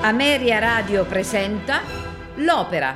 Ameria Radio presenta L'Opera.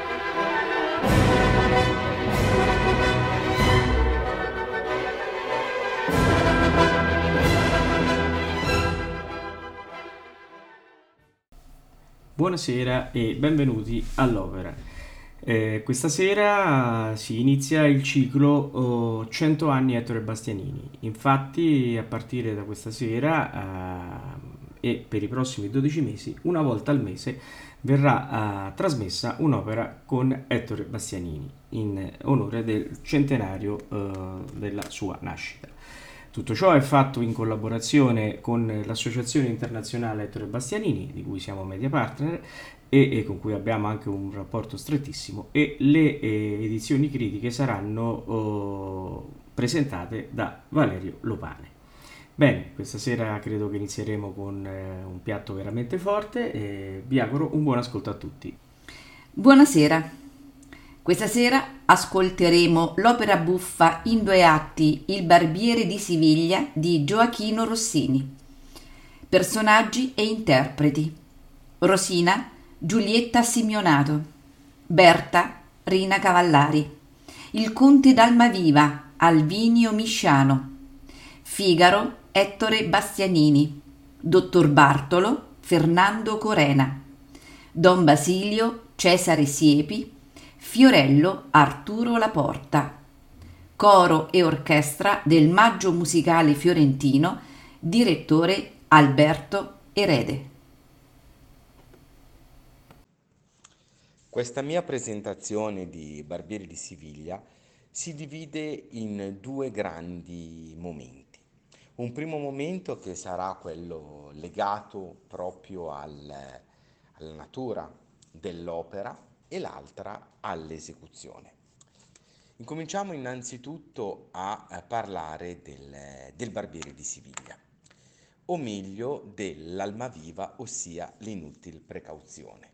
Buonasera e benvenuti all'Opera. Questa sera si inizia il ciclo 100 anni Ettore Bastianini. Infatti, a partire da questa sera e per i prossimi 12 mesi, una volta al mese, verrà trasmessa un'opera con Ettore Bastianini in onore del centenario della sua nascita. Tutto ciò è fatto in collaborazione con l'Associazione Internazionale Ettore Bastianini, di cui siamo media partner e con cui abbiamo anche un rapporto strettissimo, e le edizioni critiche saranno presentate da Valerio Lopane. Bene, questa sera credo che inizieremo con un piatto veramente forte e vi auguro un buon ascolto a tutti. Buonasera. Questa sera ascolteremo l'opera buffa in 2 atti Il Barbiere di Siviglia di Gioachino Rossini. Personaggi e interpreti: Rosina Giulietta Simeonato, Berta Rina Cavallari, il conte d'Almaviva Alvinio Misciano, Figaro Ettore Bastianini, dottor Bartolo Fernando Corena, Don Basilio Cesare Siepi, Fiorello Arturo Laporta, coro e orchestra del Maggio Musicale Fiorentino, direttore Alberto Erede. Questa mia presentazione di Barbieri di Siviglia si divide in 2 grandi momenti. Un primo momento che sarà quello legato proprio alla natura dell'opera e l'altra all'esecuzione. Incominciamo innanzitutto a parlare del Barbiere di Siviglia, o meglio dell'Almaviva, ossia l'inutil precauzione.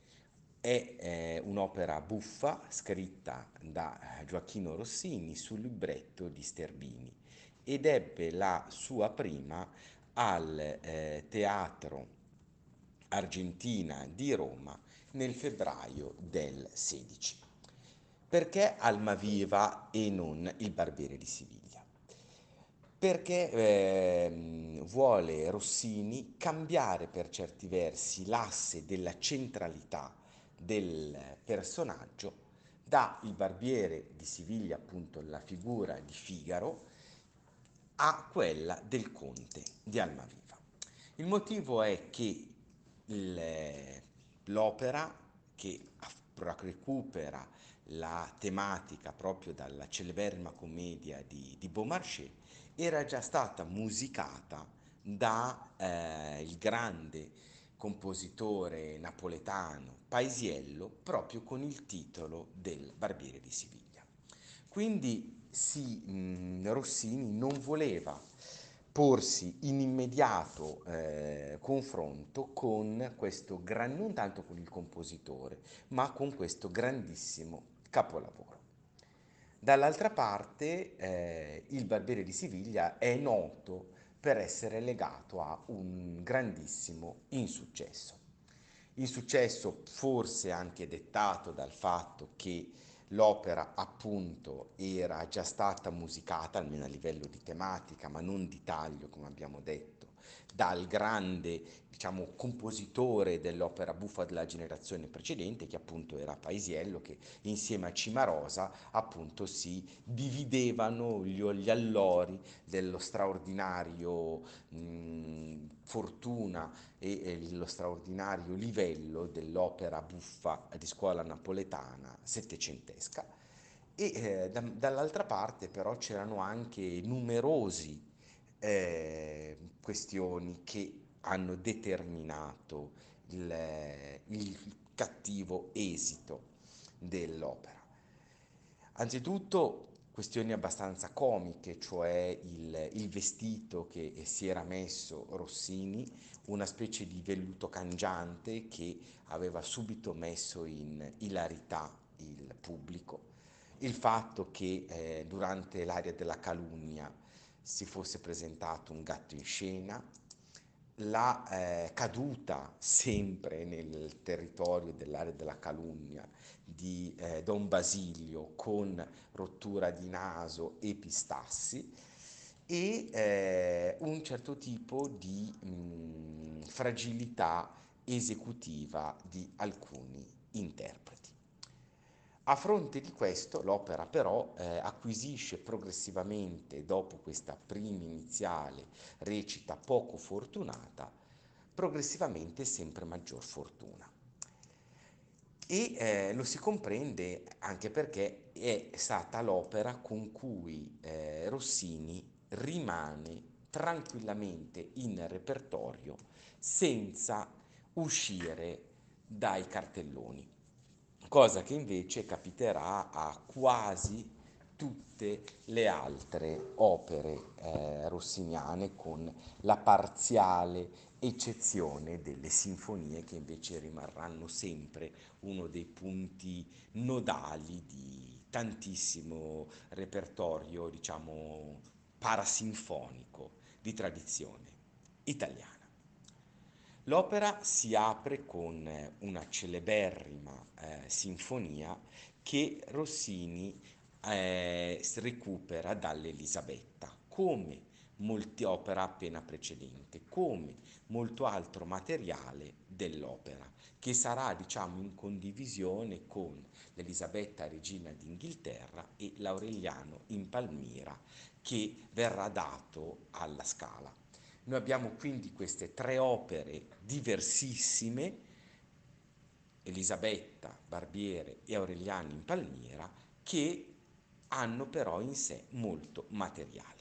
È un'opera buffa scritta da Gioachino Rossini sul libretto di Sterbini ed ebbe la sua prima al Teatro Argentina di Roma nel febbraio del 16. Perché Almaviva e non il Barbiere di Siviglia? Perché vuole Rossini cambiare per certi versi l'asse della centralità del personaggio da il Barbiere di Siviglia, appunto la figura di Figaro, a quella del conte di Almaviva. Il motivo è che l'opera, che recupera la tematica proprio dalla celeberrima commedia di Beaumarchais, era già stata musicata da il grande compositore napoletano Paisiello proprio con il titolo del Barbiere di Siviglia. Quindi Rossini non voleva porsi in immediato confronto con questo non tanto con il compositore, ma con questo grandissimo capolavoro. Dall'altra parte il Barbiere di Siviglia è noto per essere legato a un grandissimo insuccesso. Insuccesso forse anche dettato dal fatto che l'opera appunto era già stata musicata, almeno a livello di tematica, ma non di taglio, come abbiamo detto, dal grande, diciamo, compositore dell'opera buffa della generazione precedente, che appunto era Paisiello, che insieme a Cimarosa appunto si dividevano gli allori dello straordinario fortuna e lo straordinario livello dell'opera buffa di scuola napoletana settecentesca. Dall'altra parte però c'erano anche numerosi questioni che hanno determinato il cattivo esito dell'opera. Anzitutto questioni abbastanza comiche, cioè il vestito che si era messo Rossini, una specie di velluto cangiante che aveva subito messo in ilarità il pubblico, il fatto che durante l'Aria della calunnia si fosse presentato un gatto in scena, la caduta sempre nel territorio dell'area della calunnia di Don Basilio con rottura di naso e pistassi e un certo tipo di fragilità esecutiva di alcuni interpreti. A fronte di questo, l'opera però acquisisce progressivamente, dopo questa prima iniziale recita poco fortunata, progressivamente sempre maggior fortuna. E lo si comprende anche perché è stata l'opera con cui Rossini rimane tranquillamente in repertorio senza uscire dai cartelloni, cosa che invece capiterà a quasi tutte le altre opere rossiniane, con la parziale eccezione delle sinfonie, che invece rimarranno sempre uno dei punti nodali di tantissimo repertorio, diciamo, parasinfonico di tradizione italiana. L'opera si apre con una celeberrima sinfonia che Rossini recupera dall'Elisabetta, come molte opere appena precedenti, come molto altro materiale dell'opera, che sarà, diciamo, in condivisione con l'Elisabetta regina d'Inghilterra e l'Aureliano in Palmira, che verrà dato alla Scala. Noi abbiamo quindi queste tre opere diversissime, Elisabetta, Barbiere e Aureliano in Palmira, che hanno però in sé molto materiale.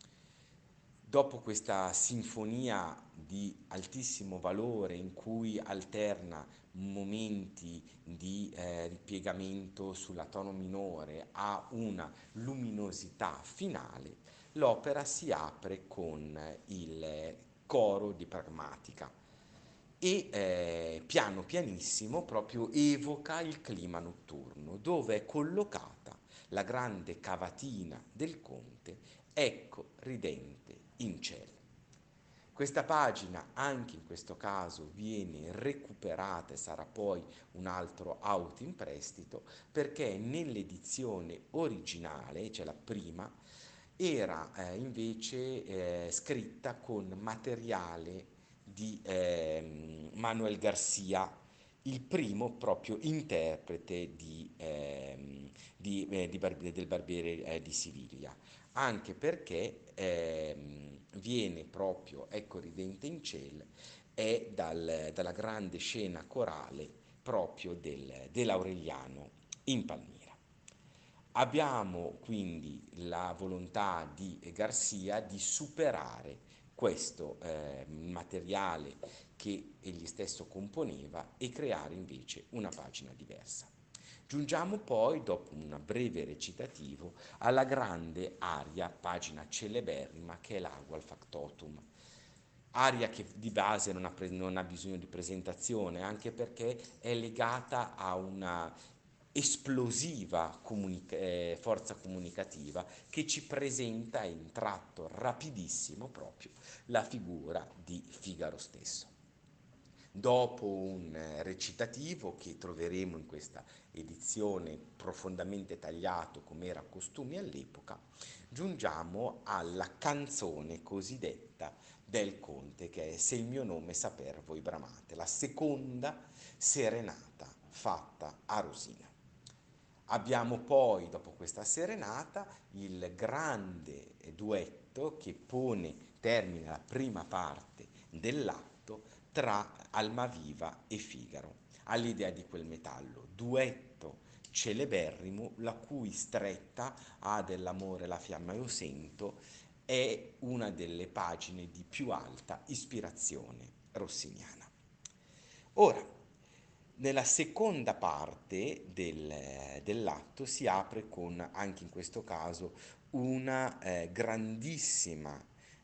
Dopo questa sinfonia di altissimo valore, in cui alterna momenti di ripiegamento sulla tono minore a una luminosità finale, l'opera si apre con il coro di Pragmatica e piano pianissimo proprio evoca il clima notturno, dove è collocata la grande cavatina del conte, ecco ridente in cielo. Questa pagina anche in questo caso viene recuperata e sarà poi un altro auto in prestito, perché nell'edizione originale, cioè la prima, era invece scritta con materiale di Manuel Garcia, il primo proprio interprete del Barbiere di Siviglia, anche perché viene proprio, ecco ridente in cielo, è dalla grande scena corale proprio dell'Aureliano in Palmira. Abbiamo quindi la volontà di Garcia di superare questo materiale che egli stesso componeva e creare invece una pagina diversa. Giungiamo poi, dopo un breve recitativo, alla grande aria, pagina celeberrima, che è l'Agua al Factotum. Aria che di base non ha bisogno di presentazione, anche perché è legata a una esplosiva forza comunicativa che ci presenta in tratto rapidissimo proprio la figura di Figaro stesso. Dopo un recitativo che troveremo in questa edizione profondamente tagliato come era costume all'epoca, giungiamo alla canzone cosiddetta del conte, che è Se il mio nome saper voi bramate, la seconda serenata fatta a Rosina. Abbiamo poi, dopo questa serenata, il grande duetto che pone termine alla prima parte dell'atto tra Almaviva e Figaro, all'idea di quel metallo, duetto celeberrimo, la cui stretta "Ah dell'amore la fiamma io sento" è una delle pagine di più alta ispirazione rossiniana. Ora, nella seconda parte dell'atto si apre con, anche in questo caso, una grandissima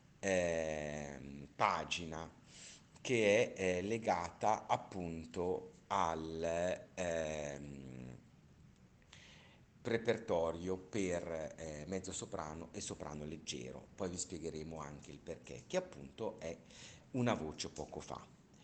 pagina che è legata appunto al repertorio per mezzo soprano e soprano leggero. Poi vi spiegheremo anche il perché, che appunto è una voce poco fa.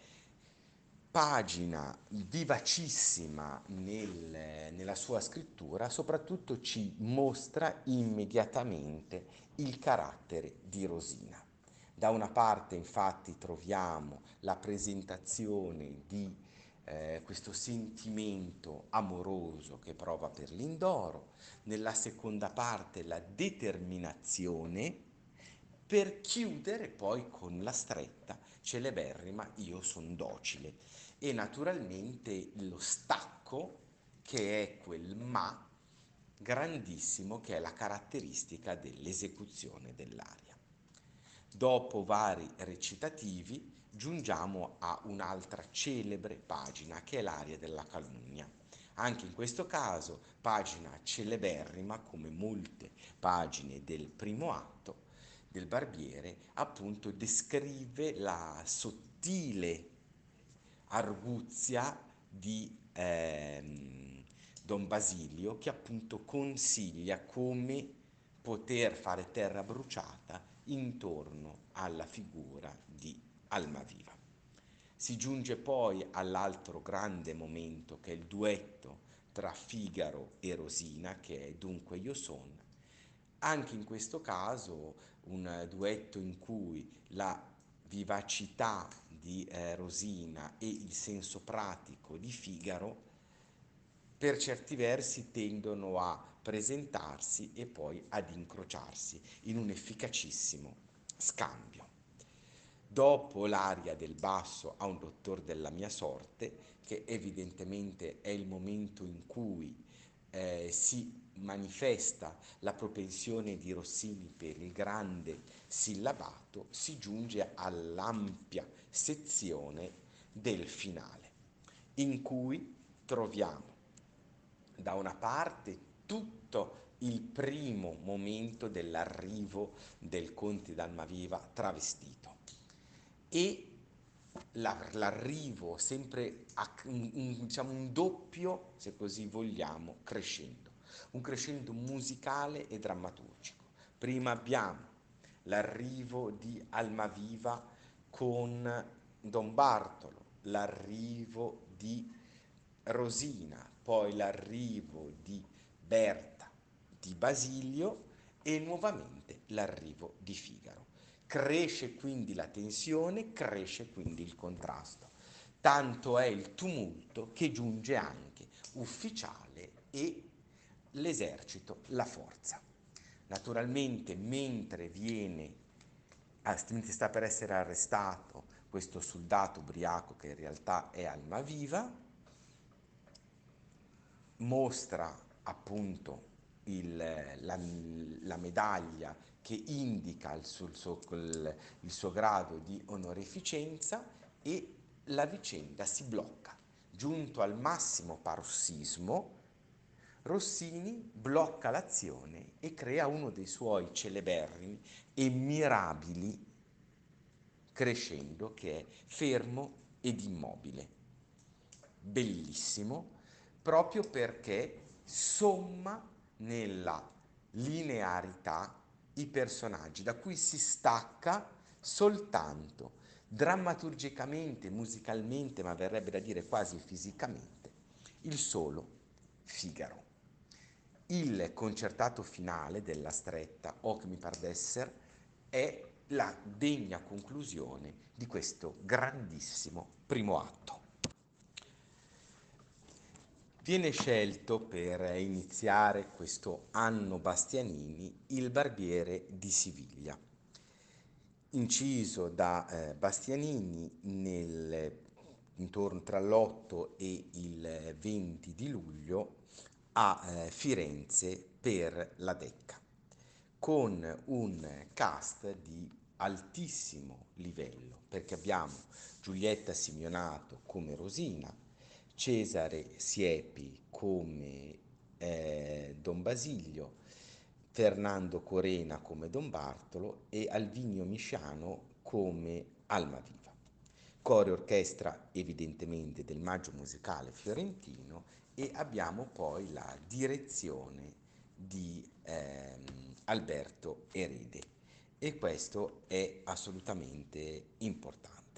Pagina vivacissima nella sua scrittura, soprattutto ci mostra immediatamente il carattere di Rosina. Da una parte infatti troviamo la presentazione di questo sentimento amoroso che prova per Lindoro, nella seconda parte la determinazione per chiudere poi con la stretta celeberrima Io son docile e naturalmente lo stacco che è quel ma grandissimo che è la caratteristica dell'esecuzione dell'aria. Dopo vari recitativi giungiamo a un'altra celebre pagina che è l'aria della calunnia. Anche in questo caso pagina celeberrima come molte pagine del primo atto del Barbiere, appunto descrive la sottile arguzia di Don Basilio che appunto consiglia come poter fare terra bruciata intorno alla figura di Almaviva. Si giunge poi all'altro grande momento che è il duetto tra Figaro e Rosina, che è Dunque io son. Anche in questo caso un duetto in cui la vivacità di Rosina e il senso pratico di Figaro per certi versi tendono a presentarsi e poi ad incrociarsi in un efficacissimo scambio. Dopo l'aria del basso a un dottor della mia sorte, che evidentemente è il momento in cui si manifesta la propensione di Rossini per il grande sillabato, si giunge all'ampia sezione del finale, in cui troviamo da una parte tutto il primo momento dell'arrivo del conte d'Almaviva travestito e l'arrivo sempre a diciamo un doppio, se così vogliamo, crescendo, un crescendo musicale e drammaturgico. Prima abbiamo l'arrivo di Almaviva con Don Bartolo, l'arrivo di Rosina, poi l'arrivo di Berta, di Basilio e nuovamente l'arrivo di Figaro. Cresce quindi la tensione, cresce quindi il contrasto. Tanto è il tumulto che giunge anche ufficiale e l'esercito, la forza. Naturalmente, mentre sta per essere arrestato questo soldato ubriaco che in realtà è Almaviva, mostra appunto la medaglia che indica il suo grado di onorificenza e la vicenda si blocca. Giunto al massimo parossismo, Rossini blocca l'azione e crea uno dei suoi celeberrimi e mirabili crescendo che è fermo ed immobile. Bellissimo, proprio perché somma nella linearità i personaggi, da cui si stacca soltanto drammaturgicamente, musicalmente, ma verrebbe da dire quasi fisicamente, il solo Figaro. Il concertato finale della stretta Hoc mi par d'esser è la degna conclusione di questo grandissimo primo atto. Viene scelto per iniziare questo anno Bastianini il Barbiere di Siviglia, inciso da Bastianini intorno tra l'8 e il 20 di luglio a Firenze per la Decca, con un cast di altissimo livello, perché abbiamo Giulietta Simeonato come Rosina, Cesare Siepi come Don Basilio, Fernando Corena come Don Bartolo e Alvinio Misciano come Almaviva. Coro e orchestra evidentemente del Maggio Musicale Fiorentino e abbiamo poi la direzione di Alberto Erede e questo è assolutamente importante.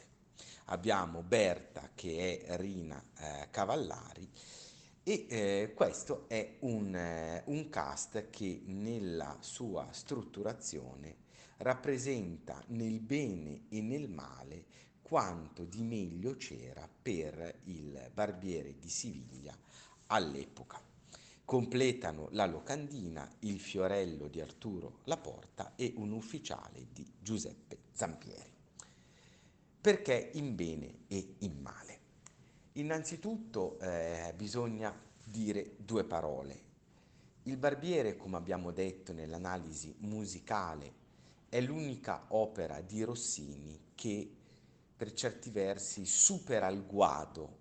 abbiamo Berta che è Rina Cavallari e questo è un cast che nella sua strutturazione rappresenta nel bene e nel male quanto di meglio c'era per il barbiere di Siviglia all'epoca. Completano la locandina il fiorello di Arturo Laporta e un ufficiale di Giuseppe Zampieri. Perché in bene e in male? Innanzitutto bisogna dire due parole. Il Barbiere, come abbiamo detto nell'analisi musicale, è l'unica opera di Rossini che per certi versi supera il guado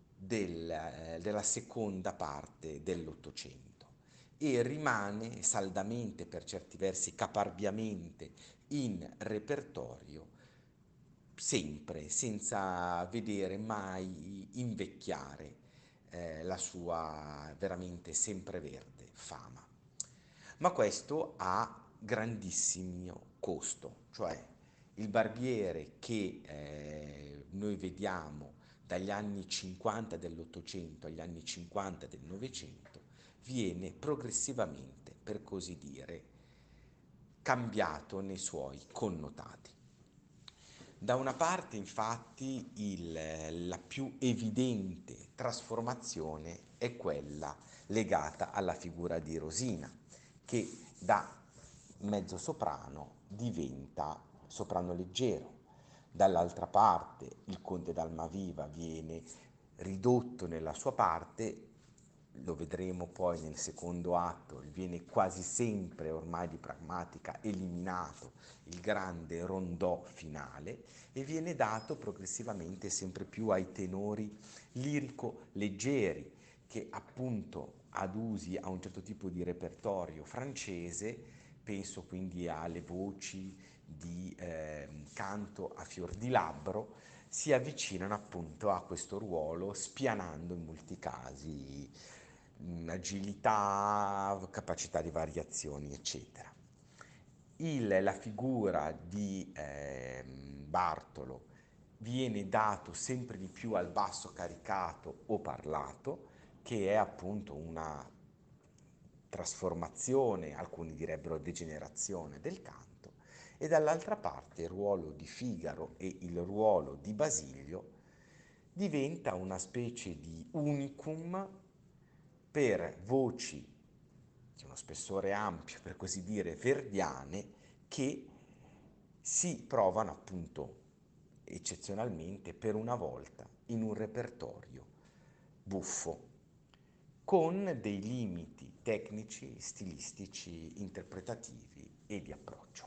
della seconda parte dell'Ottocento e rimane saldamente, per certi versi caparbiamente, in repertorio sempre, senza vedere mai invecchiare la sua veramente sempreverde fama. Ma questo ha grandissimo costo, cioè il barbiere che noi vediamo dagli anni 50 dell'Ottocento agli anni 50 del Novecento viene progressivamente, per così dire, cambiato nei suoi connotati. Da una parte, infatti, la più evidente trasformazione è quella legata alla figura di Rosina, che da mezzo soprano diventa soprano leggero. Dall'altra parte, il conte d'Almaviva viene ridotto nella sua parte, lo vedremo poi nel secondo atto, viene quasi sempre ormai di pragmatica eliminato il grande rondò finale e viene dato progressivamente sempre più ai tenori lirico leggeri che appunto adusi a un certo tipo di repertorio francese, penso quindi alle voci di canto a fior di labbro, si avvicinano appunto a questo ruolo spianando in molti casi agilità, capacità di variazioni, eccetera. La figura di Bartolo viene dato sempre di più al basso caricato o parlato, che è appunto una trasformazione, alcuni direbbero degenerazione del canto, e dall'altra parte il ruolo di Figaro e il ruolo di Basilio diventa una specie di unicum per voci di uno spessore ampio, per così dire, verdiane, che si provano appunto eccezionalmente per una volta in un repertorio buffo, con dei limiti tecnici, stilistici, interpretativi e di approccio.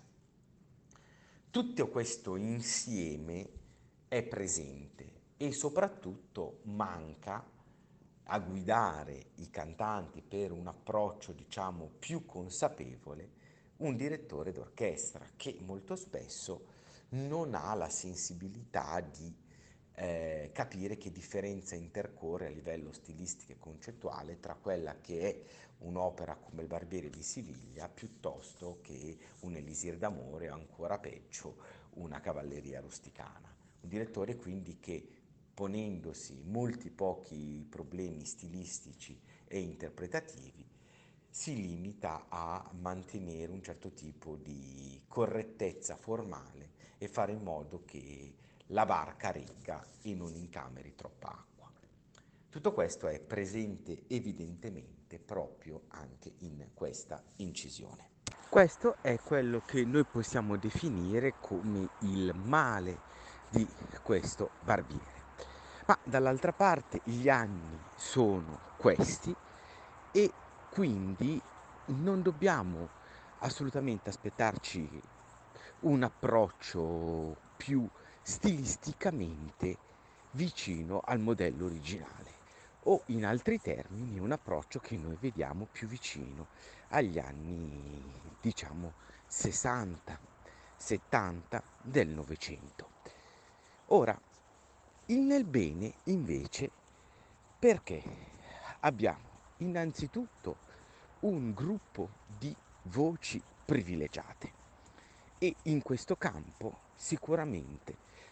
Tutto questo insieme è presente e soprattutto manca a guidare i cantanti per un approccio, diciamo, più consapevole, un direttore d'orchestra che molto spesso non ha la sensibilità di capire che differenza intercorre a livello stilistico e concettuale tra quella che è un'opera come Il Barbiere di Siviglia piuttosto che un Elisir d'amore o ancora peggio una Cavalleria rusticana. Un direttore quindi che ponendosi molti pochi problemi stilistici e interpretativi si limita a mantenere un certo tipo di correttezza formale e fare in modo che la barca regga e non incameri troppa acqua. Tutto questo è presente evidentemente proprio anche in questa incisione. Questo è quello che noi possiamo definire come il male di questo barbiere. Ma dall'altra parte gli anni sono questi e quindi non dobbiamo assolutamente aspettarci un approccio più stilisticamente vicino al modello originale o in altri termini un approccio che noi vediamo più vicino agli anni diciamo 60, 70 del Novecento. Ora, nel bene invece perché abbiamo innanzitutto un gruppo di voci privilegiate e in questo campo sicuramente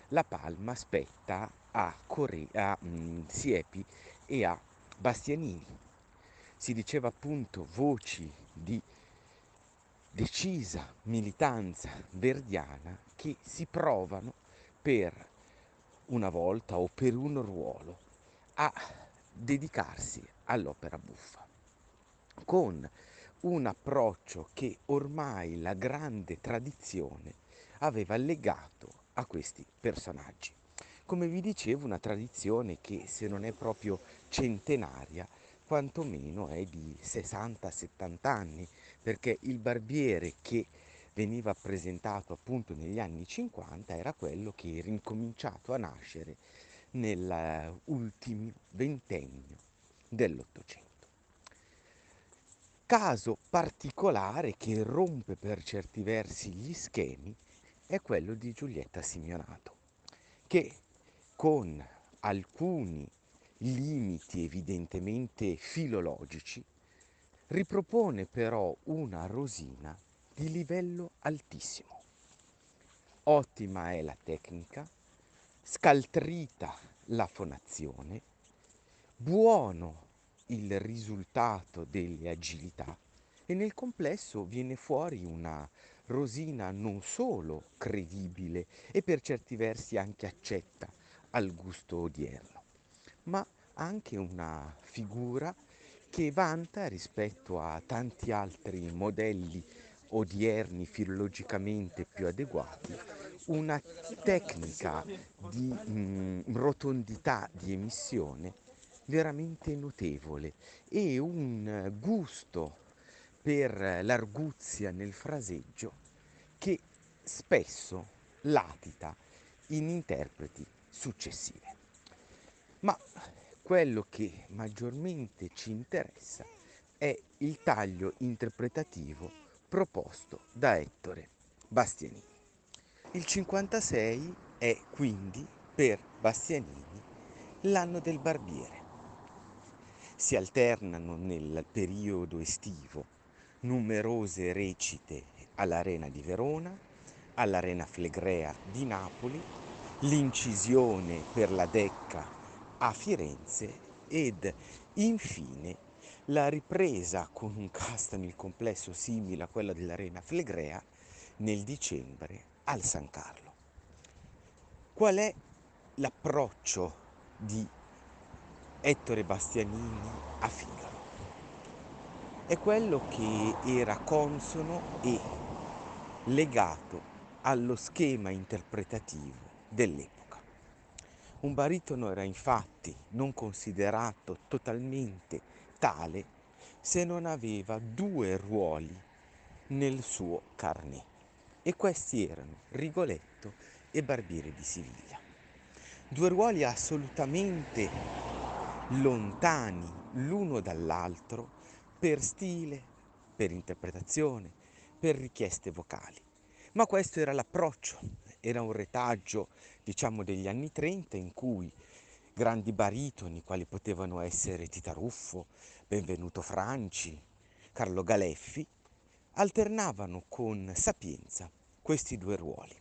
la palma spetta a Siepi e a Bastianini. Si diceva appunto voci di decisa militanza verdiana che si provano per una volta o per un ruolo a dedicarsi all'opera buffa, con un approccio che ormai la grande tradizione aveva legato a questi personaggi. Come vi dicevo, una tradizione che, se non è proprio centenaria, quantomeno è di 60-70 anni, perché il barbiere che veniva presentato appunto negli anni 50 era quello che era incominciato a nascere nell'ultimo ventennio dell'Ottocento. Caso particolare che rompe per certi versi gli schemi è quello di Giulietta Simeonato, che con alcuni limiti evidentemente filologici ripropone però una Rosina di livello altissimo. Ottima è la tecnica, scaltrita la fonazione, buono il risultato delle agilità e nel complesso viene fuori una Rosina non solo credibile e per certi versi anche accetta al gusto odierno, ma anche una figura che vanta rispetto a tanti altri modelli odierni filologicamente più adeguati una tecnica di rotondità di emissione veramente notevole e un gusto per l'arguzia nel fraseggio che spesso latita in interpreti successivi. Ma quello che maggiormente ci interessa è il taglio interpretativo proposto da Ettore Bastianini. Il 56 è quindi per Bastianini l'anno del barbiere. Si alternano nel periodo estivo numerose recite all'Arena di Verona, all'Arena Flegrea di Napoli, l'incisione per la Decca a Firenze ed infine la ripresa con un cast nel complesso simile a quello dell'Arena Flegrea nel dicembre al San Carlo. Qual è l'approccio di Ettore Bastianini a Figaro? È quello che era consono e legato allo schema interpretativo dell'epoca. Un baritono era infatti non considerato totalmente tale se non aveva due ruoli nel suo carnet, e questi erano Rigoletto e Barbiere di Siviglia. Due ruoli assolutamente lontani l'uno dall'altro per stile, per interpretazione, per richieste vocali. Ma questo era l'approccio, era un retaggio, diciamo, degli anni 30 in cui grandi baritoni, quali potevano essere Tita Ruffo, Benvenuto Franci, Carlo Galeffi, alternavano con sapienza questi due ruoli.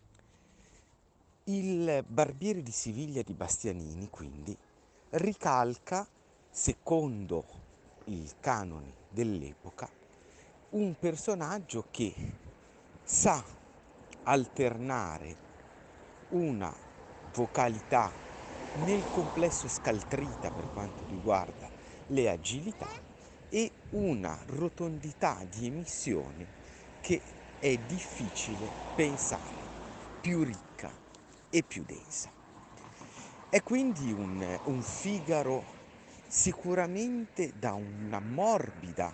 Il Barbiere di Siviglia di Bastianini, quindi, ricalca, secondo il canone dell'epoca, un personaggio che sa alternare una vocalità nel complesso scaltrita per quanto riguarda le agilità e una rotondità di emissione che è difficile pensare più ricca e più densa. È quindi un Figaro sicuramente da una morbida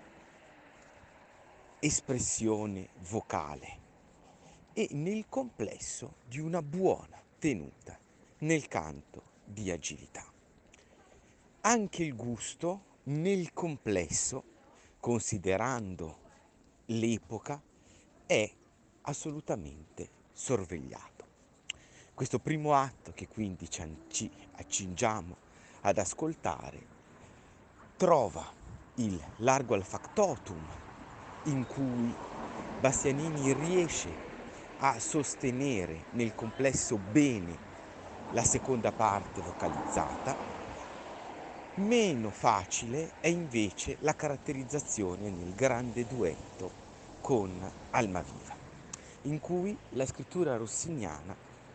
espressione vocale e nel complesso di una buona tenuta nel canto di agilità. Anche il gusto nel complesso, considerando l'epoca, è assolutamente sorvegliato. Questo primo atto, che quindi ci accingiamo ad ascoltare, trova il Largo al Factotum, in cui Bastianini riesce a sostenere nel complesso bene la seconda parte vocalizzata, meno facile è invece la caratterizzazione nel grande duetto con Almaviva, in cui la scrittura rossiniana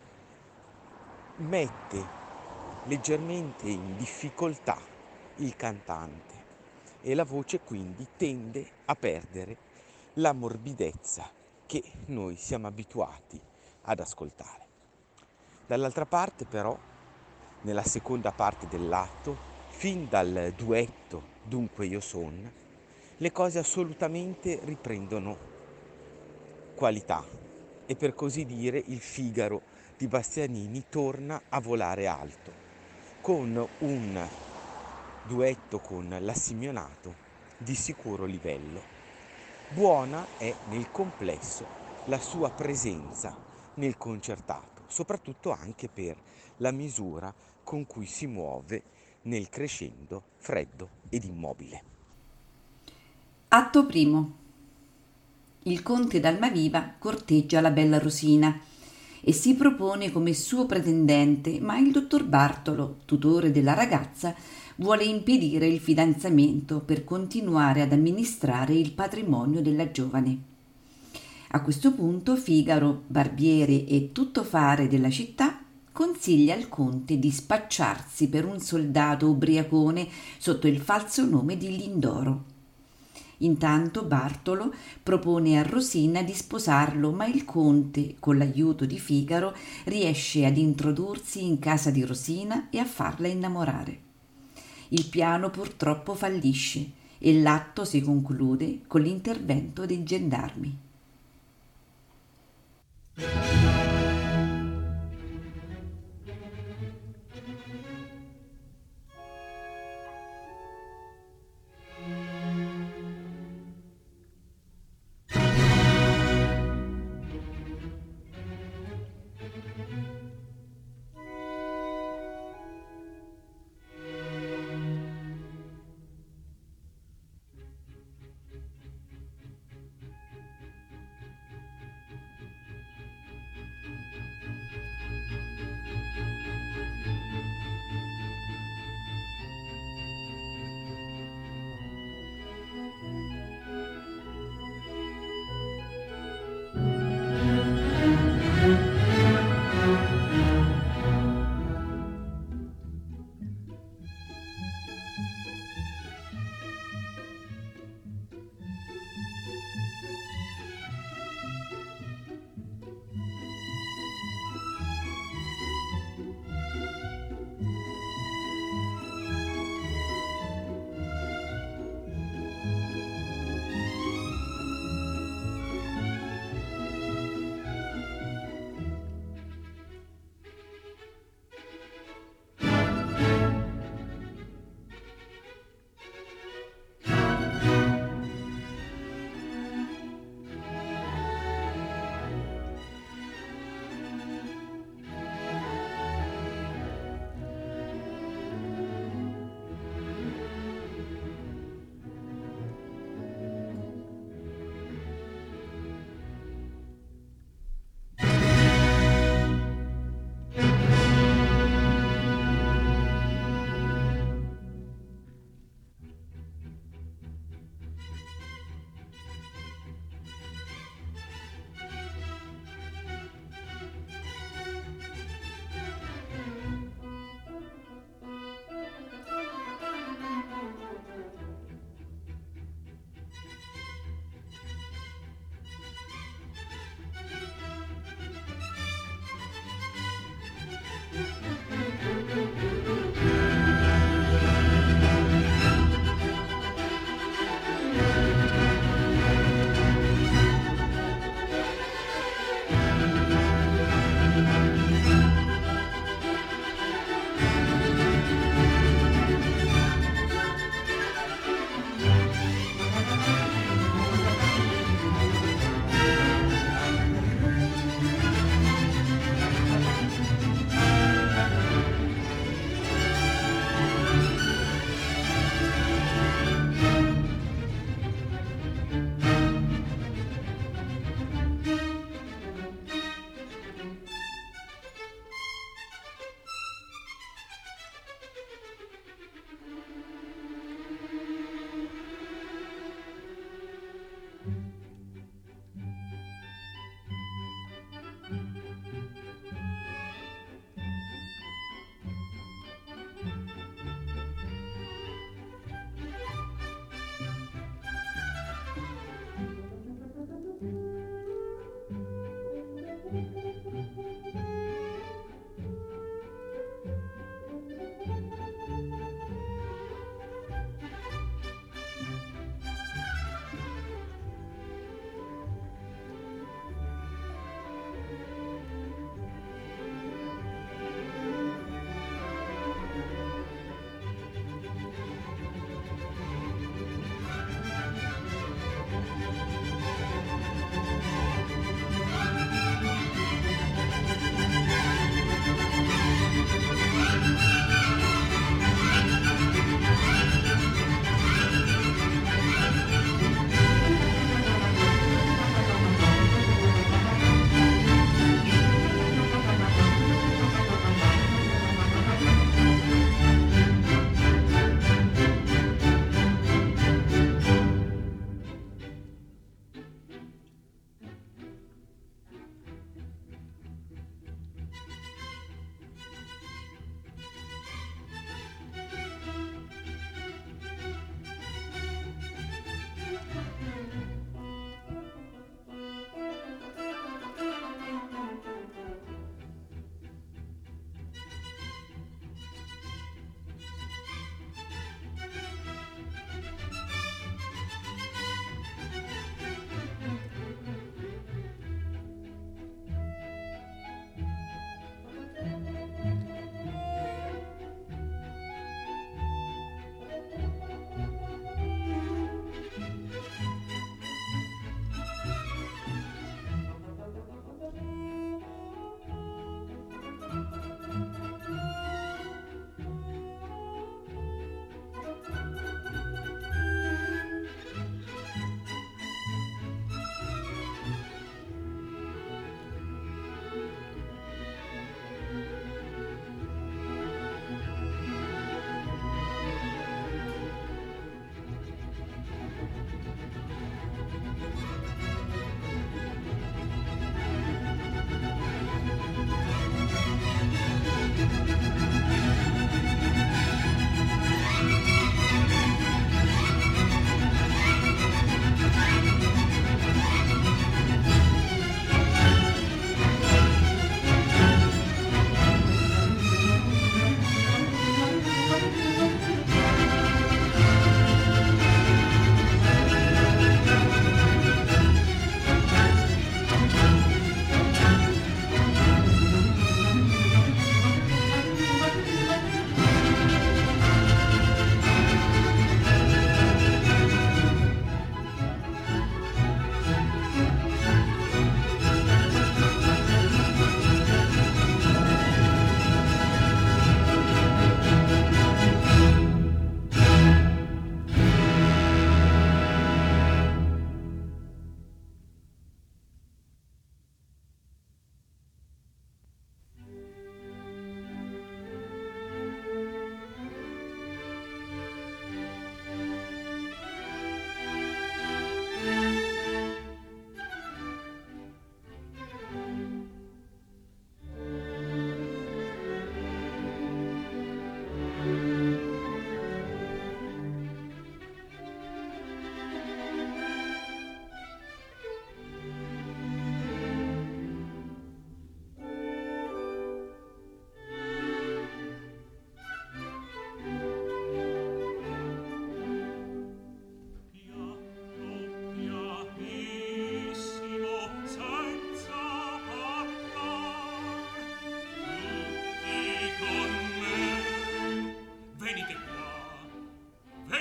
mette leggermente in difficoltà il cantante e la voce quindi tende a perdere la morbidezza che noi siamo abituati ad ascoltare. Dall'altra parte però, nella seconda parte dell'atto, fin dal duetto Dunque io son, le cose assolutamente riprendono qualità e per così dire il Figaro di Bastianini torna a volare alto, con un duetto con l'Assimionato di sicuro livello. Buona è nel complesso la sua presenza nel concertato, soprattutto anche per la misura con cui si muove nel crescendo freddo ed immobile. Atto primo. Il conte d'Almaviva corteggia la bella Rosina e si propone come suo pretendente, ma il dottor Bartolo, tutore della ragazza, vuole impedire il fidanzamento per continuare ad amministrare il patrimonio della giovane. A questo punto Figaro, barbiere e tuttofare della città, consiglia al conte di spacciarsi per un soldato ubriacone sotto il falso nome di Lindoro. Intanto Bartolo propone a Rosina di sposarlo, ma il conte, con l'aiuto di Figaro, riesce ad introdursi in casa di Rosina e a farla innamorare. Il piano purtroppo fallisce e l'atto si conclude con l'intervento dei gendarmi.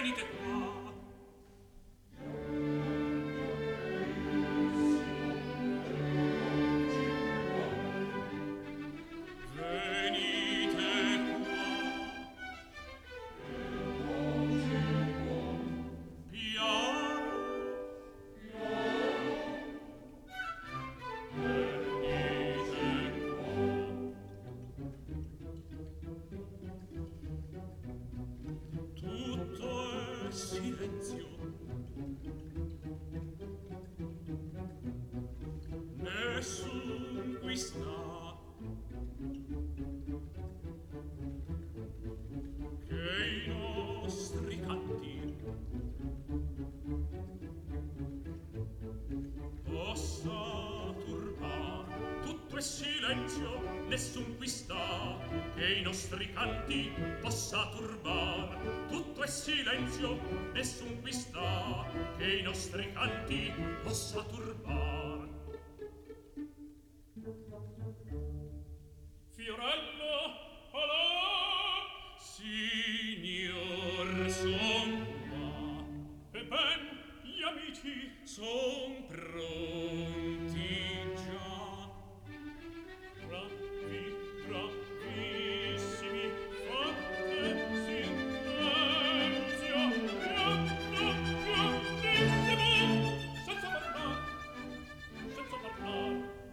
Nessun qui sta che i nostri canti possa turbar. Tutto è silenzio, nessun qui sta che i nostri canti possa turbar. Fiorello, alà, signor, son qua. E ben, gli amici son pronti già. Bravissimi, fate silenzio, grandissimo, senza parlar, senza parlar,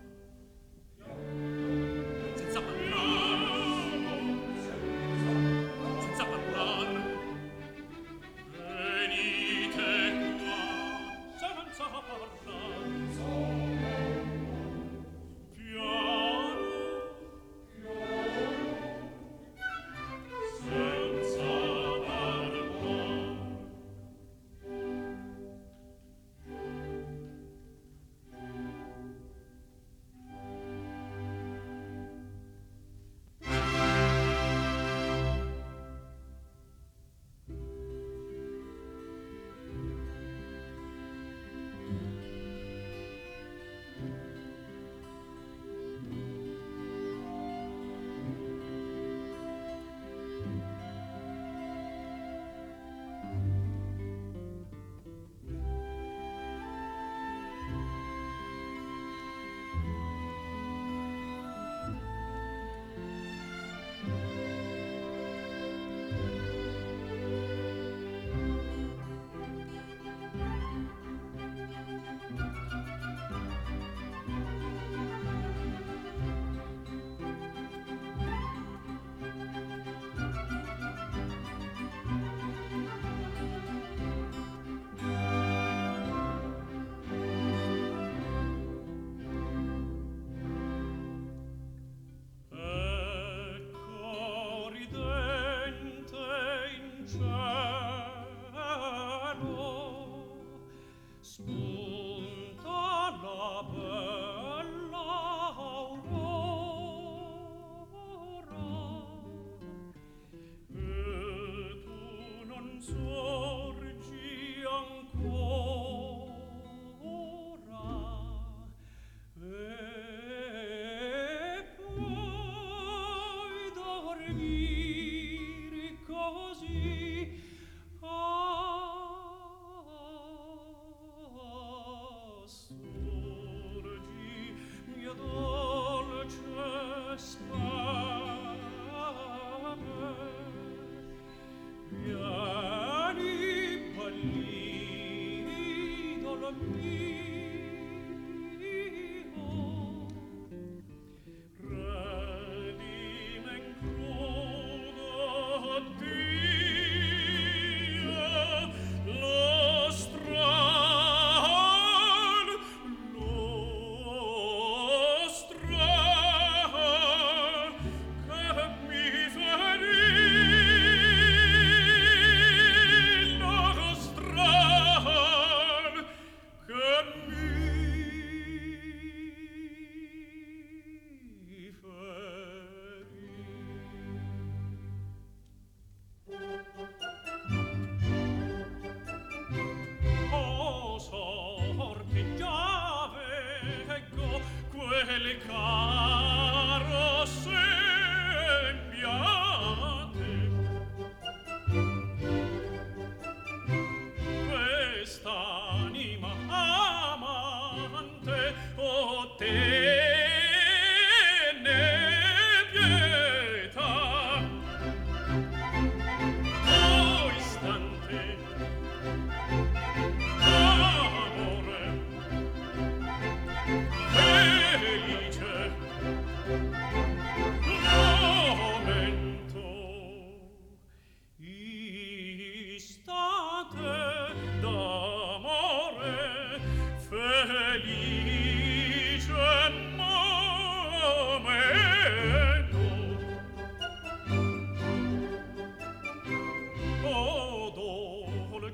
senza parlar, senza parlar. Venite qua, senza parlar.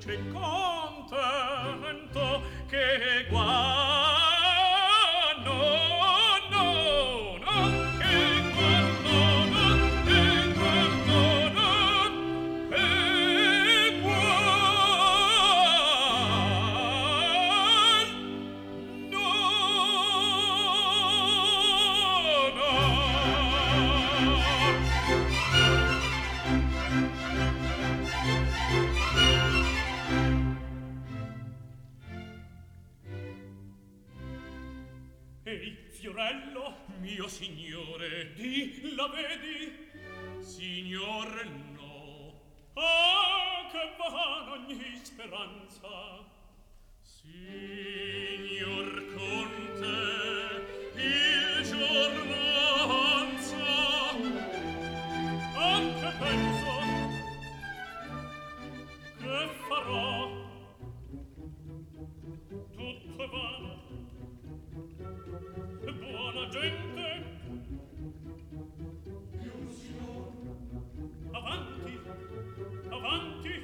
felice contento che guarda mio signore, di la vedi? Signore no. Ah, che vana ogni speranza. Signor Conte, il giorno avanza. Anche penso che farò tutto è vano. Buona gente, avanti, avanti,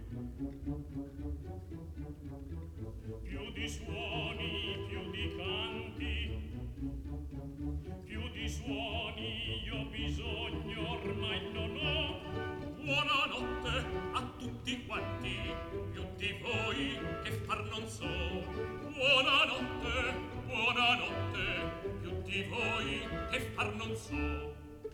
più di suoni, più di canti, più di suoni io bisogno ormai non ho. Buonanotte a tutti quanti, più di voi che far non so. Buonanotte, buonanotte, più di voi che far non so.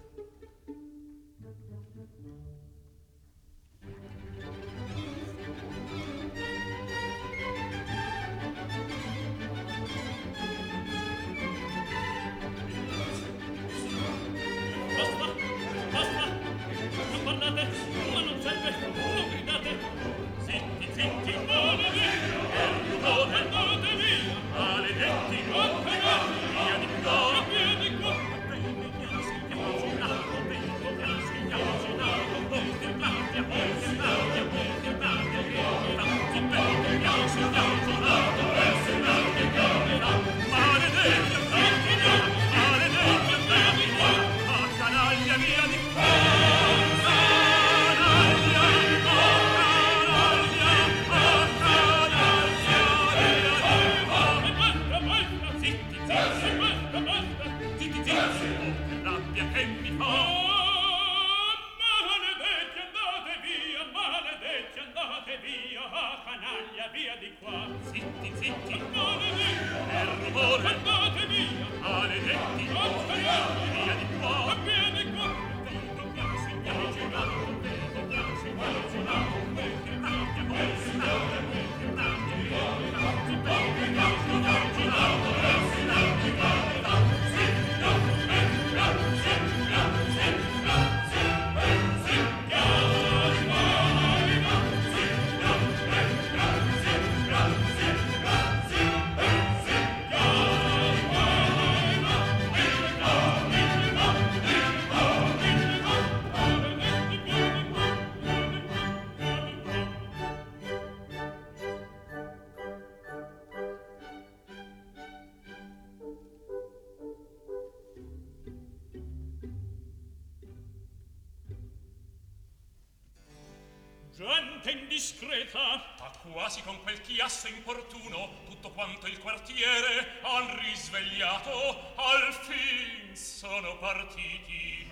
Gente indiscreta, ma quasi con quel chiasso importuno tutto quanto il quartiere han risvegliato, al fin sono partiti.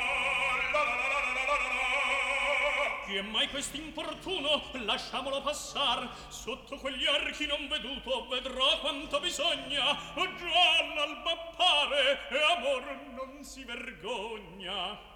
Chi è mai quest'importuno? Lasciamolo passar. Sotto quegli archi non veduto vedrò quanto bisogna. Già l'alba appare e amor non si vergogna.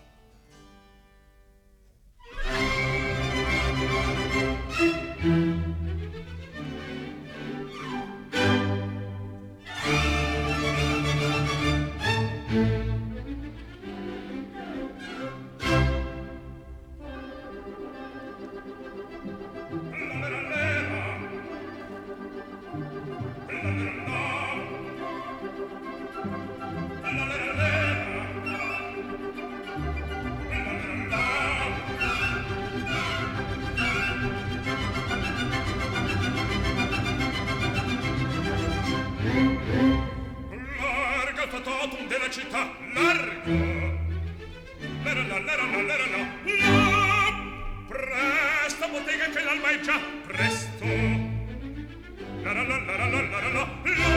Della città largo presto bottega che la l'alma è già presto. La la la la la la la la.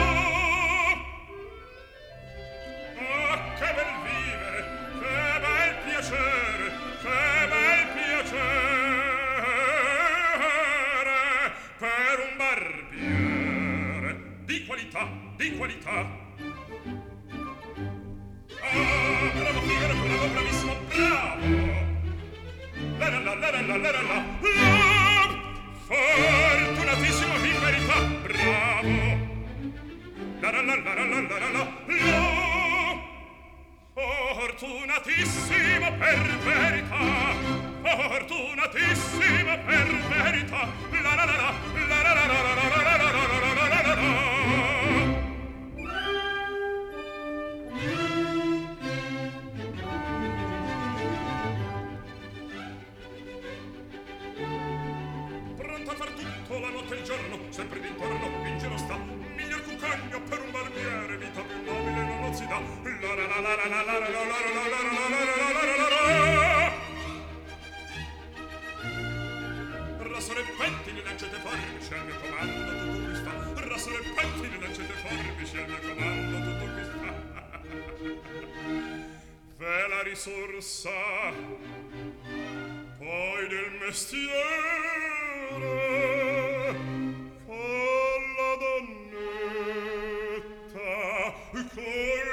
Ah, che bel vivere, che bel piacere, che bel piacere per un barbiere di qualità, di qualità. Ah, bravo Figaro, bravo, bravissimo, bravo. La la la la la la la la. Fortunatissimo in verità, bravo. La la la la la la la la. Fortunatissimo per verità, fortunatissimo per verità. La la la la la la la la la la la la la la. Pronto a far tutto la notte e il giorno, sempre d'intorno in giro sta. Miglior cuccagno per un barbiere, vita più nobile non si dà. La la la la la la la la la la rassole pettini, lancete forbici al mio comando, tutto qui sta. Rassole pettini, lancete forbici al mio comando, tutto qui sta. V'è la risorsa poi del mestiere, con la donnetta, col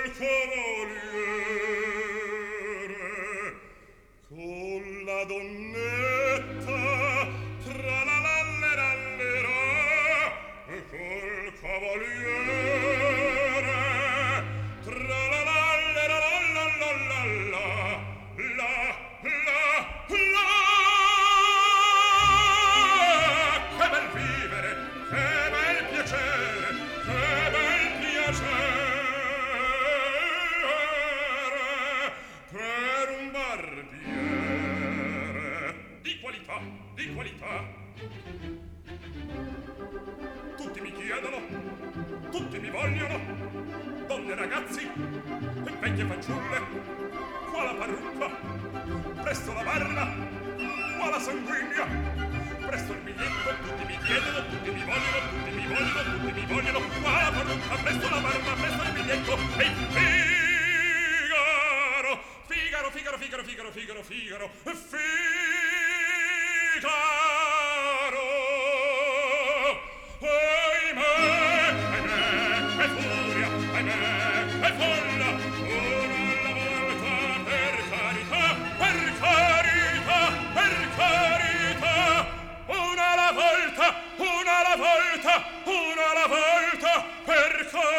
cavaliere, con la donnetta, tra la lallerallera, col cavaliere, tra la lallera la la la la la la la. Che bel vivere, che bel piacere, che bel piacere per un barbiere di qualità, di qualità. Tutti mi chiedono, tutti mi vogliono, donne e ragazzi, vecchie fanciulle, qua la parrucca, presto la barba, qua la sanguigna, presto il biglietto, tutti mi chiedono, tutti mi vogliono, tutti mi vogliono, tutti mi vogliono, qua la parrucca, presto la barba, presto il biglietto, e Figaro, Figaro, Figaro, Figaro, Figaro, Figaro, Figaro, ahimè, ahimè, è furia, ahimè, è folla, una alla volta, per carità, per carità, per carità, una alla volta, una alla volta, una alla volta, per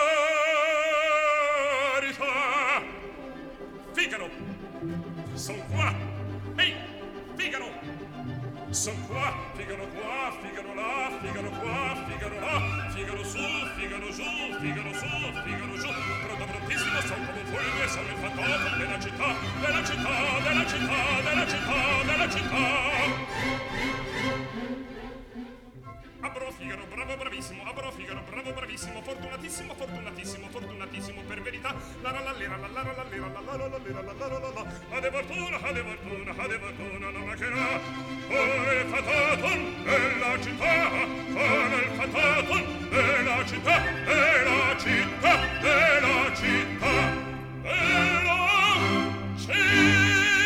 carità. Figaro, son qua, ehi, Figaro, son qua, Figaro qua, Figaro là, Figaro qua, Figaro là, Figaro su, Figaro giù, Figaro su, Figaro giù, pronto prontissimo, son come un fulmine, sono il fantoccio della città, della città, della città, della città, della città. Abbro Figaro, bravo, bravissimo, abbro Figaro, bravo, bravissimo, fortunatissimo, fortunatissimo, fortunatissimo, per verità, la la la lira, la la la lira, la la la lira, la la la la la, ade fortuna, ade fortuna, ade fortuna, non mancherà, con il fataton della città, con il fataton della città, della città, della città, della città.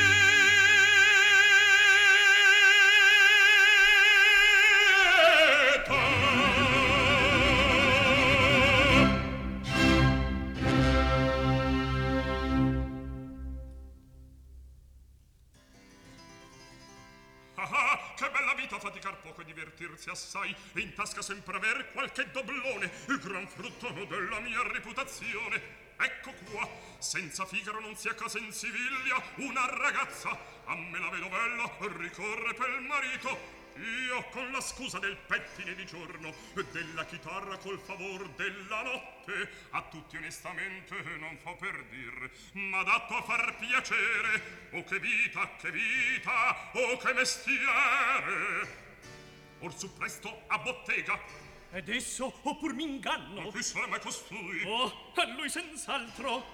Che bella vita, faticar poco e divertirsi assai, in tasca sempre aver qualche doblone, il gran frutto della mia reputazione. Ecco qua, senza Figaro non sia cosa in Siviglia, una ragazza, a me la vedo bella, ricorre per il marito. Io con la scusa del pettine di giorno e della chitarra col favor della notte a tutti onestamente non fo per dir, ma datto a far piacere. Oh che vita, oh che mestiere. Or su presto a bottega. Ed esso oppur m'inganno? Ma chi sarà mai costui? Oh, a lui senz'altro.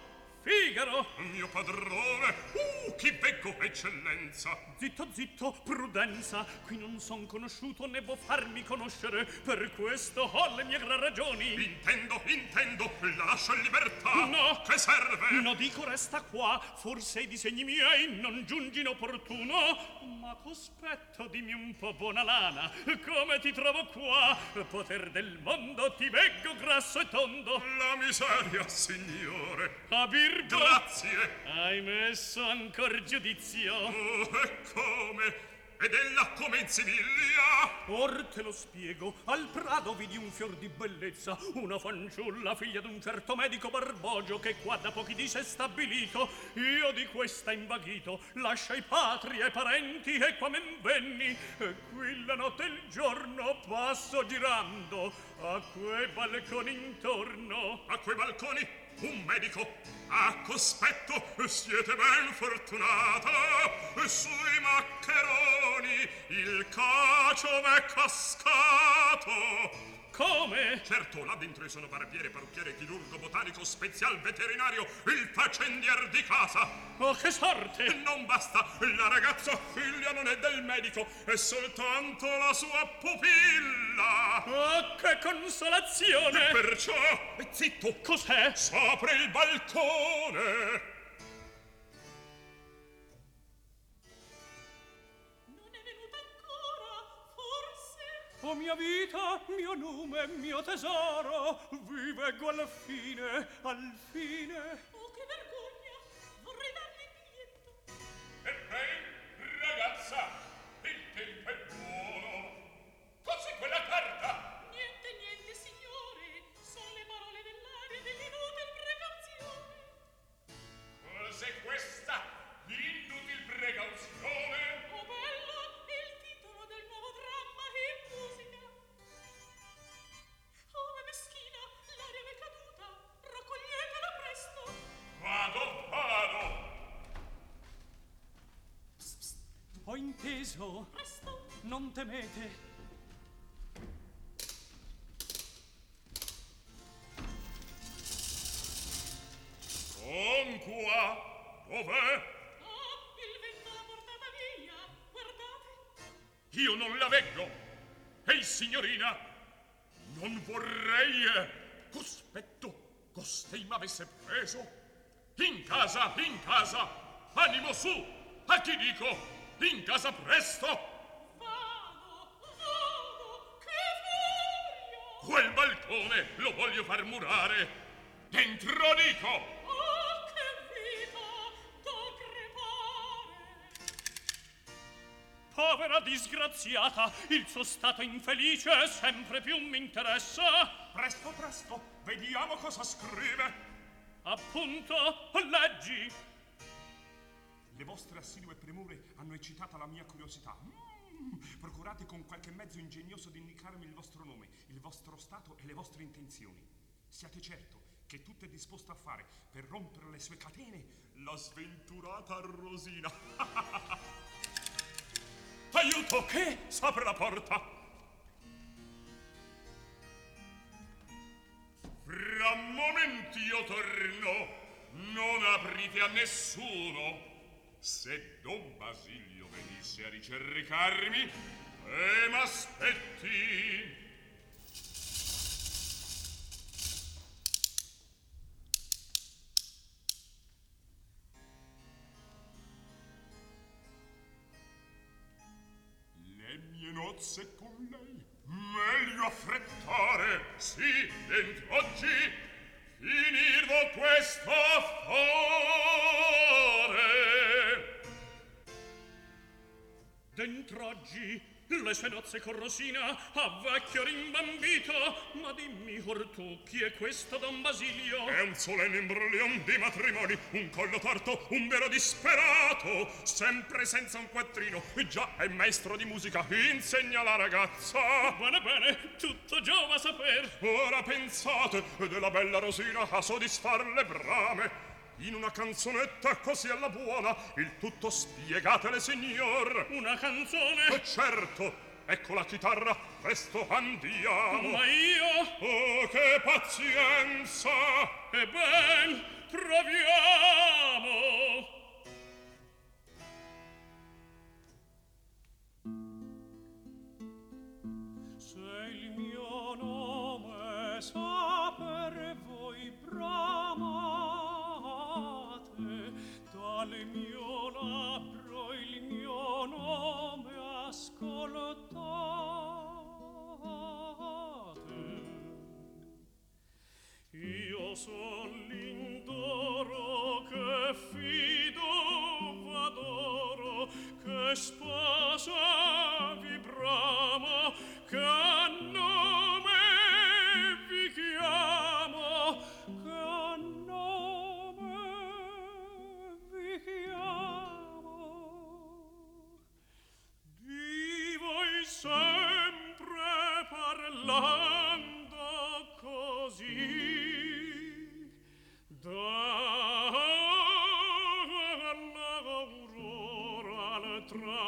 Figaro! Mio padrone! Chi veggo, eccellenza! Zitto, zitto, prudenza! Qui non son conosciuto, né vo farmi conoscere. Per questo ho le mie gran ragioni. Intendo, la lascio in libertà! No! Che serve? No, dico, resta qua. Forse i disegni miei non giungi inopportuno. Ma cospetto, dimmi un po', buona lana, come ti trovo qua? Poter del mondo ti veggo grasso e tondo. La miseria, signore! A Birgo! Grazie! Hai messo ancor giudizio? Oh, e come? Ed ella come in Siviglia? Or te lo spiego. Al Prado vidi un fior di bellezza, una fanciulla figlia d'un certo medico Barbogio che qua da pochi dì s'è stabilito. Io di questa invaghito lascia i patri e parenti e qua men venni, e qui la notte e il giorno passo girando a quei balconi intorno. A quei balconi? Un medico? A cospetto siete ben fortunata. Sui maccheroni il cacio m'è cascato. Come? Certo, là dentro io sono barbiere, parrucchiere, chirurgo, botanico, spezial, veterinario, il faccendier di casa. Oh, che sorte! Non basta, la ragazza figlia non è del medico, è soltanto la sua pupilla. Oh, che consolazione! E perciò, zitto, cos'è? S'apre il balcone. O mia vita, mio nome, mio tesoro, vi veggo alla fine, al fine. Oh, che vergogna! Vorrei dargli il biglietto. Ebbene, ragazza, il tempo è buono. Cos'è quella carta? Niente, signore. Sono le parole dell'aria dell'inutile precauzione. Cos'è questa? L'inutil precauzione? Oh, bello! Il titolo del nuovo dramma in musica. Oh, è meschina! L'aria m'è caduta. Raccoglietela presto. Vado. Ho inteso. Presto. Non temete. Con qua. Dov'è? Oh, il vento l'ha portata via. Guardate. Io non la veggo. Ehi, signorina, non vorrei... Cospetto, costei m'avesse preso. In casa, animo su. A chi dico? In casa presto. Vado, che furia! Quel balcone lo voglio far murare. Dentro dico. Oh, che vita da crepare! Povera disgraziata, il suo stato infelice sempre più m'interessa. Presto, vediamo cosa scrive. Appunto, leggi. Le vostre assidue premure hanno eccitata la mia curiosità. Procurate con qualche mezzo ingegnoso di indicarmi il vostro nome, il vostro stato e le vostre intenzioni. Siate certo che tutto è disposto a fare per rompere le sue catene la sventurata Rosina. Aiuto! Che? S'apre la porta! Fra momenti io torno. Non aprite a nessuno. Se Don Basilio venisse a ricercarmi, m'aspetti. Le mie nozze con lei, meglio affrettare, sì, dentro oggi, finirvo questo affare. Dentr'oggi le sue nozze con Rosina a vecchio rimbambito. Ma dimmi or tu, chi è questo Don Basilio? È un solenne imbroglion di matrimoni, un collo torto, un vero disperato, sempre senza un quattrino. Già è maestro di musica, insegna la ragazza. Bene, tutto giova saper. Ora pensate della bella Rosina a soddisfar le brame. In una canzonetta così alla buona, il tutto spiegatele, signor. Una canzone? Certo, ecco la chitarra, presto andiamo. Ma io? Oh, che pazienza! E ben, proviamo. Se il mio nome saper voi bramate, dal mio labbro il mio nome ascoltate. Io son l'indoro che fido v'adoro, che sposa vi bramo, che a nome vi chiamo, che a nome vi chiamo. Di voi sempre parlando così, dall'aurora al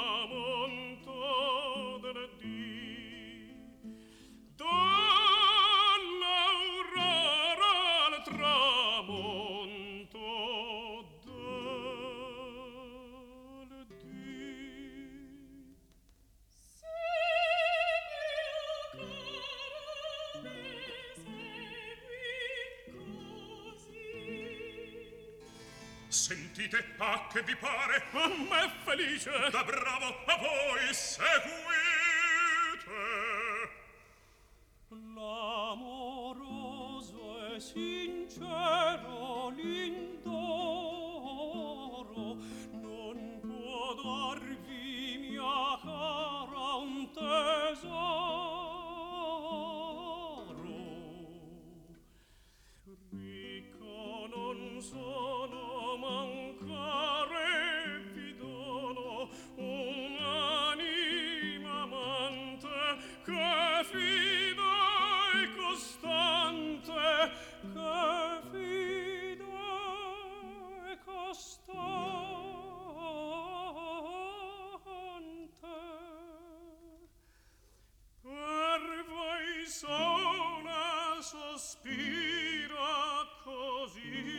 tramonto del dì, dall'aurora al tramonto del dì. Sentite, a che vi pare? A me felice! Da bravo a voi seguite! L'amoroso e sincero l'indoro non può darvi, mia cara, un tesoro. Ricco non sono, mancare vi dono un'anima amante che fida e costante, che fida e costante. Per voi sola sospira così,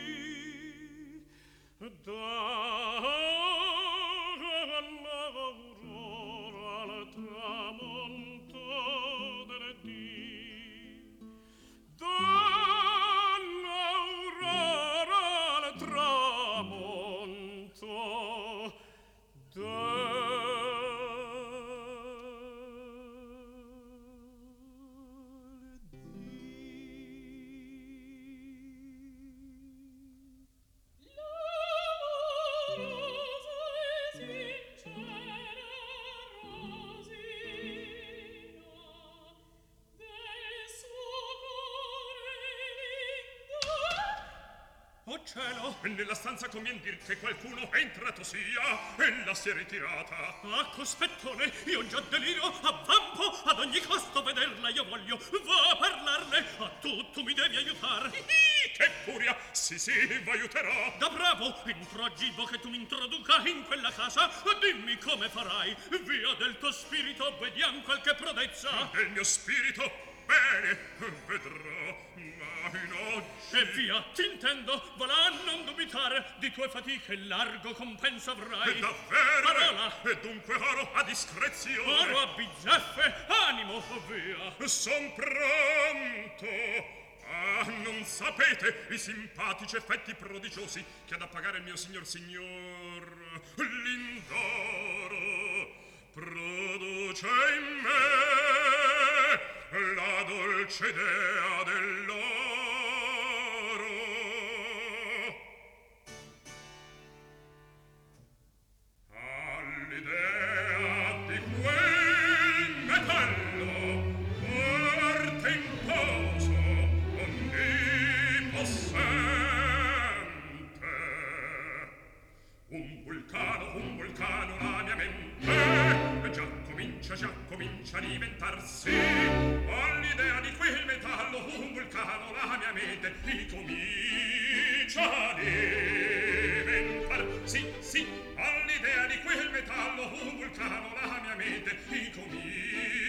dall'aurora al tramonto del dì, dall'aurora al tramonto del Oh cielo! E nella stanza convien dir che qualcuno entrato sia, ella si è ritirata. Ah, cospettone, io già deliro, avvampo, ad ogni costo vederla io voglio, va a parlarle, a tu mi devi aiutar. Che furia! Sì, v'aiuterò. Da bravo, entro a gibo che tu mi introduca in quella casa, dimmi come farai, via del tuo spirito, vediam qualche prodezza. Del mio spirito? Bene, vedrò, ma in oggi... E via, t'intendo, va là, non dubitare, di tue fatiche largo compenso avrai. E davvero? Parola! E dunque oro a discrezione. Oro a bizzeffe, animo, via. Son pronto. Ah, non sapete i simpatici effetti prodigiosi che ha da pagare il mio signor l'indoro produce in me la dolce idea dell'oro. All'idea di quel metallo forte imposo onnipossente, un vulcano la mia mente già comincia a diventarsi. All'idea di quel metallo un vulcano la mia mente comincia a diventar. Sì, all'idea di quel metallo un vulcano la mia mente comincia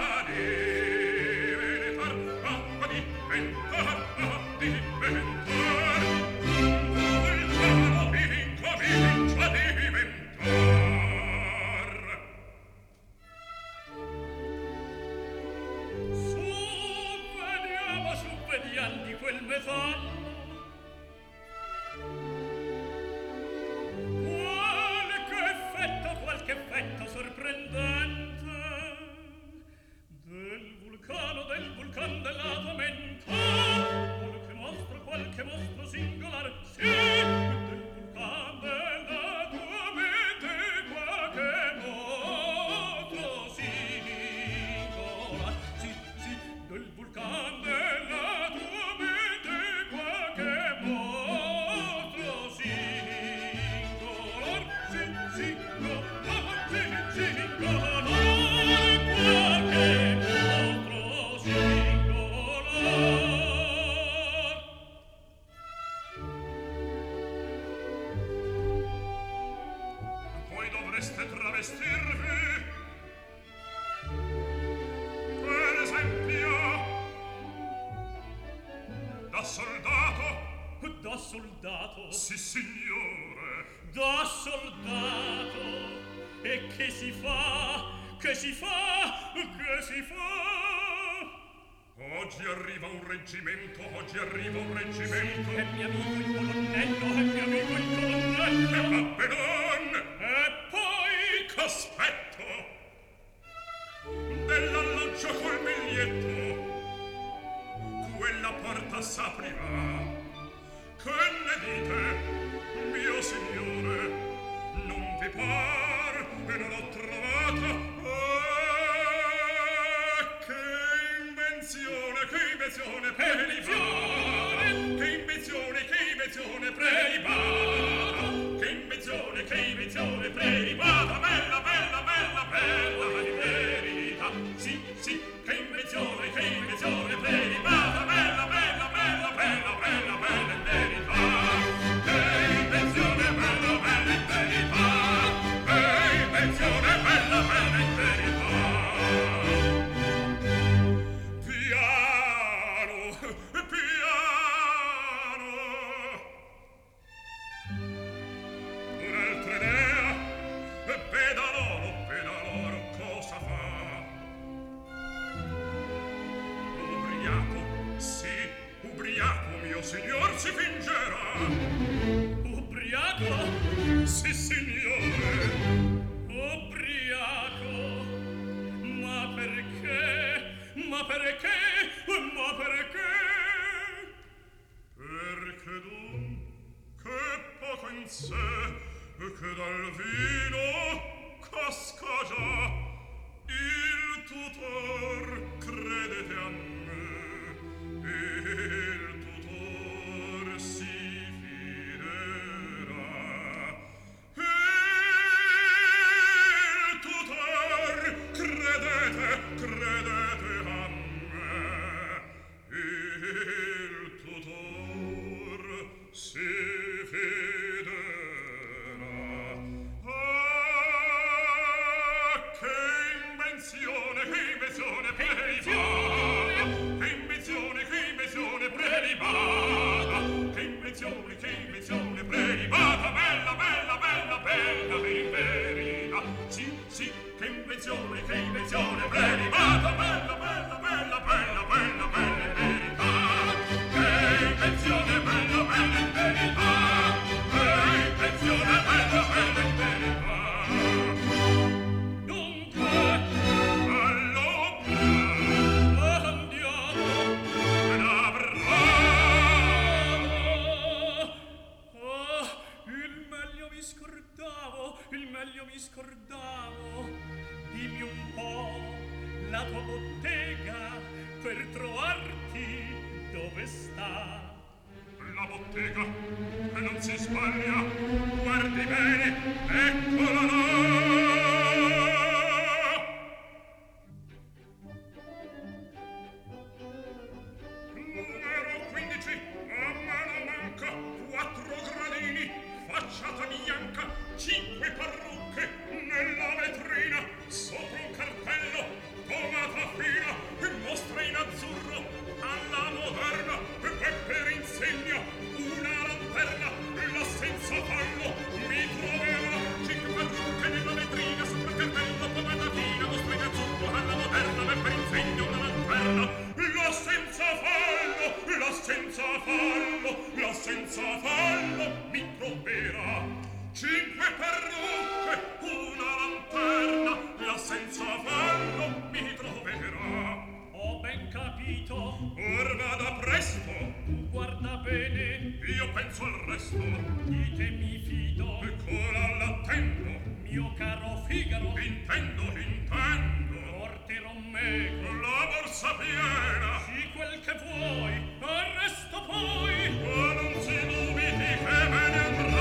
Cinque parrucche nella vetrina, sopra un cartello, tomata senza fallo mi troverà. 5 parrucche, una lanterna, la senza fallo mi troverà. Ho ben capito. Or vada presto. Tu guarda bene. Io penso al resto. Di te mi fido. Ancora l'attendo. Mio caro Figaro. Intendo. Porterò meco. La borsa piena. Sì, quel che vuoi. Arresto poi. Ma non si dubiti che me ne andrà.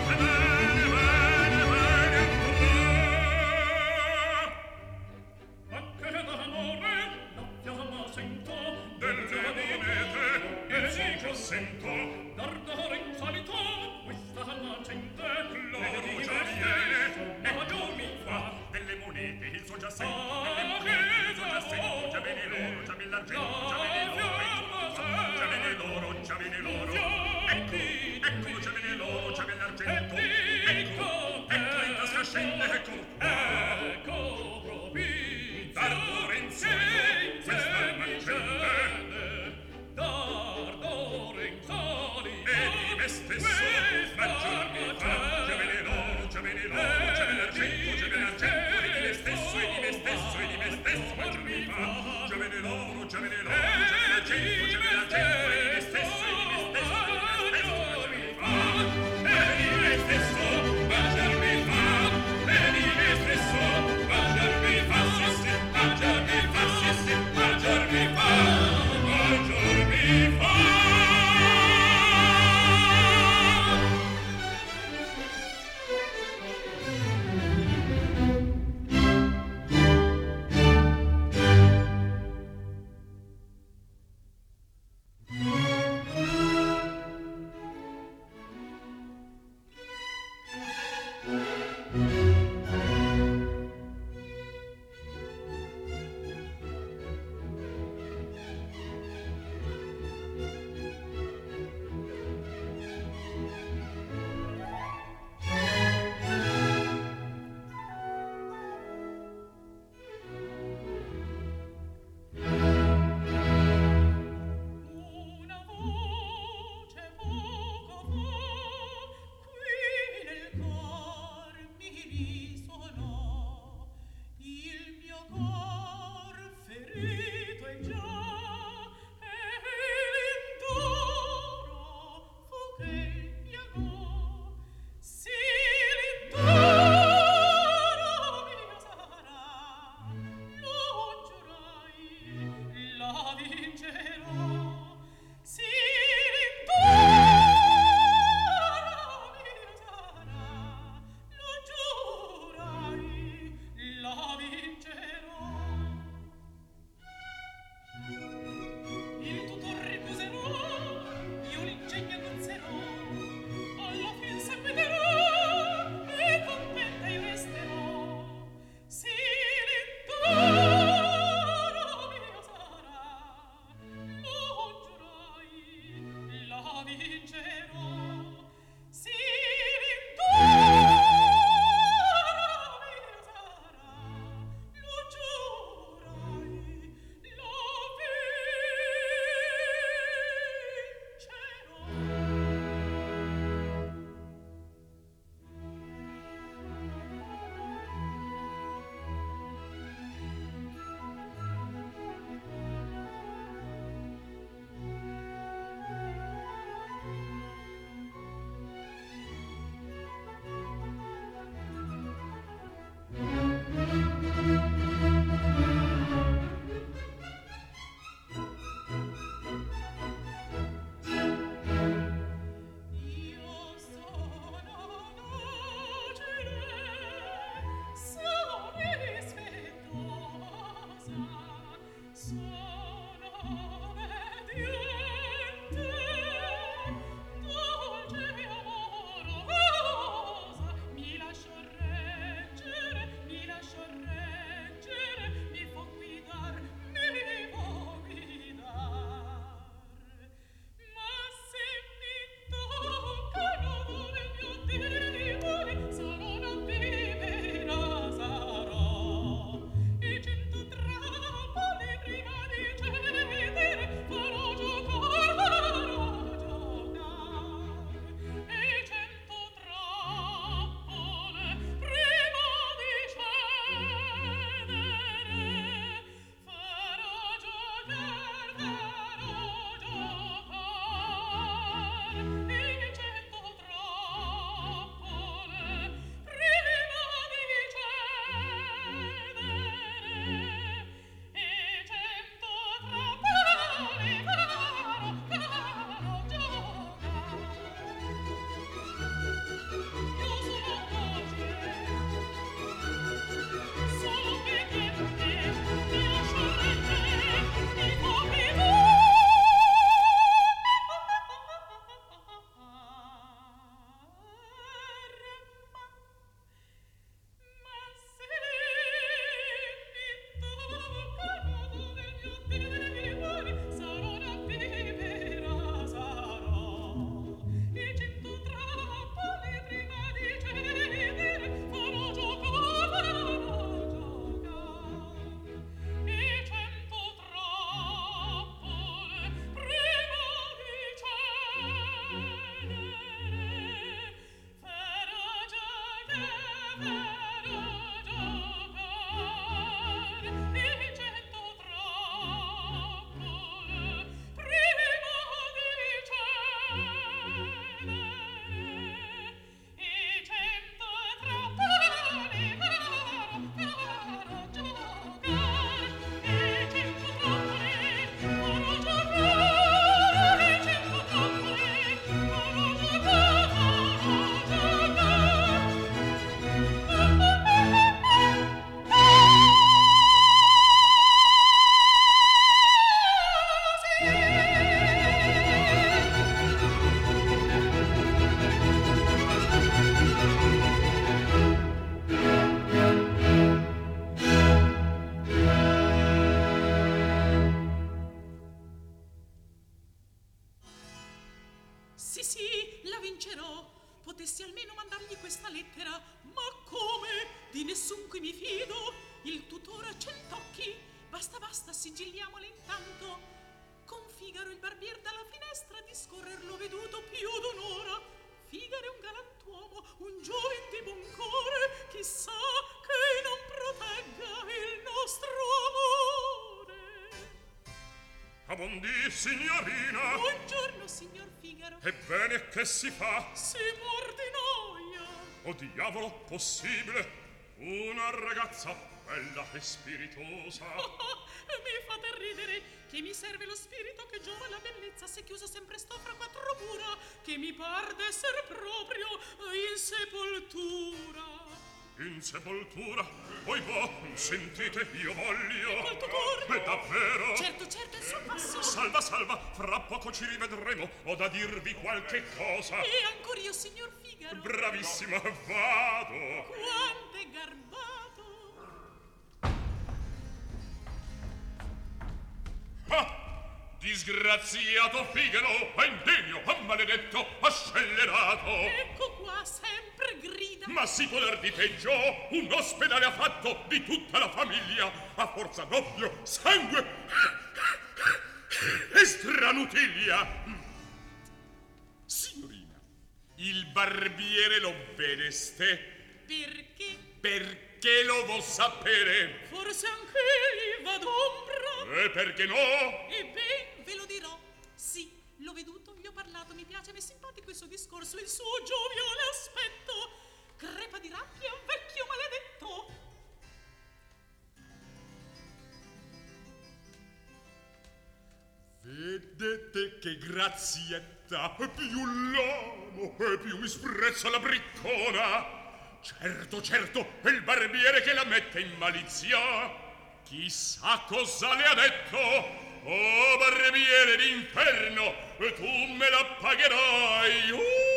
Anche d'amore la fiamma sento. Del diamete il fuoco sento. D'ardore insolito questa la gente. L'oro già viene, ecco mi fa. Delle monete il suo già sento. Delle monete il suo già sento. Già viene l'oro, già viene l'argento. Già viene l'oro, già viene l'oro, già viene l'oro. Ecco, già viene l'oro, già viene l'argento. Ecco, in tasca scende, ecco. D'ardore insolito questa la gente. D'ardore insolito E di me stesso maggior mi fa. Già viene l'oro, già viene l'oro, già viene l'argento, già viene l'argento. E di me stesso, e di me stesso, e di me stesso maggior mi fa. Già viene l'oro, già viene l'oro, già viene l'argento, già viene l'argento. E di me stesso, e di me stesso, e di me stesso maggior mi fa. E di me stesso maggior mi fa. E di me stesso maggior mi fa. Sì, sì, maggior mi fa, sì, sì, maggior mi fa. Maggior mi fa. potessi almeno mandargli questa lettera, ma come? Di nessun qui mi fido, il tutore a 100 occhi, basta basta, sigilliamola intanto. Con Figaro il barbier dalla finestra discorrer l'ho veduto più d'un'ora. Figaro è un galantuomo, un giovin di buon cuore, chissà che non protegga il nostro amore. A buon dì, signorina. Buongiorno, signor Figaro. Ebbene, che si fa? Si muor di noia. Oh diavolo, possibile? Una ragazza bella e spiritosa. Mi fate ridere, che mi serve lo spirito che giova la bellezza se chiuso sempre sto fra quattro mura, che mi par d'esser proprio in sepoltura. In sepoltura? Poi sentite, io voglio. Col tutore? Davvero? Certo, certo, il suo passo. Salva, salva, fra poco ci rivedremo. Ho da dirvi qualche cosa. E ancora io, signor Figaro. Bravissima, vado. Quanto è garbato. Ah! Disgraziato Figaro, indegno, maledetto, scellerato. Ecco qua, sempre grida. Ma si può dar di peggio? Un ospedale ha fatto di tutta la famiglia, a forza d'odio, sangue e stranutilia. Signorina, il barbiere lo vedeste? Perché? Perché lo vuol sapere? Forse anche egli va d'ombra. E perché no? Ebbene, ve lo dirò. Sì, l'ho veduto, gli ho parlato, mi piace, mi è simpatico il suo discorso, il suo gioviale aspetto. Crepa di rabbia, vecchio maledetto. Vedete che grazietta, più l'amo e più mi sprezza la briccona. Certo, certo, è il barbiere che la mette in malizia. Chissà cosa le ha detto. Oh, barbiere d'inferno, tu me la pagherai.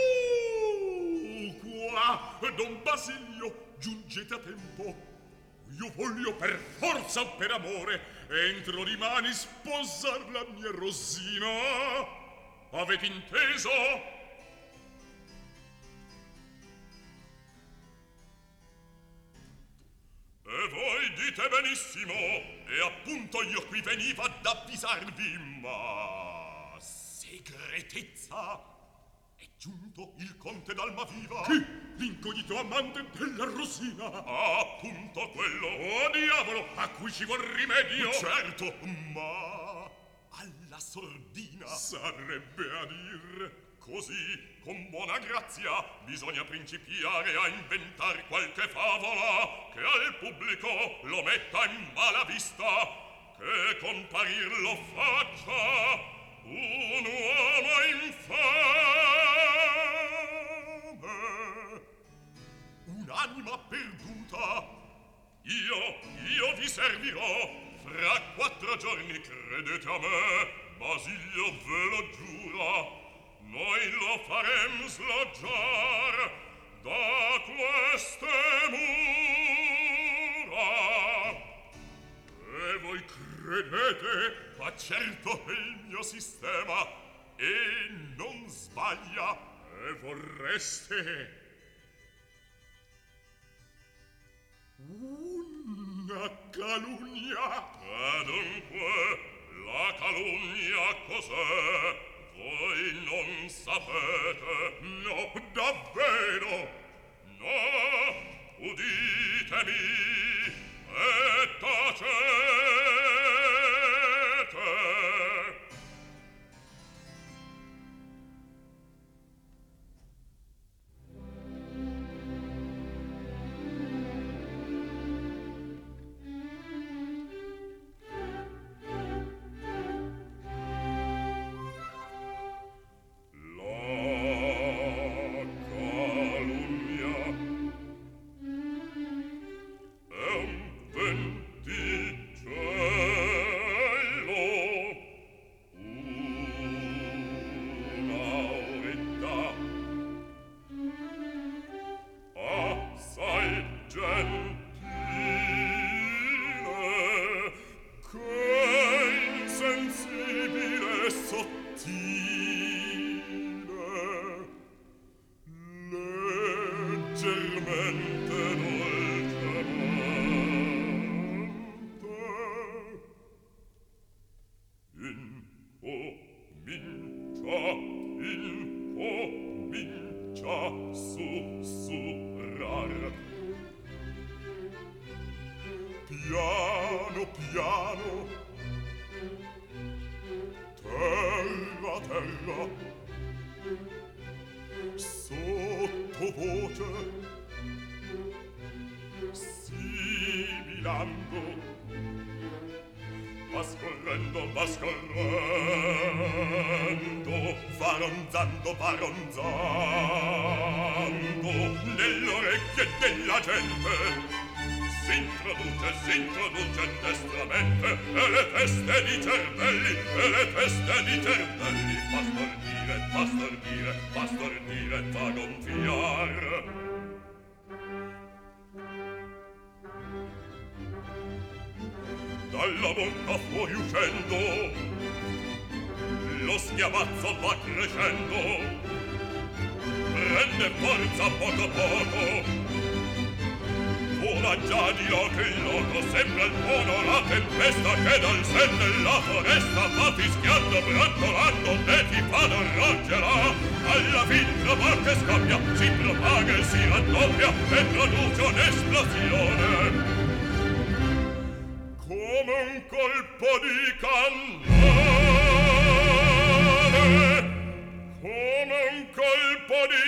Qua, Don Basilio, giungete a tempo. Io voglio per forza o per amore entro dimani sposar la mia Rosina. Avete inteso? E voi dite benissimo, e appunto io qui veniva ad avvisarvi, ma segretezza. È giunto il conte d'Almaviva. Chi? L'incognito amante della Rosina. Ah, appunto quello. Oh, diavolo, a cui ci vuol rimedio. Certo, ma alla sordina sarebbe a dir. Così, con buona grazia, bisogna principiare a inventar qualche favola che al pubblico lo metta in mala vista, che comparir lo faccia un uomo infame, un'anima perduta. Io vi servirò fra 4 giorni, credete a me, Basilio ve lo giura. Noi lo farem sloggiar da queste mura. E voi credete? Ma certo è il mio sistema e non sbaglia. E vorreste una calunnia? Adunque, la calunnia cos'è? Voi non sapete? No, davvero? No, uditemi e tacete. mano. Terra, terra, sottovoce, sibilando, va scorrendo, faronzando, nelle orecchie della gente. S'introduce destramente, e le teste di cervelli, fa stordire, fa gonfiar. Dalla bocca fuori uscendo, lo schiavazzo va crescendo, prende forza poco a poco. Vola già di loco in loco, sembra il tuono la tempesta che dal sen della foresta va fischiando, brontolando e ti fa d'orroggerà. Alla fin trova che scoppia, si propaga e si raddoppia e produce un'esplosione. Come un colpo di cannone, come un colpo di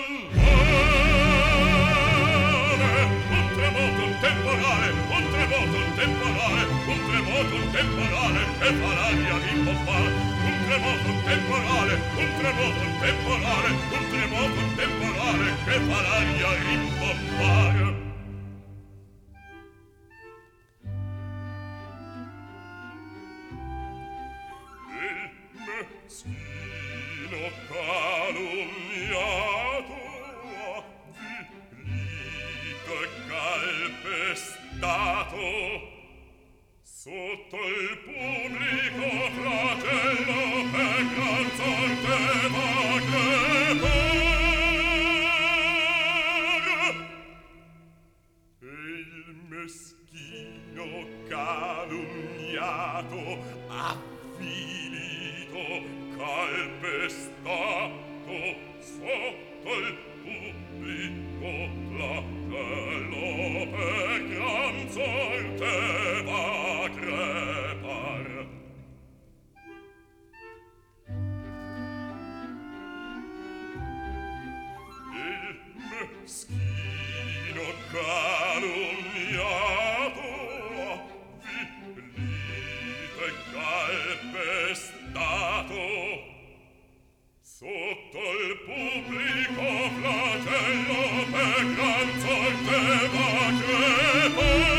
cannone, un tremoto, un temporale, che fa l'aria rimbombare, un tremoto, un temporale, che fa l'aria rimbombare. Meschino calunniato, vilito e calpestato, sotto il pubblico flagello per gran sorte va crepar. E il meschino calunniato avvilito, calpestato, sotto il pubblico flagello per gran sorte va crepar. Il meschino calunniato, vilito e calpestato, sotto il pubblico flagello per gran sorte va crepar.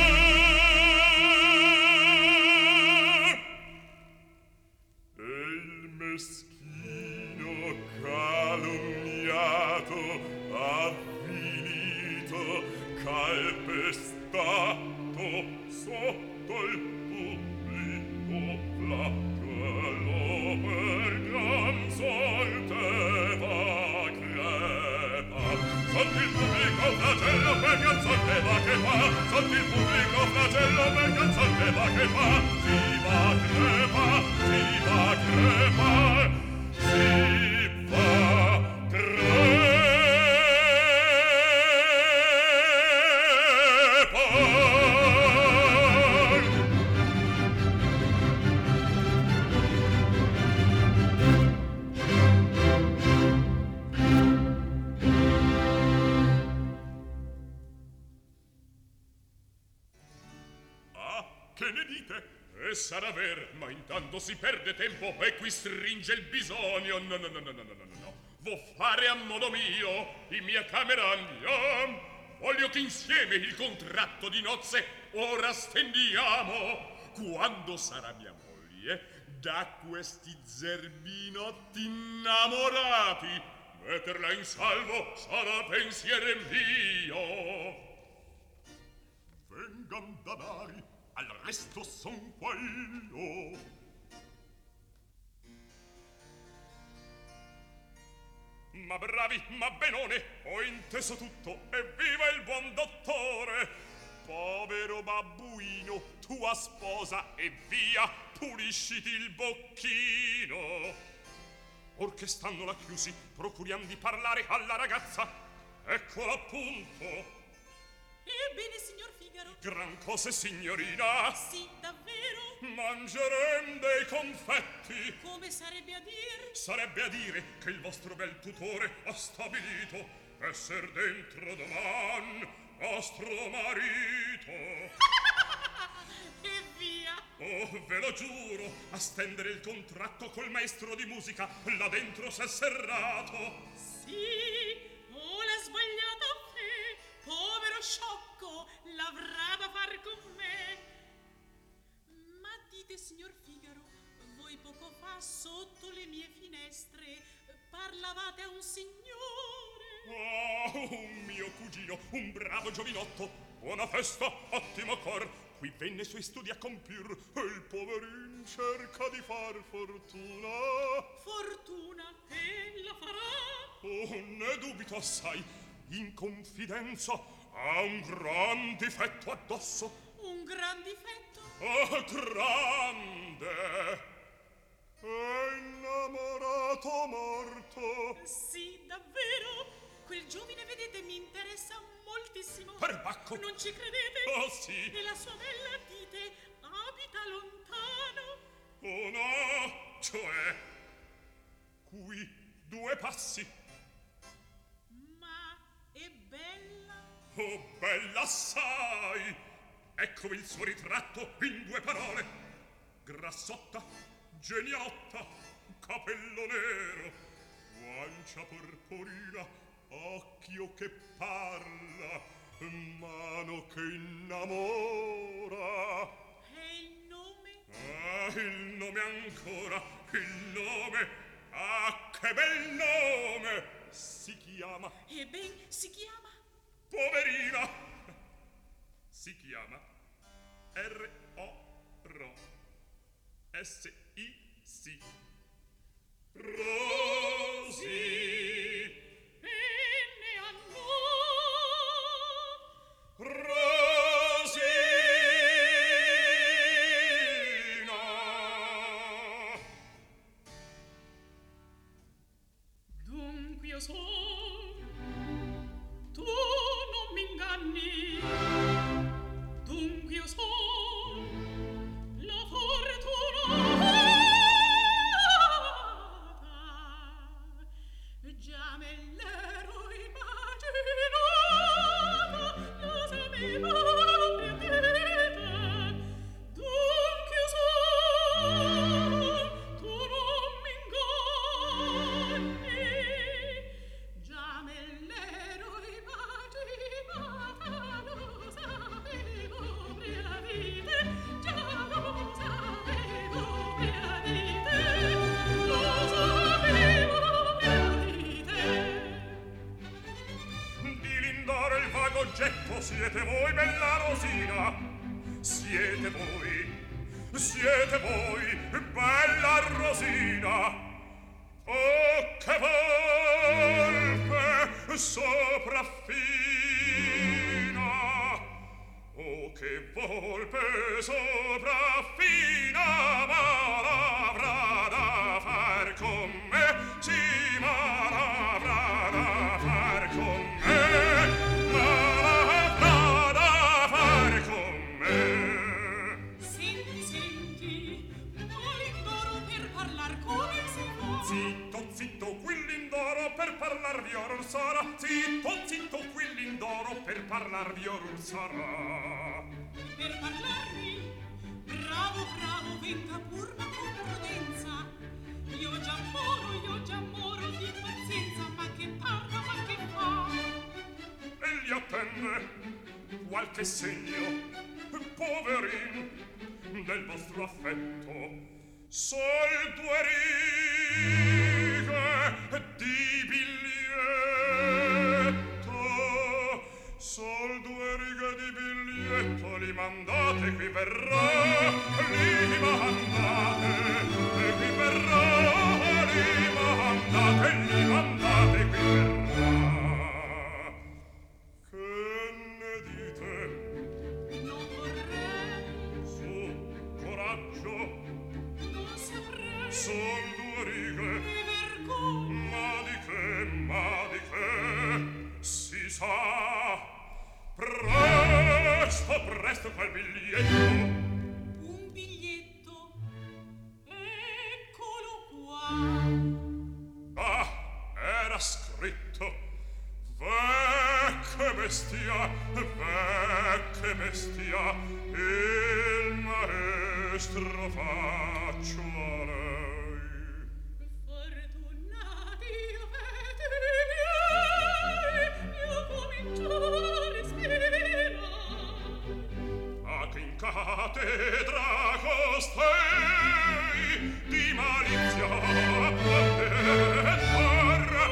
E il meschino calunniato, avvilito, calpestato, sotto il pubblico flagello per gran sorte va crepar. Sotto il pubblico flagello per gran sorte va crepar, sotto il pubblico flagello per gran sorte va crepar. Si va crepar, si va crepar, si va crepar. Che ne dite? Sarà ver, ma intanto si perde tempo e qui stringe il bisogno. No. Vo fare a modo mio, in mia camera andiamo. Voglio che insieme il contratto di nozze ora stendiamo. Quando sarà mia moglie, da questi zerbinotti innamorati, metterla in salvo sarà pensiere mio. Vengan danari, al resto son quello. Ma bravi, ma benone, ho inteso tutto, e viva il buon dottore. Povero babbuino, tua sposa, e via, pulisciti il bocchino. Or che stanno là chiusi, procuriam di parlare alla ragazza. Eccola appunto. Ebbene, signor Figaro, Gran cose, signorina. Sì, davvero? Mangerem dei confetti. Come sarebbe a dire? Sarebbe a dire che il vostro bel tutore ha stabilito esser dentro doman vostro marito. E via. Oh, ve lo giuro, a stendere il contratto col maestro di musica là dentro s'è serrato. Sì, oh, l'ha sbagliata a me. Povero sciocco, l'avrà da far con me. Ma dite, signor Figaro, voi poco fa sotto le mie finestre parlavate a un signore. Ah, un mio cugino, un bravo giovinotto. Buona festa, ottimo cor. Qui venne i suoi studi a compir e il poverin cerca di far fortuna. Fortuna, e la farà? Oh, ne dubito assai. In confidenza ha un gran difetto addosso. Un gran difetto? Oh, grande! È innamorato morto. Sì, davvero? Quel giovine, vedete, mi interessa moltissimo. Perbacco! Non ci credete? Oh, sì! E la sua bella, dite, abita lontano? Oh, no! Cioè, qui 2 passi. Ma è bella? Oh, bella assai! Eccovi il suo ritratto in 2 parole. Grassotta, geniotta, capello nero, guancia porporina, occhio che parla, mano che innamora. E il nome? Ah, il nome ancora, il nome. Ah, che bel nome! Si chiama... Ebben, si chiama? Poverina! Si chiama R-O-R-O S-I-C Rosy. Bene a noi. Rosina. Dunque io so, tu non mi inganni. Dunque io so, la fortuna già me l'ero immaginata, lo sapevo predita. Dunque io so, tu non mi inganni, già me l'ero immaginata, lo sapevo predita, già lo sapevo predita, lo sapevo predita. Di Lindoro il vago oggetto siete voi, bella Rosina. Siete voi, bella Rosina. Oh, che volpe sopraffina. Oh, che volpe sopraffina, ma l'avrà da far con me. Sì, ma l'avrà da far con me. Ma l'avrà da far con me. Senti, senti, ma Lindoro per parlar come si fa? Zitto, zitto, qui Lindoro per parlarvi or sarà. Zitto, zitto, qui Lindoro per parlarvi or sarà. Per parlarvi? Bravo, bravo, venga pur ma con prudenza. Io già moro di pazienza, ma che parla, ma che fa? Egli attende qualche segno, poverin, del vostro affetto. Sol 2 righe di biglietto, sol 2 righe di biglietto, li mandate, qui verrà, li mandate, e qui verrà, li mandate, li mandate, qui verrà. Che ne dite? Non vorrei, Su, coraggio, non saprei. son 2 righe. Che vergogna. Ma di che, si sa, presto, qual biglietto? Un biglietto, eccolo qua. Ah, era scritto. Vecche bestia, vecche bestia, il maestro faccio a lei. Fortunati avete miei, io comincio a respirare. A che in cattedra costei di malizia parra.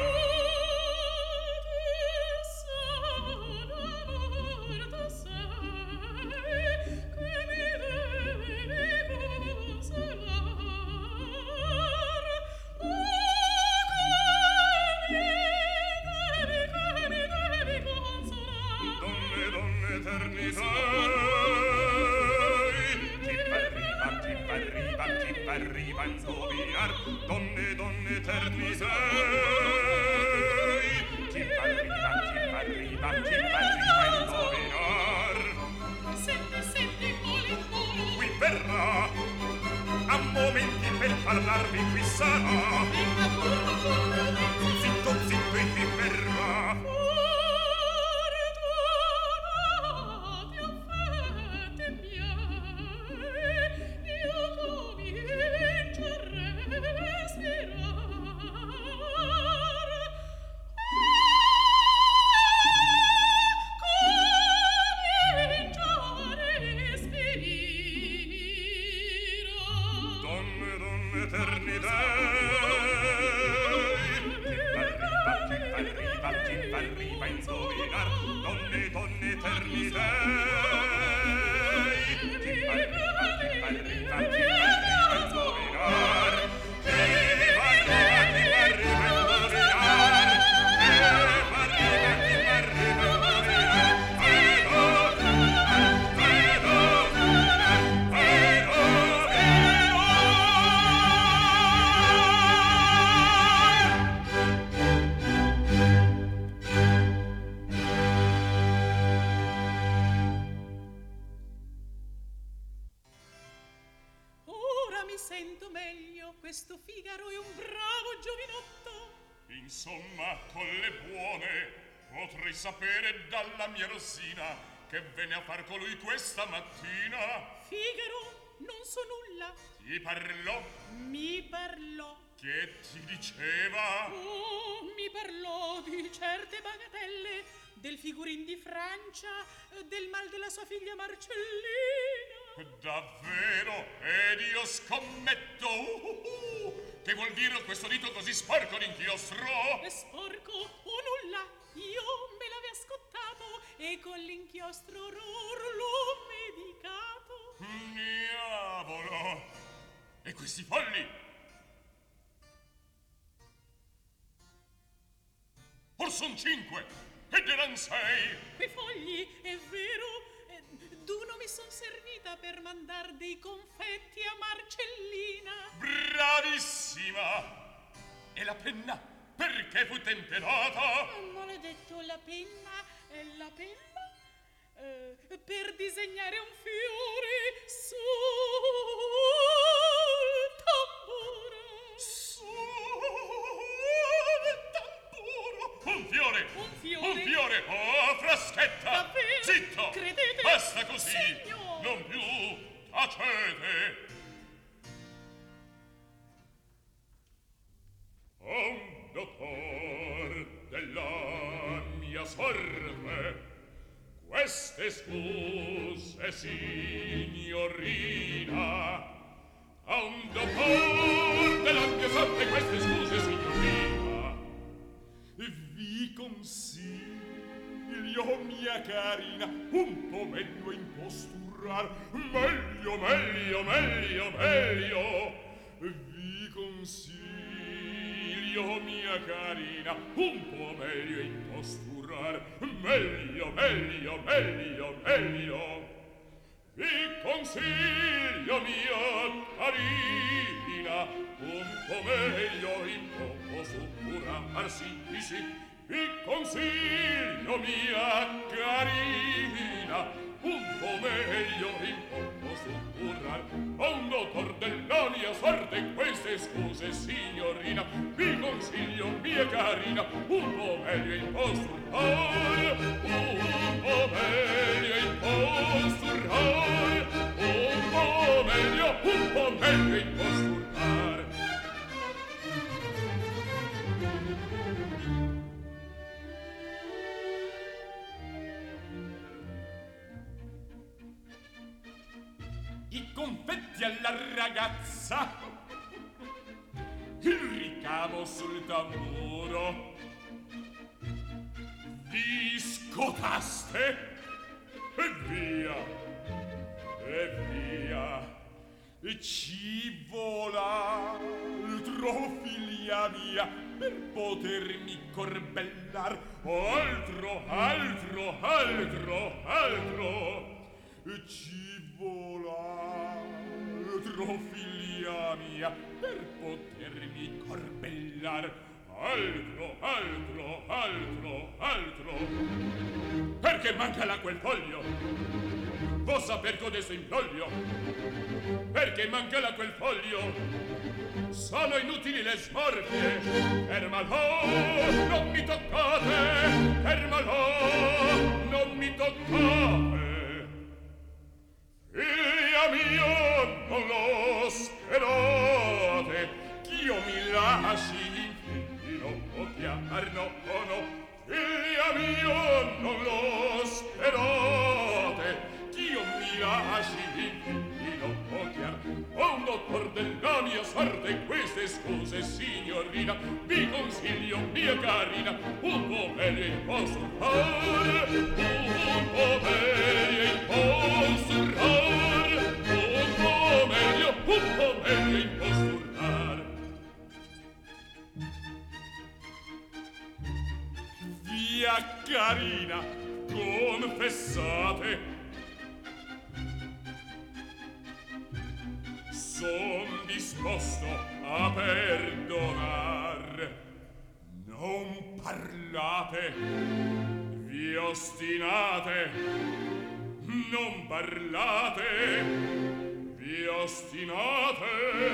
Arriva a indovinar, donne, donne eternità. Chi arriva a indovinar. Senti, voli. Qui verrà, a momenti per parlarvi qui sarà. Zitto, zitto, e qui verrà. Sento meglio, questo Figaro è un bravo giovinotto. Insomma, con le buone potrei sapere dalla mia Rosina che venne a far colui questa mattina. Figaro, non so nulla. Ti parlò? Mi parlò. Che ti diceva? Oh, mi parlò di certe bagatelle, del figurin di Francia, del mal della sua figlia Marcellina. Davvero? Ed io scommetto che vuol dire questo dito così sporco d'inchiostro? È sporco o nulla? Io me l'avea scottato e con l'inchiostro or l'ho medicato. Diavolo! E questi folli? Or son 5 ed eran 6. Quei fogli, è vero? D'uno mi son servita per mandar dei confetti a Marcellina. Bravissima! E la penna? Perché fu temperata? Maledetto, la penna? La penna? Per disegnare un fiore sul tamburo. Sul tamburo? Un fiore! Un fiore? Un fiore! Oh, Fraschetta! Davvero? Zitto! Credete? Basta così! Signor! Non più! Tacete! Un dottor della mia sorte, queste scuse, signorina. A un dottor della mia sorte, queste scuse, signorina. Vi consiglio, mia carina, un po' meglio imposturar, meglio, meglio, meglio, meglio. Vi consiglio, mia carina, un po' meglio imposturar, meglio, meglio, meglio, meglio. Vi consiglio, mia carina, un po' meglio imposturar, sì, sì. Vi consiglio, mia carina, un po' meglio in poco sussurrar. A un dottor della mia sorte queste scuse, signorina, vi consiglio, mia carina, un po' meglio in po' sussurrar, un po' meglio in po' sussurrar, un po' meglio in po' sussurrar. I confetti alla ragazza, il ricamo sul tamburo, vi scotaste e via, ci vola figlia mia per potermi corbellar, altro, ci vola figlia mia per potermi corbellar, altro, perché manca là quel foglio, può saper codesto imbroglio, perché manca là quel foglio, sono inutili le smorfie, fermalo, non mi toccate, fermalo, non mi toccate. Figlia mia, non lo sperate, ch'io mi lasci chiar, no. Figlia mia, non lo sperate, ch'io mi lasci chiar. Ho un dottor della mia sorte, queste scuse, signorina, vi consiglio, mia carina, un po' meglio in po' surrar, un po' meglio in po' surrar, un po' meglio in po' surrar. Via carina, confessate, son disposto a perdonar. Non parlate, vi ostinate, non parlate, vi ostinate,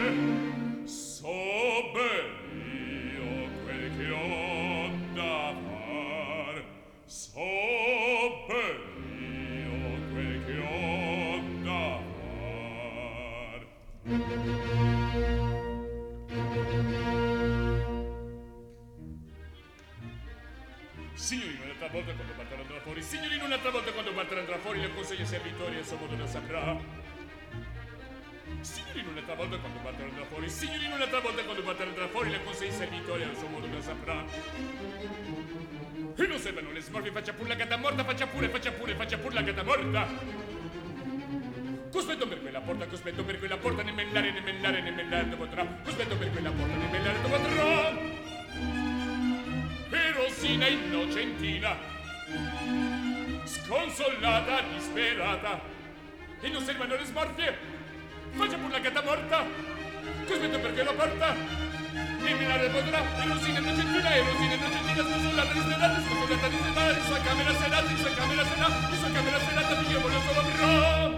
so ben io quel che ho da far, so ben io quel che ho da far. Signorino, un'altra volta quando Bartolo andrà fuori, signorino, un'altra volta quando Bartolo andrà fuori, le consigli ai servitori e il suo modo lo saprà. Signorino, un'altra volta quando Bartolo andrà fuori, signorino, un'altra volta quando Bartolo andrà fuori, le consigli ai servitori e il suo modo lo saprà. E non servono le smorfie, faccia pur la gatta morta, faccia pur la gatta morta. Cospetto per quella porta, né mellare ne potrà. Cospetto per quella porta, né mellare ne potrà. E Rosina innocentina, sconsolata, disperata, e non servono le smorfie, faccia pur la gatta morta. Cospetto per quella porta, né mellare ne potrà. E Rosina innocentina, sconsolata, disperata, in sua camera serata, finché voglio solo avrà.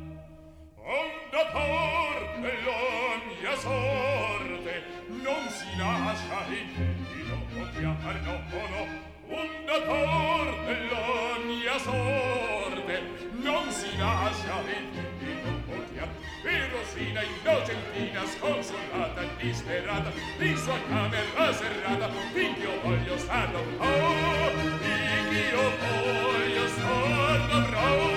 Fondator della mia sorte, non si lascia infinito odiar, no. Fondator della mia sorte, non si lascia infinito odiar. E Rosina innocentina, sconsolata, disperata, in sua camera serrata, finché io voglio star dovrò, finché io voglio star dovrò.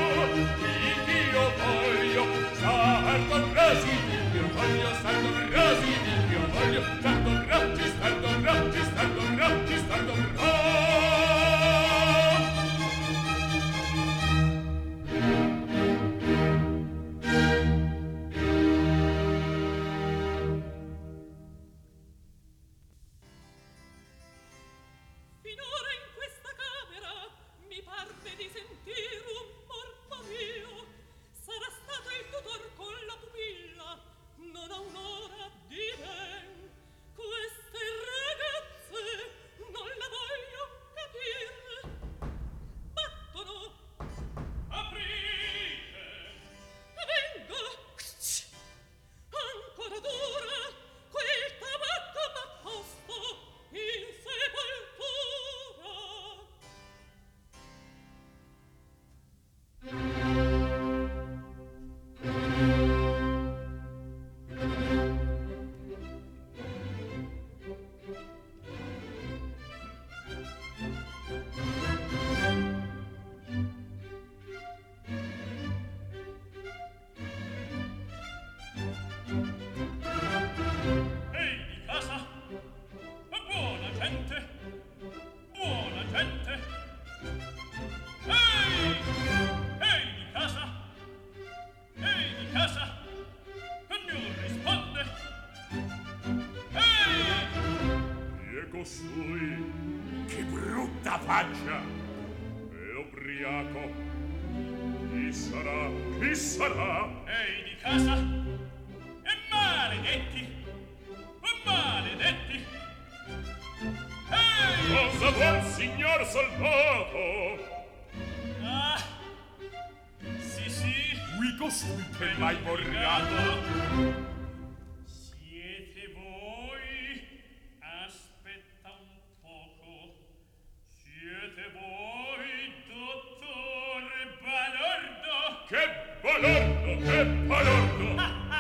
Finora in questa camera mi parve di sentire un mormorio. Sarà stato il tutor con la pupilla, non ha un'ora di ben costui? Che brutta faccia! E ubriaco? Chi sarà? Chi sarà? Ehi di casa! E maledetti! Maledetti! Ehi! Cosa vuol signor soldato? Ah! Sì! Qui costui che m'hai borrato? Siete voi? Aspetta un poco. Siete voi, dottore Balordo? Che balordo! Che balordo!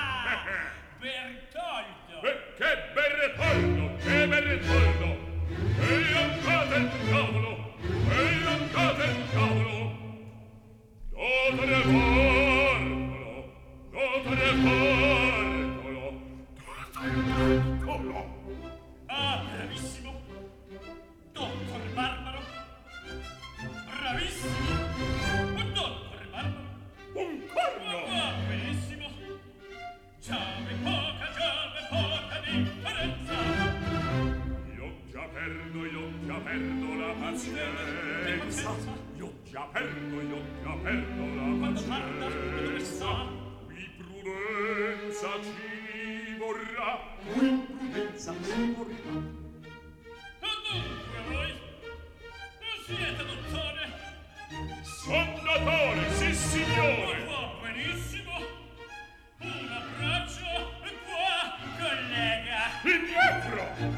Bertoldo! Che Bertoldo! Che Bertoldo! Ehi, andate il cavolo! Ehi, andate il cavolo! Dottore Bartolo! Dottore Bartolo! Dottore Bartolo! Ah, bravissimo! Dottor Barbaro! Bravissimo! Dottor Barbaro! Un corno! Ah, benissimo! Già ben poca differenza! Io già perdo la pazienza! Io già perdo la Quando parla, dove pazienza! sta? Qui prudenza ci vorrà! Qui prudenza ci vorrà! Dunque voi? Siete dottore? Son dottore, sì signore! Va benissimo! Un abbraccio qua, collega! Indietro!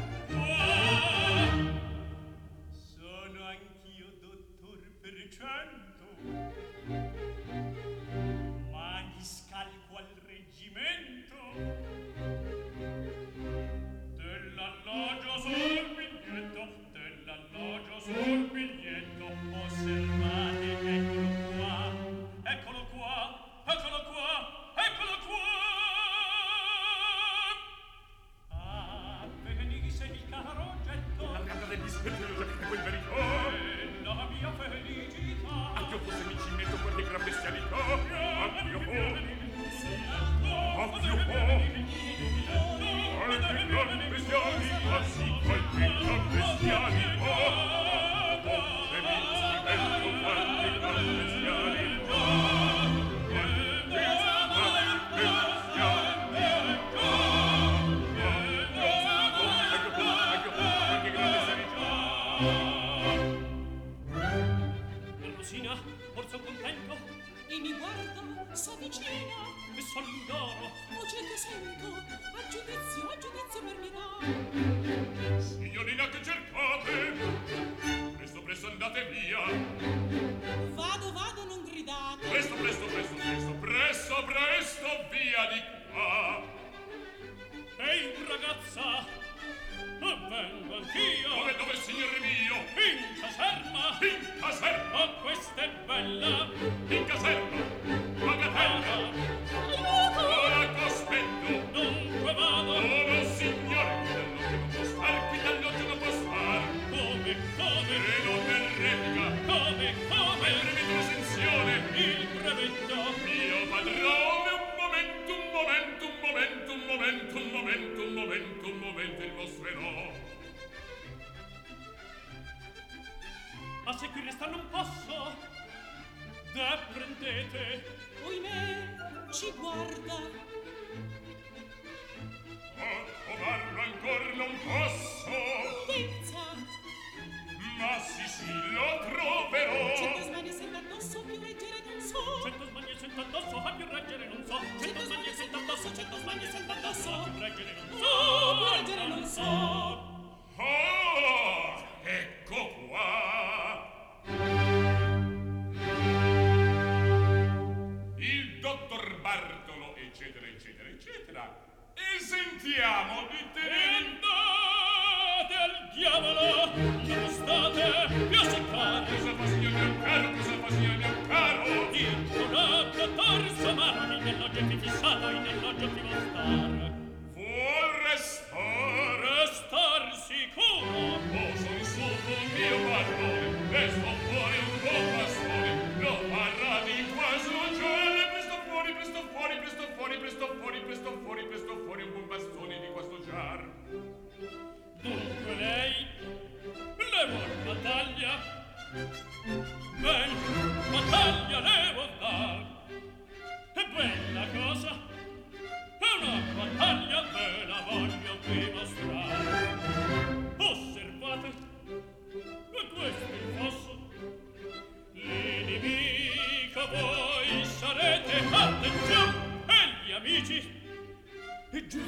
Sono anch'io dottor Percento, ma gli scalco al reggimento. Dell'alloggio sul biglietto, osservate, eccolo qua. Ah, venisse il caro oggetto. La grande del dispettoso che quel verità! La mia felicità. Anch'io fosse mi ci metto qualche gran bestialità! Anch'io qualche gran bestialità! Sì, qualche gran bestialità! Fosse mi ci metto qualche gran bestialità! Rosina, forse contento? E mi guarda, s'avvicina, E son d'oro. voce che sento, a giudizio per mi dà. Signorina, che cercate? Presto andate via! Vado, non gridate. Presto, via di qua! Ehi, ragazza! Vengo anch'io! Dove, signore mio? In caserma! In caserma! Oh, questa è bella! In caserma! Bagatella! Aiuto! Ora cospetto! Dunque vado! Oh, signore! Qui dall'alloggio non può star! Come? E non è replica! Come? Il brevetto d'esenzione! Il brevetto! Mio padrone, un momento, il mostrerò! A seguire restare non posso! Da prendete! Oimè, ci guarda. A trovarlo ancor non posso! Pensa, Ma sì, lo troverò! 100 smanie sembra addosso, più leggere non so. 100 smanie sento addosso, a più reggere non so. 100 smanie sento addosso, 100 smanie sento addosso, a più reggere non so. Più leggere non so. Ah, ecco qua! Il dottor Bartolo, eccetera. E sentiamo di tenere... Andate al diavolo! Non state più a seccare! Cosa fa, signor mio caro? Dico l'abbia torso, ma non il nell'oggetto fissato, il nell'oggetto vuol star. Vuol restare? Restar sicuro! Poso in su un mio padrone, e sto fuori un buon bastone, lo parrà di qua sloggiare, presto fuori un buon bastone di qua sloggiare. Dunque lei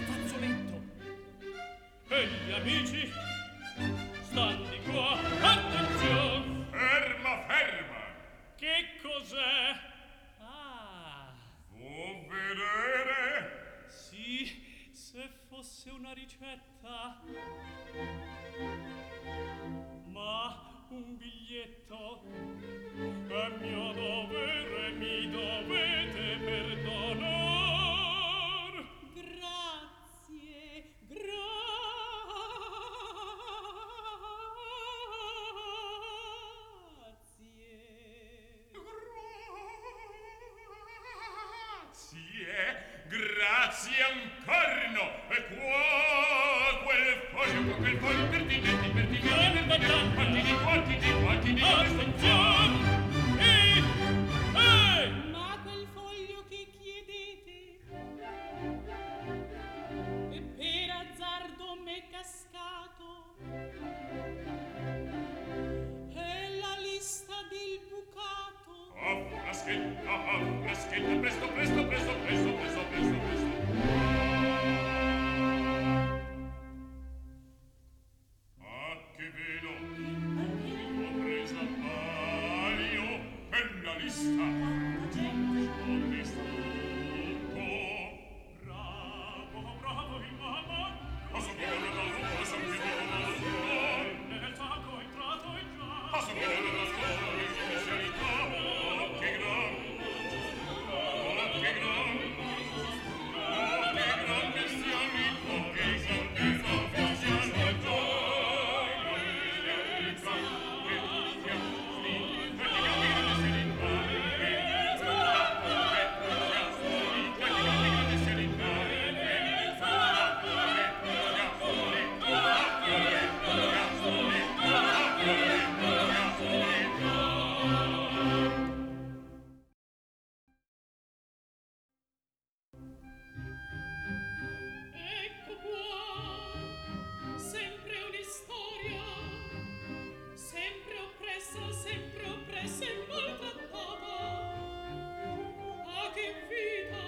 fazzoletto. E gli amici stan di qua. Attenzione! Ferma, ferma! Che cos'è? Ah! Vuol vedere? Sì, se fosse una ricetta. Ma un biglietto è mio dovere, mi dovete perdonar. Grazie, Grazie un corno. E qua quel foglio pertinente Ma quel foglio che chiedete e per azzardo m'è cascato è la lista del bucato. Fraschetta, presto. Che vedo? Ho preso a palio per la lista. Ho distrutto. Bravo il mamma. A San Pietro della Nel sacco è entrato e già. A San Pietro della specialità. Che gran bestialità. Che Ecco qua, sempre un'istoria, sempre oppressa e maltrattata. Ah, che vita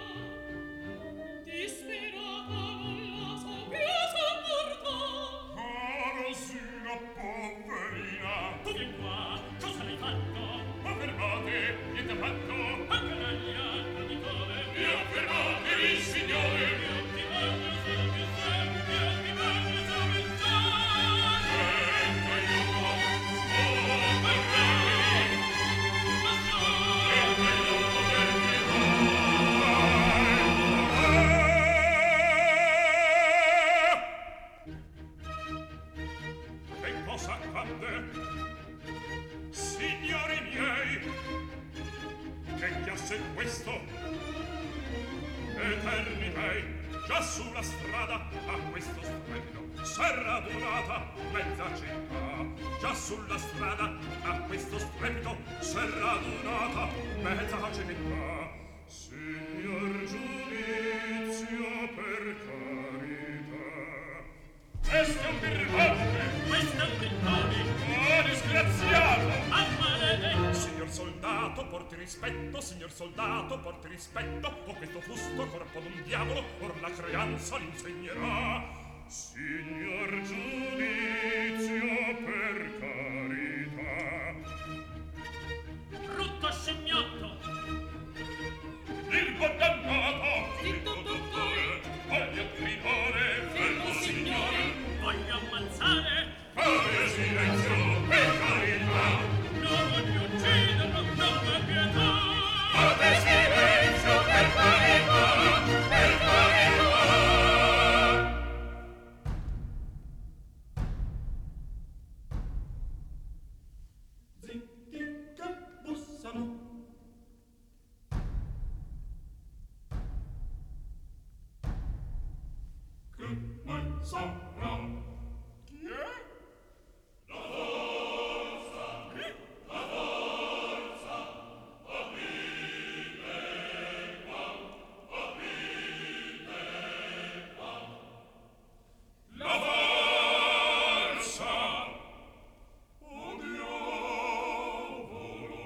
disperata non la so più sopportar. Rosina poverina. Tu vieni qua, cosa l'hai fatto? Ma fermate, niente fatto. Anche lei ha traditore. Io fermate il signore. Ti voglio sempre, ti voglio sempre. Sento io Che cosa accade? Signori miei, che chiasse è questo? Eterni miei, già sulla strada a questo strepito s'è radunata mezza città. Già sulla strada a questo strepito s'è radunata mezza città. Signor giudizio, per carità. Questo è un birbante! Questo è un briccone. Oh, disgraziato! Ah, maledetto. Signor soldato, porti rispetto, signor soldato, porti rispetto. O questo fusto corpo d'un diavolo, or la creanza l'insegnerà. Signor giudizio, per carità. Brutto scimmiotto. Il condannato! Zitto, dottore! Voglio gridare! Fermo, signore! Voglio ammazzare. Fate silenzio, per carità! Non voglio ucciderlo, non per pietà. Fate silenzio, per carità! Per carità! Zitti che bussano. Che mai sarà? Chi è? La forza! O diavolo!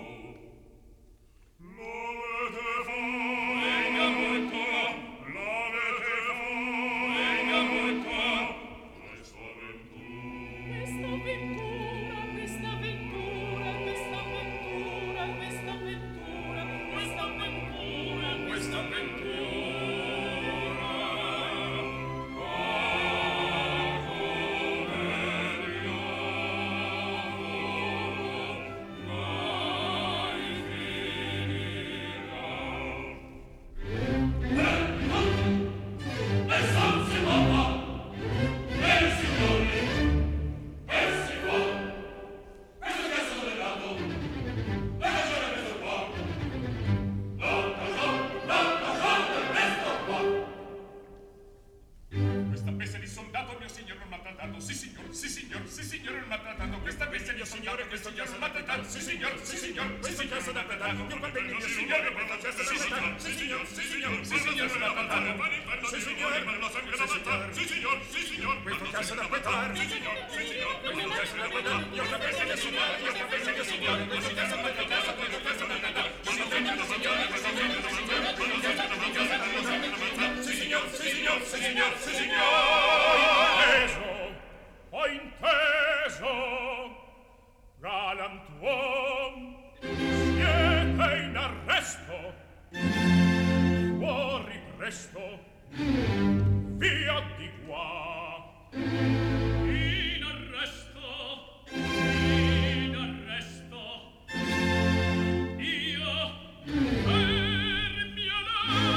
L'avete fatto! L'avete fatto! questa bestia di soldato mio signor non m'ha trattato. Sì signor, sì signor, sì signor non m'ha trattato. Questa bestia di signore, questo signor non m'ha trattato. Sì signor, questo signor non m'ha trattato. Più quante mio signore, questa bestia non m'ha trattato. Sì signor, sì signor, sì signor non m'ha trattato. Sì signor, la sangue da mattare. Sì signor, questo cazzo da pettare. Sì signor, questo cazzo da pettare. Io capisco che signore, io capisco che signore, questo cazzo da pettare, questo cazzo da pettare. Sì signor, sì signor, sì signor, sì signor. Ho inteso, galantuom, siete in arresto, fuori presto, via di qua. In arresto, in arresto, io fermi a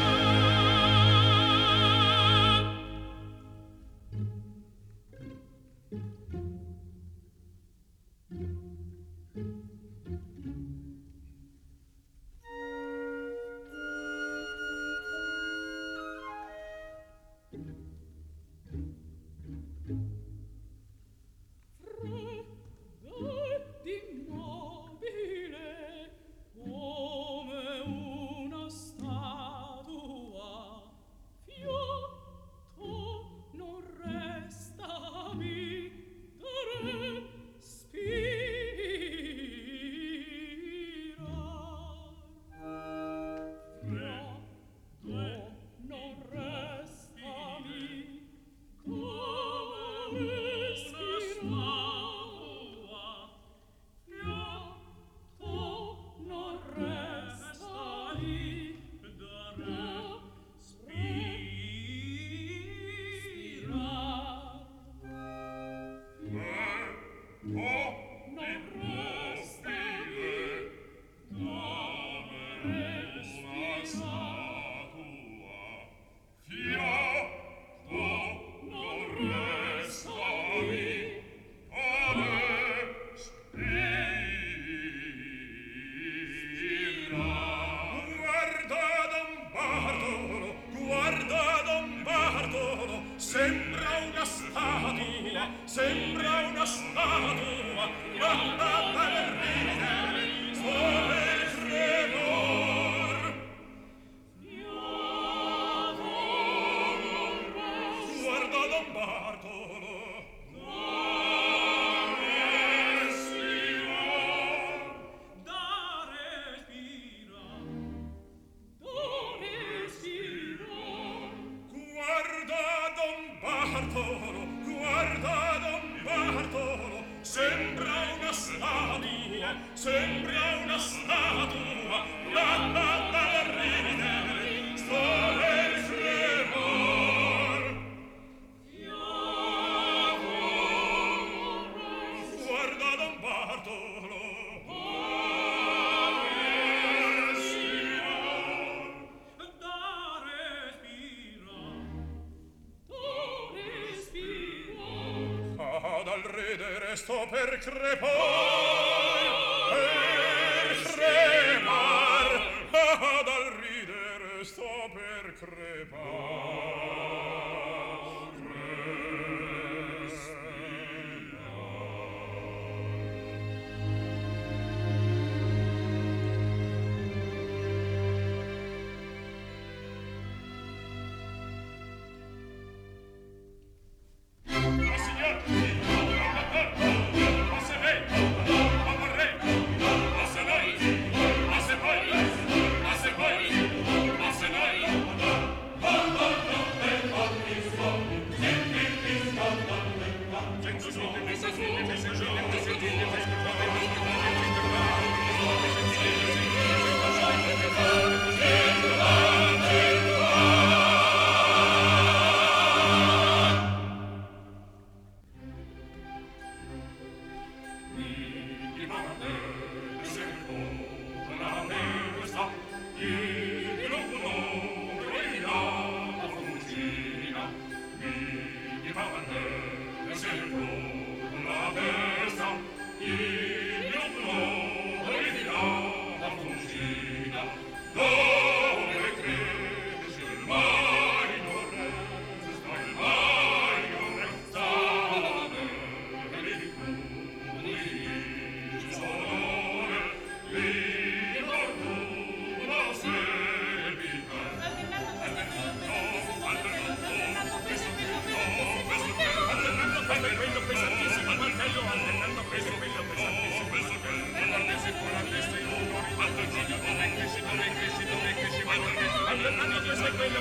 sto per crepar, dal ridere sto per crepar. Signor,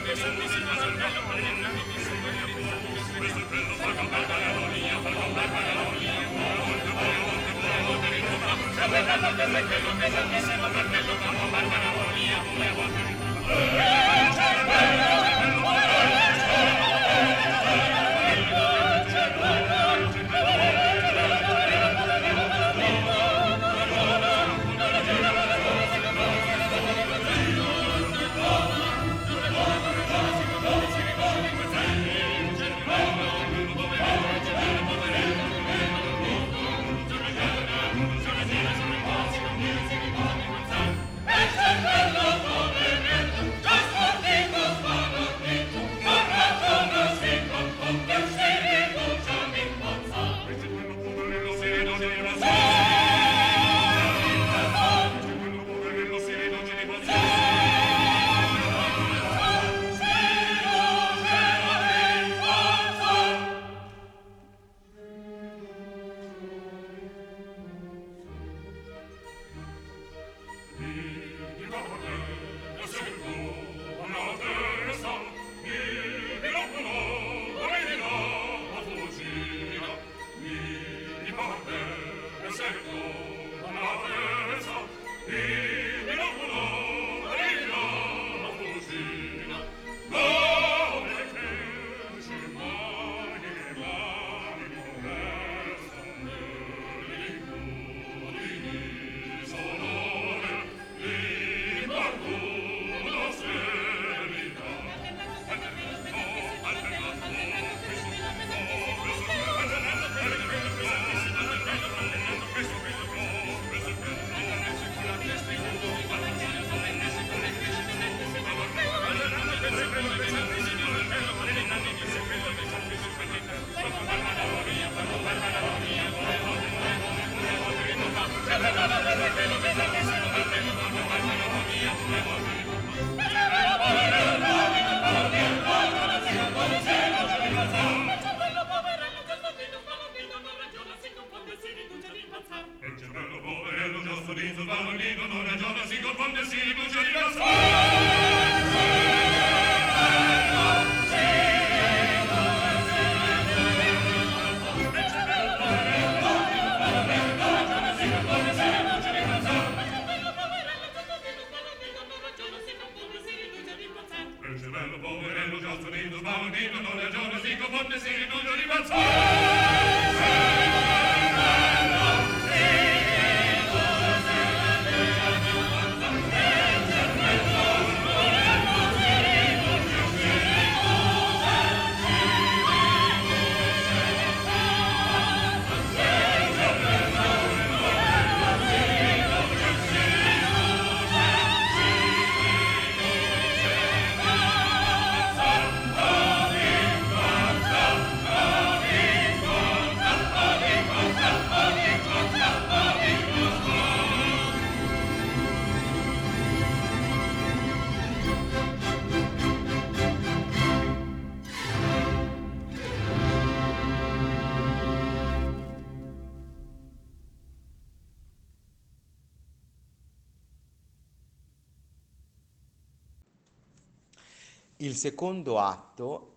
Il secondo atto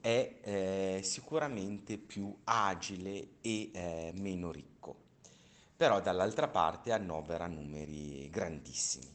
è sicuramente più agile e meno ricco, però dall'altra parte annovera numeri grandissimi.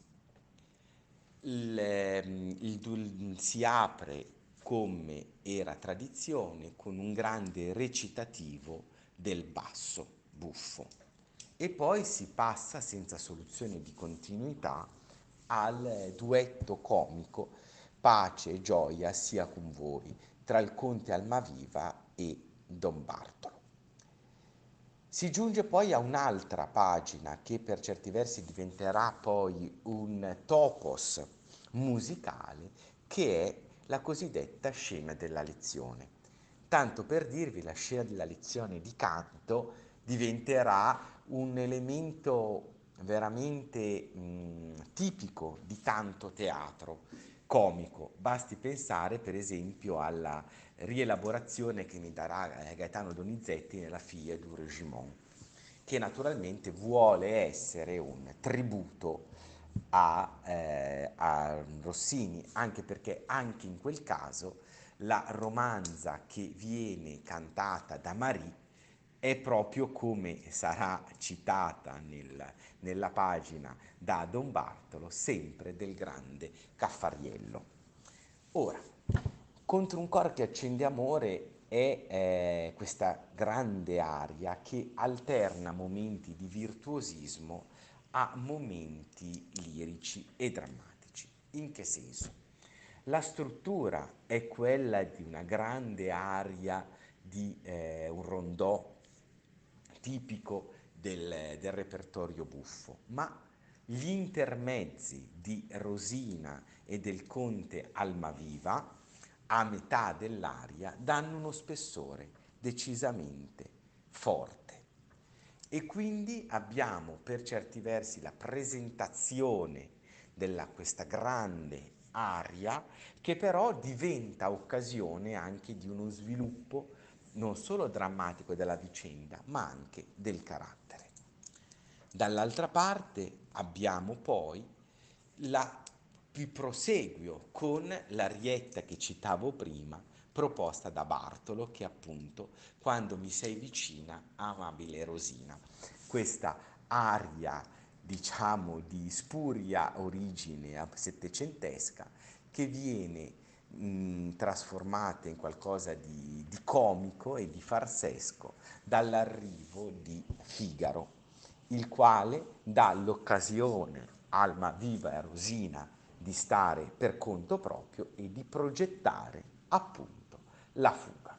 Si apre, come era tradizione, con un grande recitativo del basso buffo e poi si passa senza soluzione di continuità al duetto comico Pace e gioia sia con voi tra il conte Almaviva e Don Bartolo. Si giunge poi a un'altra pagina che per certi versi diventerà poi un topos musicale, che è la cosiddetta scena della lezione. Tanto per dirvi, la scena della lezione di canto diventerà un elemento veramente tipico di tanto teatro comico. Basti pensare per esempio alla rielaborazione che mi darà Gaetano Donizetti nella Fille du Régiment, che naturalmente vuole essere un tributo a Rossini, anche perché anche in quel caso la romanza che viene cantata da Marie è proprio come sarà citata nella pagina da Don Bartolo, sempre del grande Caffariello. Ora, Contro un cor che accende amore è questa grande aria che alterna momenti di virtuosismo a momenti lirici e drammatici. In che senso? La struttura è quella di una grande aria di un rondò tipico del repertorio buffo, ma gli intermezzi di Rosina e del conte Almaviva a metà dell'aria danno uno spessore decisamente forte. E quindi abbiamo per certi versi la presentazione di questa grande aria che però diventa occasione anche di uno sviluppo non solo drammatico della vicenda, ma anche del carattere. Dall'altra parte abbiamo poi il proseguio con l'arietta che citavo prima, proposta da Bartolo, che appunto quando mi sei vicina, amabile Rosina. Questa aria, diciamo, di spuria origine settecentesca che viene trasformata in qualcosa di comico e di farsesco dall'arrivo di Figaro, il quale dà l'occasione a Almaviva e a Rosina di stare per conto proprio e di progettare appunto la fuga.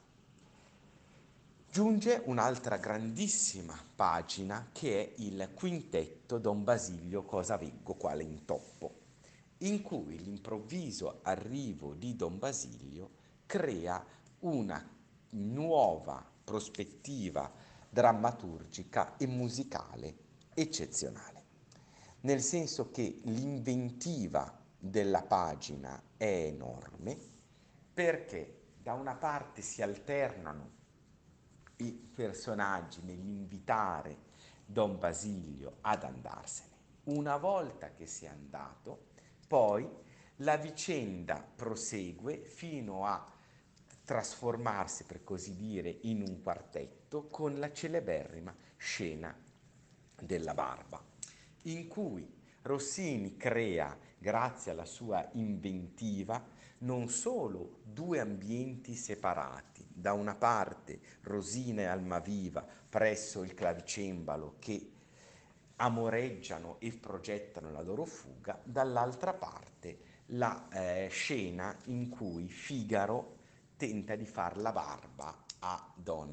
Giunge un'altra grandissima pagina che è il quintetto Don Basilio Cosa Veggo quale intoppo, in cui l'improvviso arrivo di Don Basilio crea una nuova prospettiva drammaturgica e musicale eccezionale, nel senso che l'inventiva della pagina è enorme, perché da una parte si alternano i personaggi nell'invitare Don Basilio ad andarsene. Una volta che si è andato, poi la vicenda prosegue fino a trasformarsi, per così dire, in un quartetto con la celeberrima scena della barba, in cui Rossini crea, grazie alla sua inventiva, non solo due ambienti separati, da una parte Rosina e Almaviva presso il clavicembalo che amoreggiano e progettano la loro fuga, dall'altra parte la scena in cui Figaro tenta di far la barba a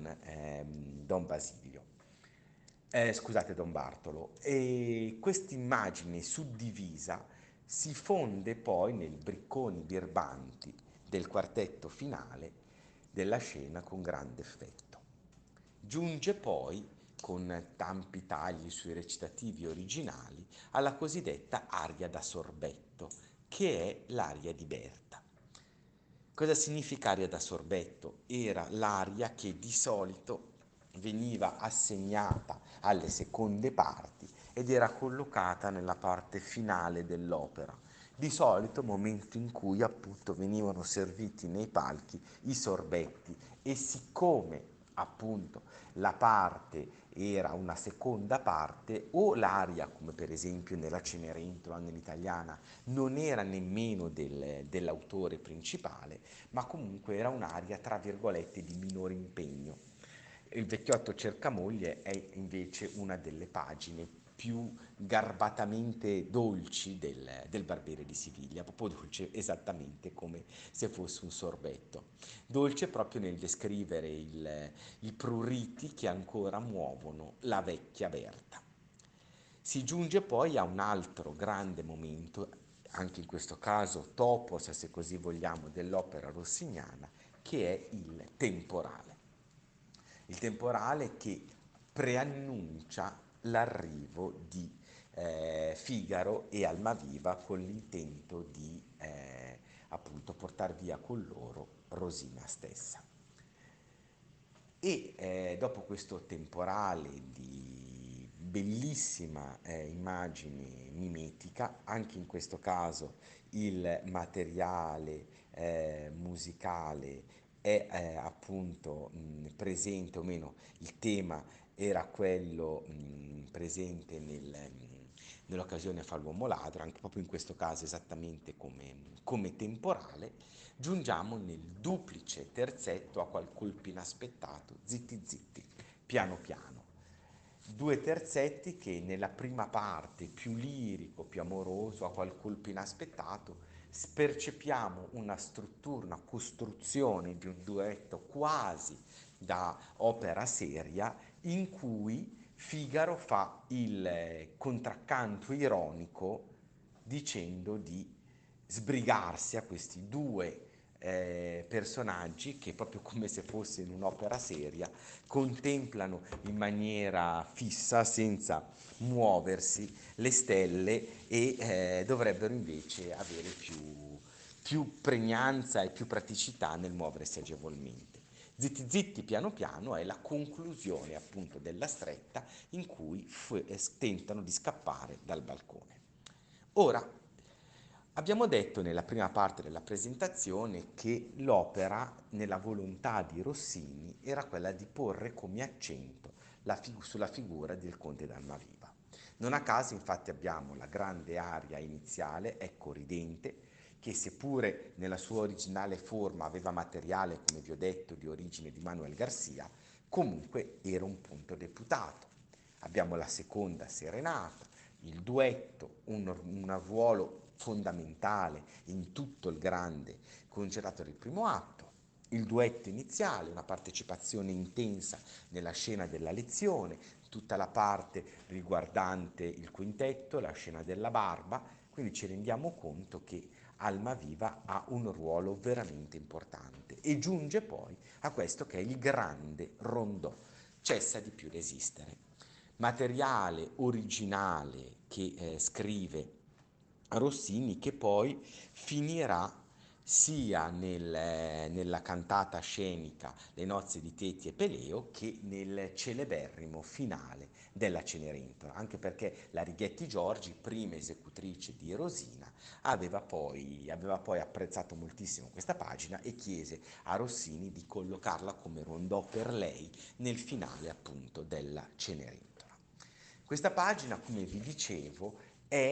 Don Basilio. Scusate, Don Bartolo. E quest'immagine suddivisa si fonde poi nei bricconi birbanti del quartetto finale della scena con grande effetto. Giunge poi, con tanti tagli sui recitativi originali, alla cosiddetta aria da sorbetto, che è l'aria di Berta. Cosa significa aria da sorbetto? Era l'aria che di solito veniva assegnata alle seconde parti ed era collocata nella parte finale dell'opera. Di solito momento in cui appunto venivano serviti nei palchi i sorbetti, e siccome appunto la parte era una seconda parte, o l'aria, come per esempio nella Cenerentola nell'italiana, non era nemmeno dell'autore principale, ma comunque era un'aria tra virgolette di minore impegno. Il Vecchiotto cercamoglie è invece una delle pagine più garbatamente dolci del Barbiere di Siviglia, proprio dolce esattamente come se fosse un sorbetto. Dolce proprio nel descrivere i pruriti che ancora muovono la vecchia Berta. Si giunge poi a un altro grande momento, anche in questo caso topos, se così vogliamo, dell'opera rossiniana, che è il temporale. Il temporale che preannuncia l'arrivo di Figaro e Almaviva con l'intento di appunto portar via con loro Rosina stessa. E dopo questo temporale di bellissima immagine mimetica, anche in questo caso il materiale musicale è appunto presente, o meno il tema era quello presente nell'occasione Fa l'uomo ladro, anche proprio in questo caso esattamente come temporale. Giungiamo nel duplice terzetto a qual colpo inaspettato, zitti zitti, piano piano. Due terzetti che nella prima parte, più lirico, più amoroso, a qual colpo inaspettato, percepiamo una struttura, una costruzione di un duetto quasi da opera seria, in cui Figaro fa il contraccanto ironico dicendo di sbrigarsi a questi due personaggi che, proprio come se fosse in un'opera seria, contemplano in maniera fissa, senza muoversi, le stelle e dovrebbero invece avere più pregnanza e più praticità nel muoversi agevolmente. Zitti zitti piano piano è la conclusione appunto della stretta in cui tentano di scappare dal balcone. Ora, abbiamo detto nella prima parte della presentazione che l'opera, nella volontà di Rossini, era quella di porre come accento sulla figura del conte d'Almaviva. Non a caso infatti abbiamo la grande aria iniziale, ecco ridente, che seppure nella sua originale forma aveva materiale, come vi ho detto, di origine di Manuel Garcia, comunque era un punto deputato. Abbiamo la seconda serenata, il duetto, un ruolo fondamentale in tutto il grande concerto del primo atto, il duetto iniziale, una partecipazione intensa nella scena della lezione, tutta la parte riguardante il quintetto, la scena della barba, quindi ci rendiamo conto che Almaviva ha un ruolo veramente importante e giunge poi a questo che è il grande rondò, cessa di più l'esistere. Materiale originale che scrive Rossini, che poi finirà sia nella cantata scenica Le nozze di Teti e Peleo che nel celeberrimo finale della Cenerentola, anche perché la Righetti Giorgi, prima esecutrice di Rosina, aveva poi apprezzato moltissimo questa pagina e chiese a Rossini di collocarla come rondò per lei nel finale appunto della Cenerentola. Questa pagina, come vi dicevo,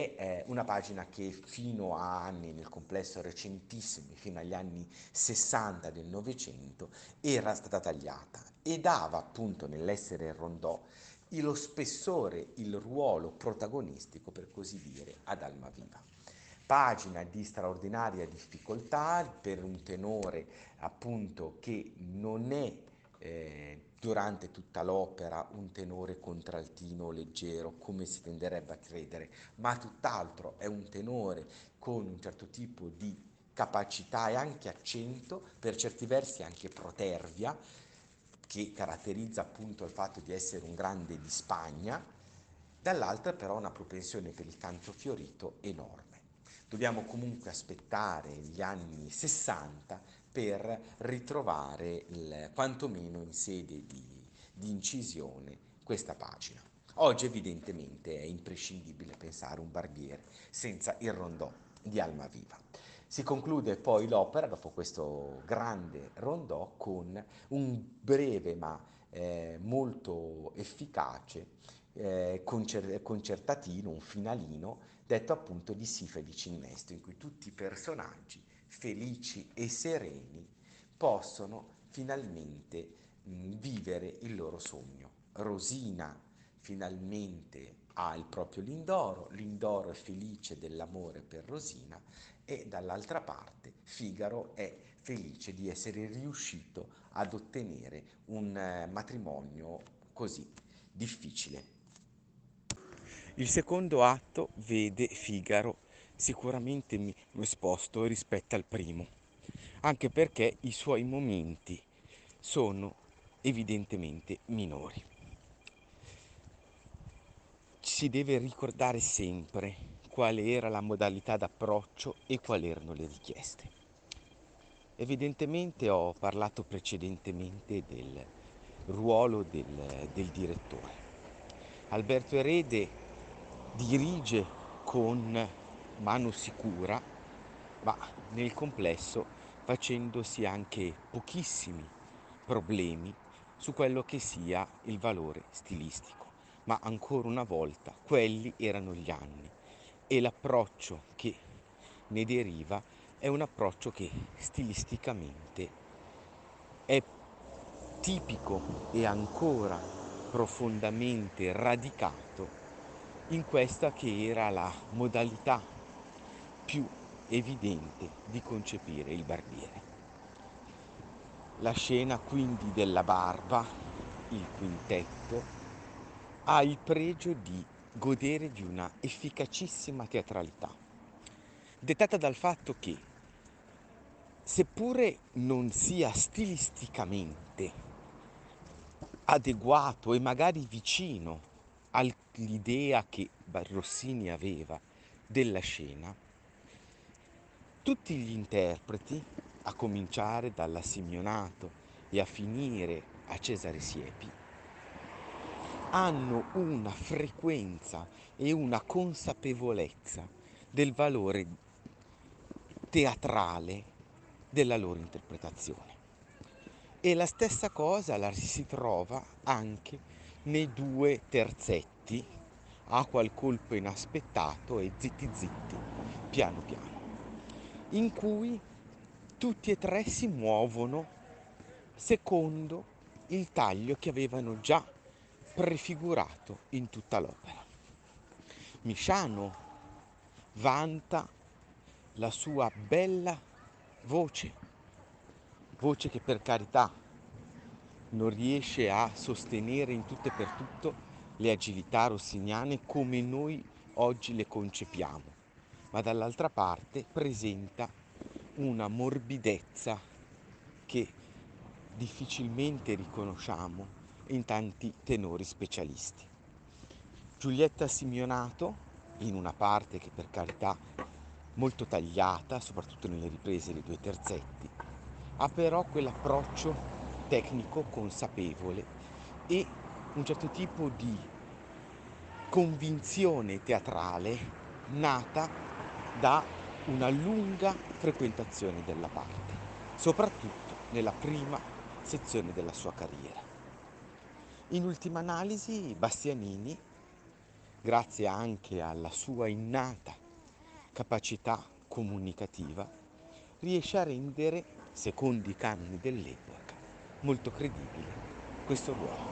è una pagina che fino a anni, nel complesso recentissimi, fino agli anni 60 del Novecento, era stata tagliata e dava appunto nell'essere il rondò lo spessore, il ruolo protagonistico, per così dire, ad Almaviva. Pagina di straordinaria difficoltà per un tenore appunto che non è durante tutta l'opera un tenore contraltino leggero come si tenderebbe a credere, ma tutt'altro è un tenore con un certo tipo di capacità e anche accento, per certi versi anche protervia, che caratterizza appunto il fatto di essere un grande di Spagna, dall'altra però una propensione per il canto fiorito enorme. Dobbiamo comunque aspettare gli anni 60 per ritrovare, quantomeno in sede di incisione, questa pagina. Oggi evidentemente è imprescindibile pensare un barbiere senza il rondò di Almaviva. Si conclude poi l'opera, dopo questo grande rondò, con un breve ma molto efficace concertatino, un finalino, detto appunto di Sifa e di Cinnesto, in cui tutti i personaggi felici e sereni possono finalmente vivere il loro sogno. Rosina finalmente ha il proprio Lindoro, Lindoro è felice dell'amore per Rosina e dall'altra parte Figaro è felice di essere riuscito ad ottenere un matrimonio così difficile. Il secondo atto vede Figaro sicuramente meno esposto rispetto al primo, anche perché i suoi momenti sono evidentemente minori. Si deve ricordare sempre quale era la modalità d'approccio e quali erano le richieste. Evidentemente ho parlato precedentemente del ruolo del direttore. Alberto Erede dirige con mano sicura, ma nel complesso facendosi anche pochissimi problemi su quello che sia il valore stilistico. Ma ancora una volta quelli erano gli anni e l'approccio che ne deriva è un approccio che stilisticamente è tipico e ancora profondamente radicato in questa che era la modalità più evidente di concepire il barbiere. La scena quindi della barba, il quintetto, ha il pregio di godere di una efficacissima teatralità, dettata dal fatto che, seppure non sia stilisticamente adeguato e magari vicino all'idea che Rossini aveva della scena, tutti gli interpreti, a cominciare dalla Simeonato e a finire a Cesare Siepi, hanno una frequenza e una consapevolezza del valore teatrale della loro interpretazione. E la stessa cosa la si trova anche nei due terzetti, acqua al colpo inaspettato e zitti zitti, piano piano, in cui tutti e tre si muovono secondo il taglio che avevano già prefigurato in tutta l'opera. Misciano vanta la sua bella voce che per carità non riesce a sostenere in tutto e per tutto le agilità rossiniane come noi oggi le concepiamo, ma dall'altra parte presenta una morbidezza che difficilmente riconosciamo in tanti tenori specialisti. Giulietta Simeonato, in una parte che per carità molto tagliata, soprattutto nelle riprese dei due terzetti, ha però quell'approccio tecnico consapevole e un certo tipo di convinzione teatrale nata da una lunga frequentazione della parte, soprattutto nella prima sezione della sua carriera. In ultima analisi, Bastianini, grazie anche alla sua innata capacità comunicativa, riesce a rendere, secondo i canoni dell'epoca, molto credibile questo ruolo.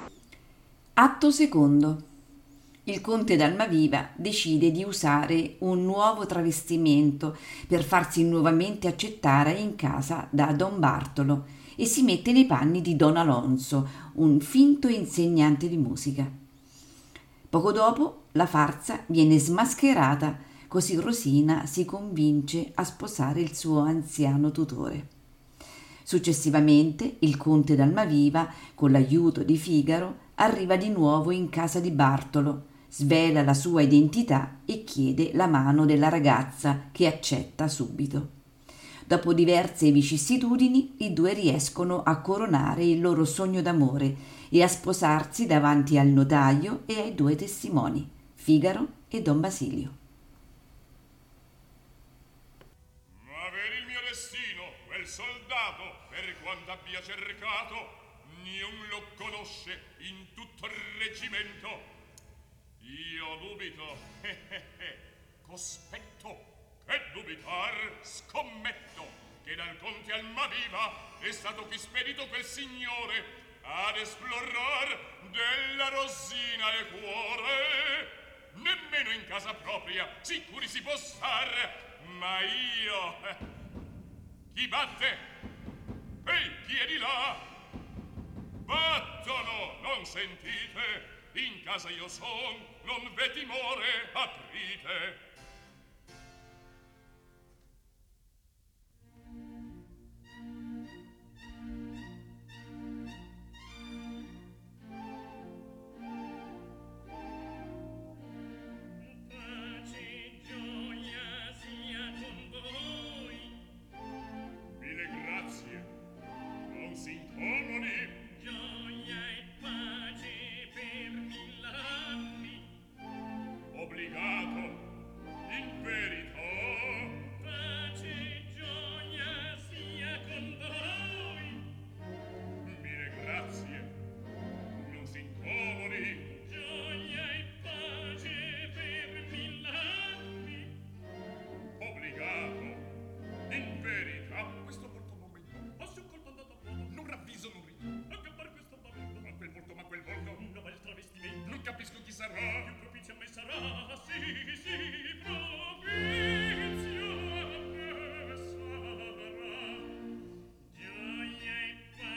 Atto secondo. Il conte d'Almaviva decide di usare un nuovo travestimento per farsi nuovamente accettare in casa da Don Bartolo e si mette nei panni di Don Alonso, un finto insegnante di musica. Poco dopo la farsa viene smascherata, così Rosina si convince a sposare il suo anziano tutore. Successivamente il conte d'Almaviva, con l'aiuto di Figaro, arriva di nuovo in casa di Bartolo, svela la sua identità e chiede la mano della ragazza, che accetta subito. Dopo diverse vicissitudini, i due riescono a coronare il loro sogno d'amore e a sposarsi davanti al notaio e ai due testimoni, Figaro e Don Basilio. Ma per il mio destino, quel soldato, per quanto abbia cercato, niun lo conosce in tutto il reggimento. Io dubito, cospetto, che dubitar, scommetto, che dal conte Almaviva è stato qui spedito quel signore ad esplorar della Rosina il cuore. Nemmeno in casa propria sicuri si può star, ma io... Chi batte? Ehi, chi è di là? Battono, non sentite? In casa io son, non v'è timore, aprite. Pace, gioia sia con voi. Mille grazie, non si incomodi. Gioia e pace per 1000 anni. sarà? Più propizio a me sarà, sì, propizio a me sarà. Gioia e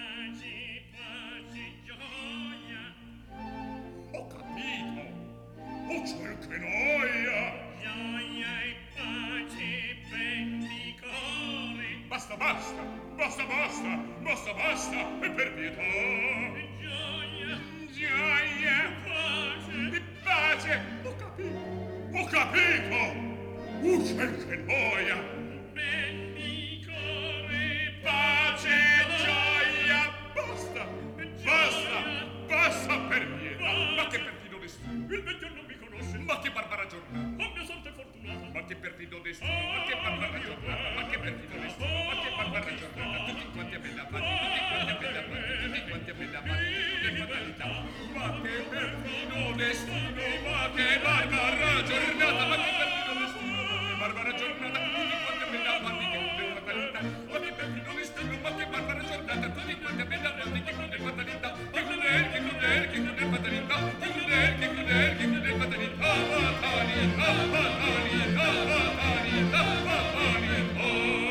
pace, gioia. Ho capito! Oh, ciel che noia! Gioia e pace, belli cori. Basta, basta! Basta, basta! Basta, basta! E per pietà! Gioia, Gioia! pace. E pace! Ho capito! Ho capito! Oh, ciel che noia! Belli cori, Pace, gioia! Basta! Basta! Basta per pietà! Ma che perfido destino! il vecchio non mi conosce. Ma che barbara giornata! Oh, mia sorte fortunata. Ma che perfido destino! Ma che barbara giornata! Ma che perfido destino! Ma che barbara giornata! Tutti quanti a me da fatti! Tutti quanti a me da fatti! Tutti quanti a me da fatti! Che fatalità! Ma che perfido destino! Ma che barbara giornata! Ma che perfido destino! Che barbara giornata! Tutti quanti a me da fatti! Che fatalità! Ma che perfido destino! Ma che barbara giornata! Tutti quanti a me da fatti! Che fatalità! Che crudel, che crudel, che crudel fatalità! Che crudel, che crudel, che crudel fatalità! Fatalità! Fatalità! Fatalità! Fatalità!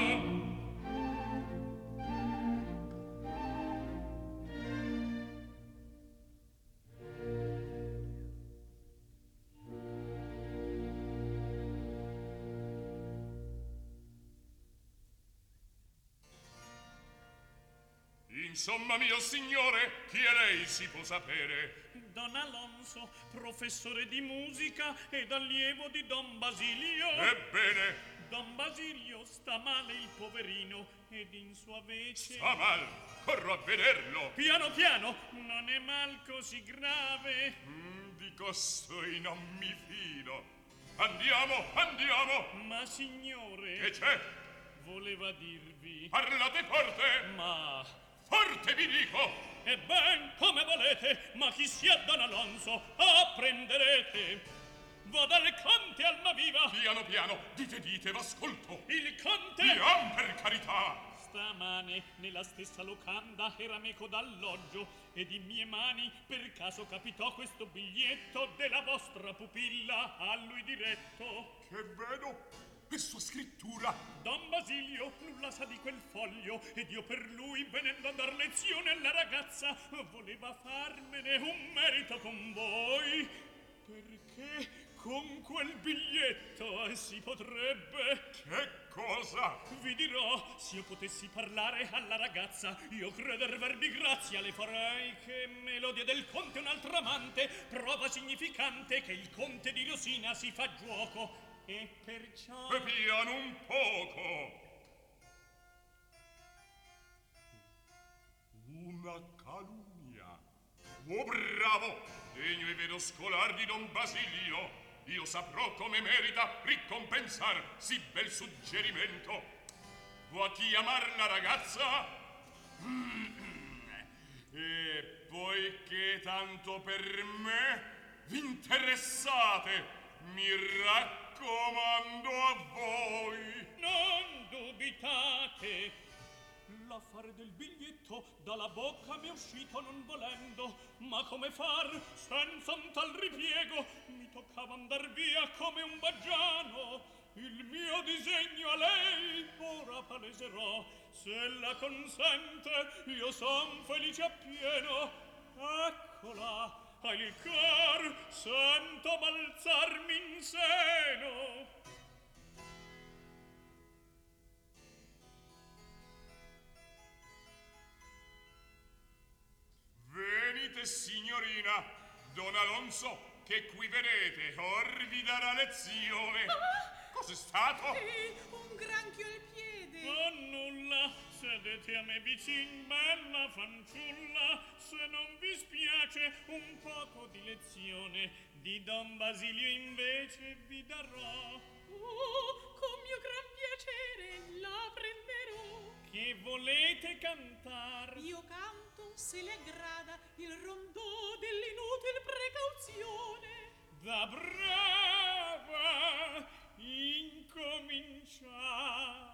Insomma, mio signore, chi è lei si può sapere? Don Alonso, professore di musica ed allievo di Don Basilio. Ebbene, Don Basilio sta male il poverino ed in sua vece. sta mal, corro a vederlo. Piano piano, non è mal così grave. Di costui non mi fido. Andiamo, andiamo. Ma signore, Che c'è? voleva dirvi. Parlate forte. Ma Forte vi dico. e ben come volete, ma chi sia Don Alonso apprenderete. Va dal conte Almaviva. Piano piano, dite dite, v'ascolto. Il conte Pian per carità. stamane nella stessa locanda era meco d'alloggio ed in mie mani per caso capitò questo biglietto della vostra pupilla a lui diretto. Che vedo? E sua scrittura? Don Basilio nulla sa di quel foglio ed io per lui venendo a dar lezione alla ragazza voleva farmene un merito con voi, perché con quel biglietto si potrebbe. Che cosa? Vi dirò, se io potessi parlare alla ragazza, io creder verbi grazia le farei, che melodia del conte un altro amante, prova significante che il conte di Rosina si fa giuoco, e perciò. E piano un poco. Una calunnia. Oh, bravo! Degno e vero scolar di Don Basilio. Io saprò come merita ricompensar sì bel suggerimento. Vuoi chiamar la ragazza? E poiché tanto per me v'interessate, mi raccomando a voi. Non dubitate. L'affare del biglietto dalla bocca mi è uscito non volendo, ma come far senza un tal ripiego? Mi toccava andar via come un baggiano. Il mio disegno a lei ora paleserò. Se la consente, io son felice appieno. Eccola, il cor sento balzarmi in seno. Venite, signorina. Don Alonso, che qui vedete, or vi darà lezione. Cos'è stato? Un granchio al piede. Oh, nulla, sedete a me vicin, bella fanciulla, se non vi spiace un poco di lezione, di Don Basilio invece vi darò. Oh, con mio gran piacere la prenderò. Che volete cantar? Io canto, se le aggrada, il rondò dell'inutil precauzione. Da brava incominciamo.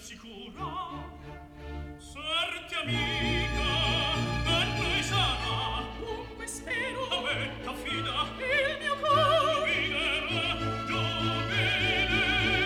sicura. Sorti amica, per noi sarà. Dunque spero. A me t'affida il mio cor. Giovinerà, giovinerà.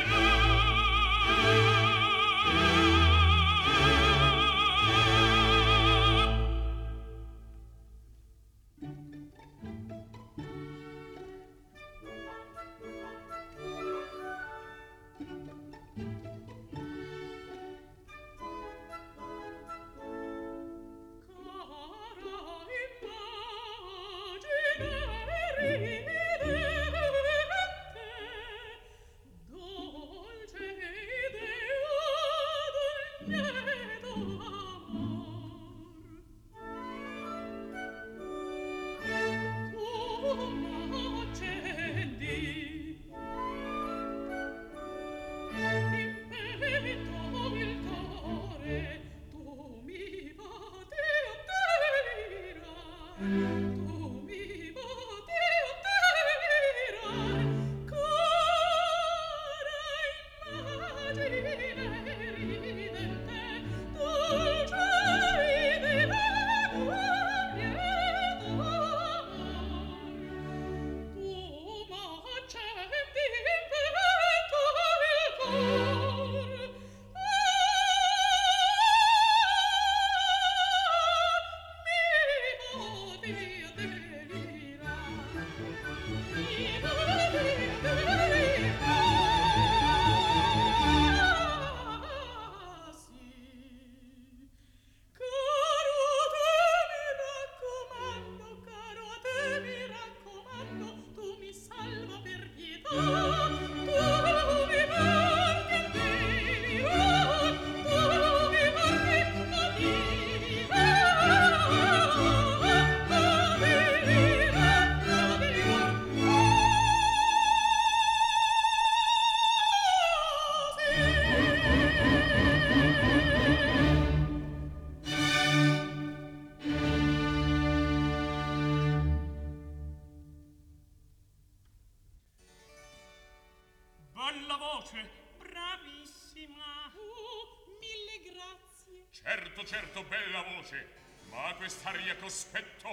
Certo, bella voce, ma quest'aria cospetto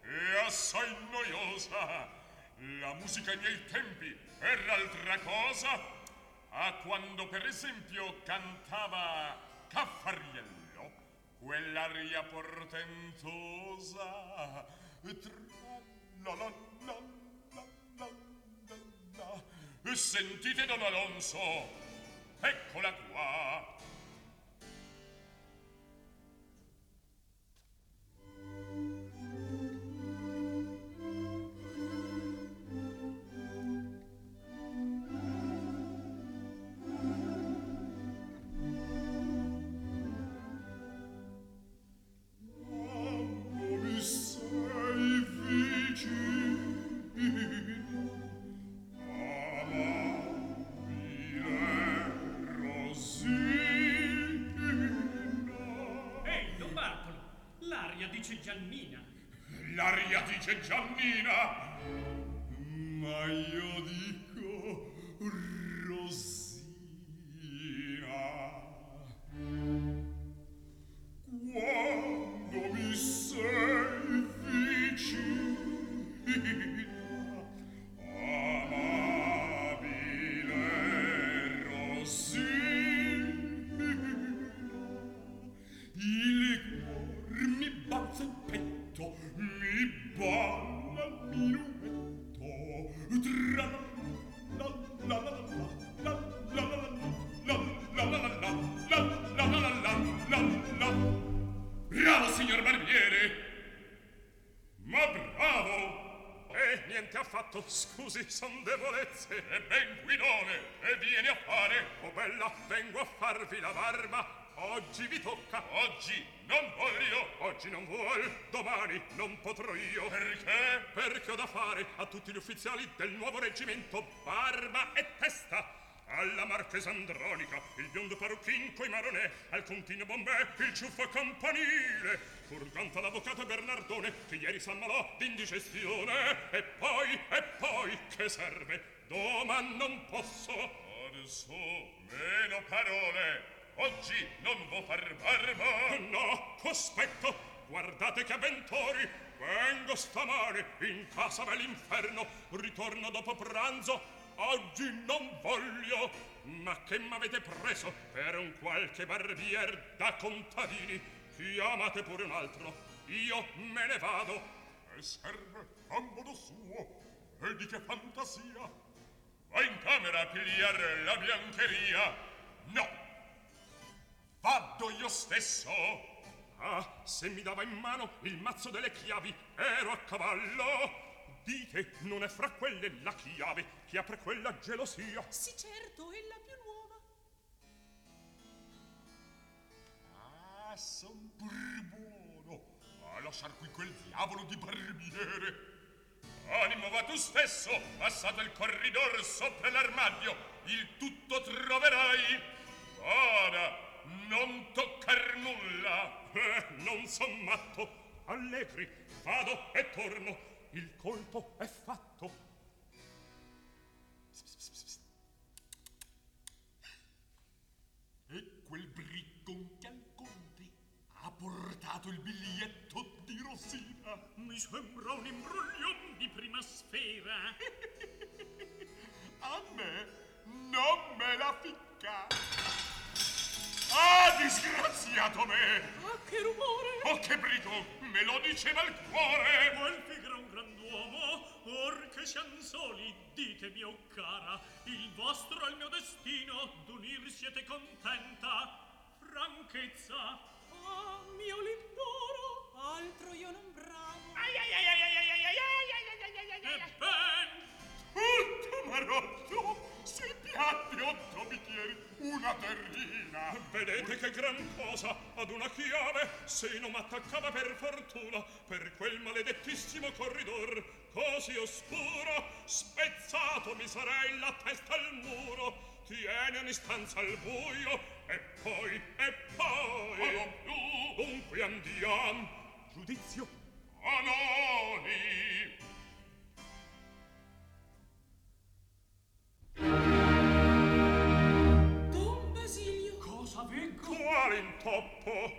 è assai noiosa. La musica ai miei tempi era altra cosa. A quando, per esempio, cantava Caffariello, quell'aria portentosa. Sentite, Don Alonso, eccola qua. L'aria dice Giannina, ma io dico Rosina. Quando mi sei vicina, amabile Rosina, il cuor mi balza in petto, mi balla il minuetto, tra la la la la la la la. Bravo, signor barbiere! Ma bravo! Niente affatto, scusi, son debolezze. E ben guidone, e vieni a fare. Oh bella, vengo a farvi la barba. Oggi vi tocca. Oggi non voglio. Oggi non vuol, domani non potrò io. Perché? Perché ho da fare a tutti gli ufficiali del nuovo reggimento barba e testa. Alla marchesa Andronica, il biondo parrucchin coi maronè, al contino Bombè, il ciuffo campanile, furganta l'avvocato Bernardone, che ieri s'ammalò d'indigestione. E poi, che serve? Doman non posso. Adesso, meno parole. oggi non vo far barba. No, cospetto, guardate che avventori. Vengo stamane in casa dell'inferno, ritorno dopo pranzo. Oggi non voglio, ma che m'avete preso per un qualche barbier da contadini. Chiamate pure un altro, io me ne vado. E serve a modo suo, e di che fantasia. Va in camera a pigliar la biancheria. No, vado io stesso. Ah, se mi dava in mano il mazzo delle chiavi, ero a cavallo. Dite, non è fra quelle la chiave che apre quella gelosia? Sì, certo, è la più nuova. Ah, son pur buono a lasciar qui quel diavolo di barbiere. Animo, va tu stesso, passato il corridor sopra l'armadio, il tutto troverai. Vada, non toccar nulla. Non son matto. Allegri, vado e torno. Il colpo è fatto. E quel bricconte al conte ha portato il biglietto di Rosina. Mi sembra un imbroglio di prima sfera. A me non me la ficca. Ah, disgraziato me! Ah, che rumore! Oh, che brico! Me lo diceva il cuore! Quel figra un grand'uomo, or che siam soli, ditevi, o cara, il vostro è il mio destino, d'unir siete contenta. Franchezza. Ah, mio lindoro, altro io non bravo. Ai ai ai ai ai ai ai ai ai ai ai ai. E ben! Tutto marotto! 6 piatti, 8 bicchieri, una terrina! Vedete che gran cosa ad una chiave se non m'attaccava per fortuna per quel maledettissimo corridor così oscuro, spezzato mi sarei la testa al muro. Tieni ogni stanza al buio e poi ma non più. Dunque andiam. Giudizio. Anoni! Don Basilio! Cosa veggo? Quale intoppo?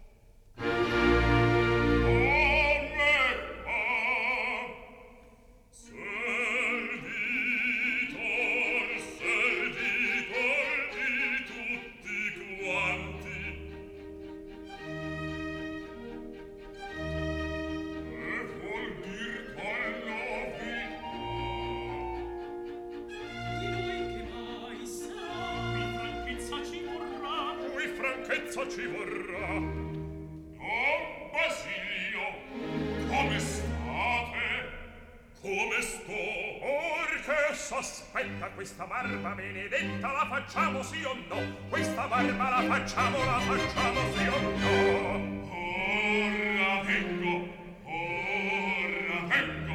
Ci vorrà. Don Basilio, come state? Come sto? Perché sospetta questa barba benedetta, la facciamo sì o no? Questa barba la facciamo sì o no? Ora vengo, ora vengo.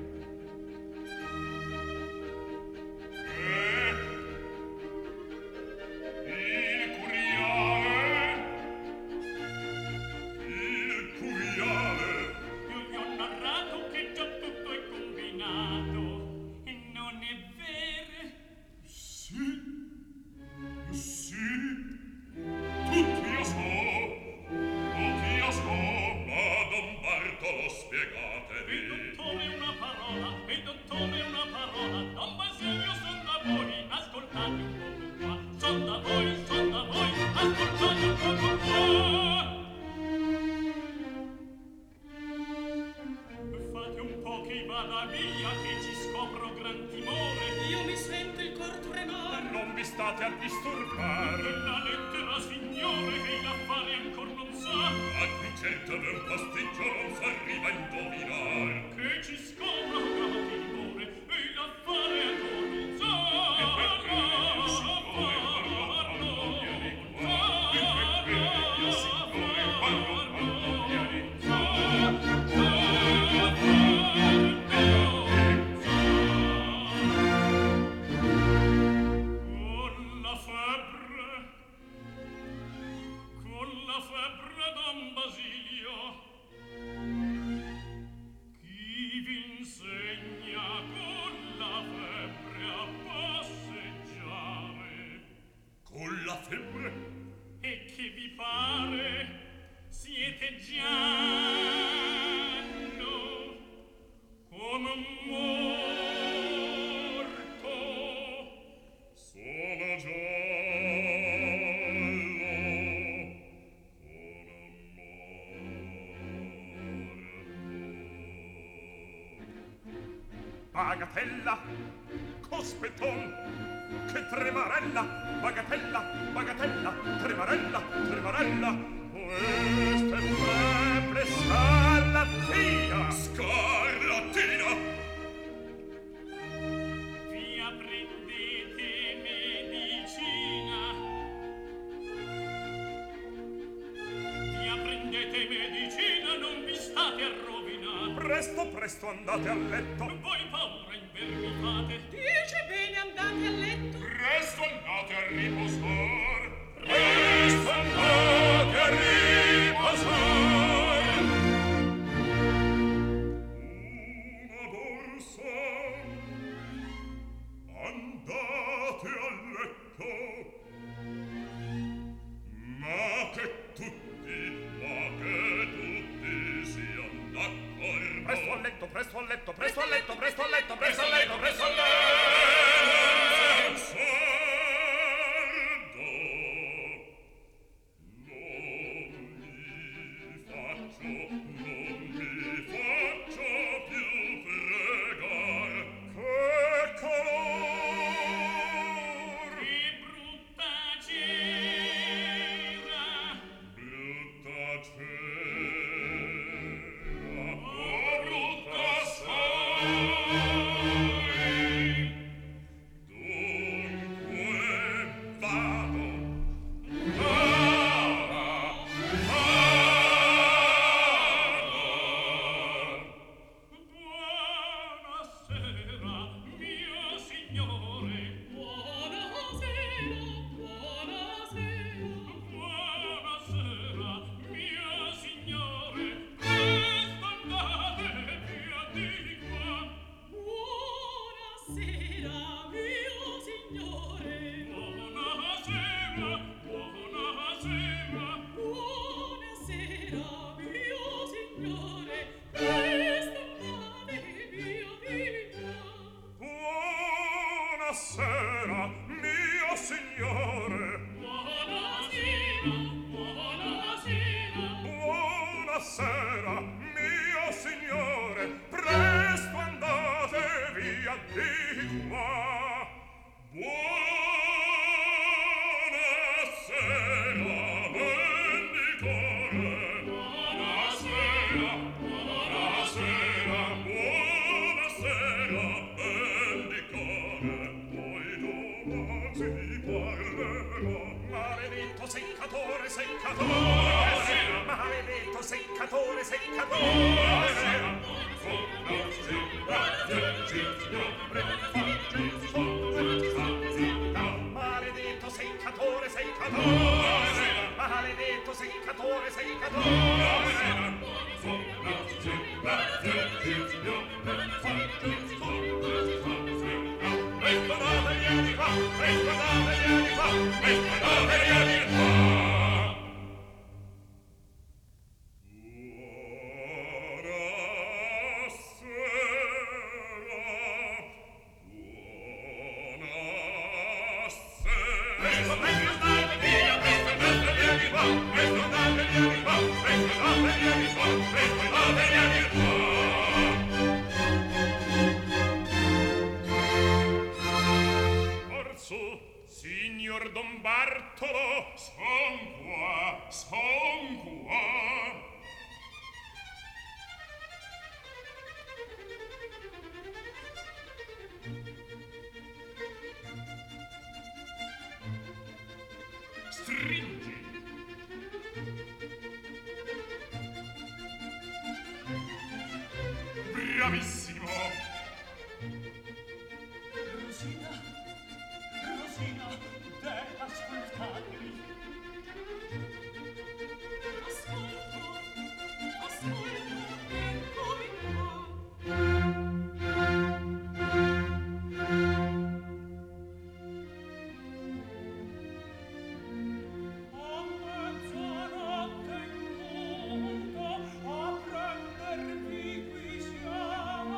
State a disturbar. La lettera, signore, che l'affare ancor non sa. A qui certo d'un pasticcio non s'arriva a indovinar. Che ci scopra un timore e l'affare ancor non sa. bagatella, cospetton, che tremarella, bagatella, bagatella, tremarella, tremarella. Questa è febbre scarlattina, scarlattina. Via prendete medicina. Via prendete medicina, non vi state a rovinare. Presto, presto andate a letto. Voi paura invermitate. Dice bene, andate a letto. Presto andate a riposar. Presto andate a riposar. Una borsa. Andate a letto. Ma che tutti siano d'accordo. Presto a letto, presto a letto, presto a letto, presto a letto, presto a letto, presto a letto. Buonasera, mio signore. Buonasera, mio signore. Presto andate via di qua. Buonasera, venditore. Buonasera, buonasera, buonasera, venditore. Poi dopo si parlerà. Maledetto seccatore, seccatore. Maledetto seccatore, seccatore. Maledetto seccatore, seccatore. Maledetto seccatore, Signor Don Bartolo, son qua, son qua. Stringi. Bravissimo. Rosina, Rosina, deve ascoltarmi. Ascolto, ascolto, eccomi qua. A mezzanotte in punto, a prendervi qui siamo.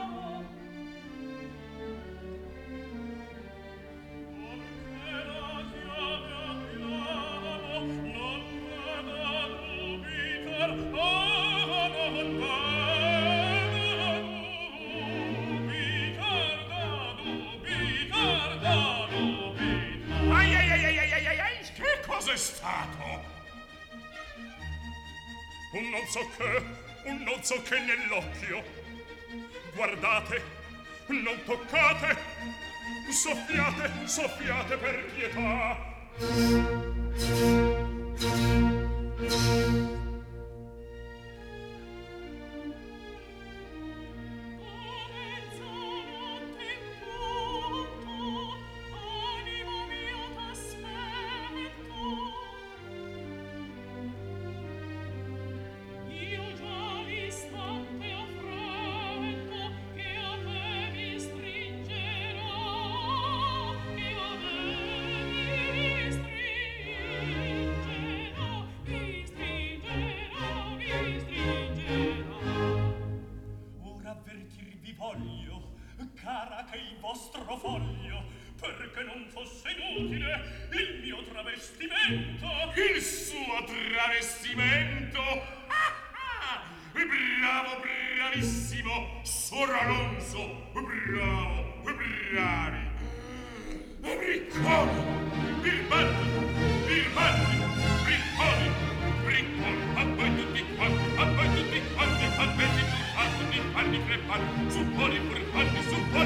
Un non so che nell'occhio. Guardate, non toccate, soffiate per pietà. Il suo travestimento. Bravo, bravissimo, Sor Alonso. Bravo, bravi. Bricconi, birbanti, bricconi, abboi tutti quanti, alberti giurati, panni crepanti, supponi furfanti,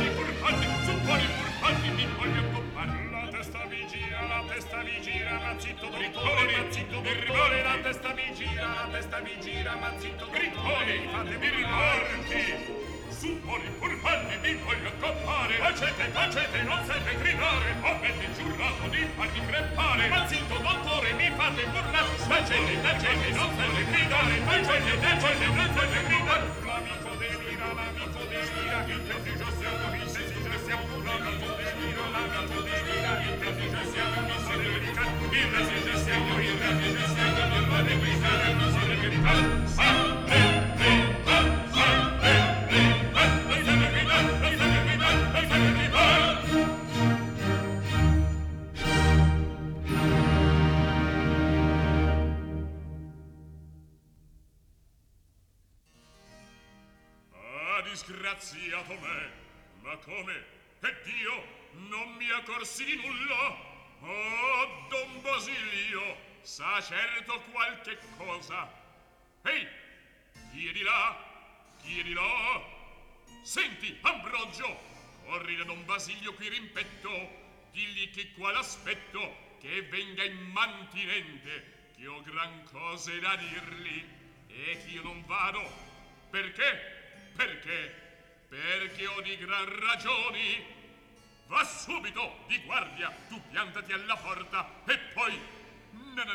mi voglio accoppare. La testa mi gira, ma zitto dottore, ma zitto dottore, la testa mi gira, ma zitto dottore, fatemi ricordi. Supponi furfanti, mi voglio accoppare. Tacete, non sente gridare. Avete giurato di farmi crepare. Ma zitto dottore, mi fate burlare. Tacete, non sente gridare. Tacete, non sente gridare. L'amico delira, il prestigio siamo, l'amico delira, il prestigio siamo, mi se ne verità. Il prestigio siamo, non vale gridare, mi se ne verità. Disgraziato me, ma come? E Dio, non mi accorsi di nulla? Oh, Don Basilio, sa certo qualche cosa. Ehi, chiedi là. Senti, Ambrogio, corri da Don Basilio qui rimpetto, digli che qua l'aspetto, che venga immantinente, che ho gran cose da dirgli, e che io non vado. Perché? Perché ho di gran ragioni. Va subito di guardia, tu piantati alla porta e poi no.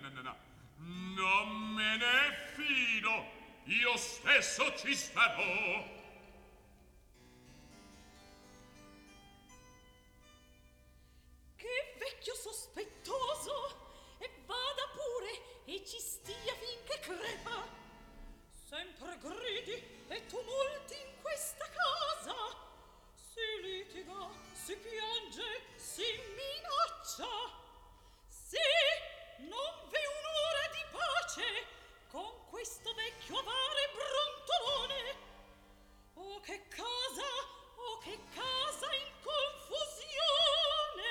Non me ne fido, io stesso ci starò. Che vecchio sospettoso! E vada pure e ci stia finché crepa. Sempre gridi e tumulti in questa casa. Si litiga, si piange, si minaccia. Sì, non v'è un'ora di pace con questo vecchio avare brontolone. Oh che casa in confusione.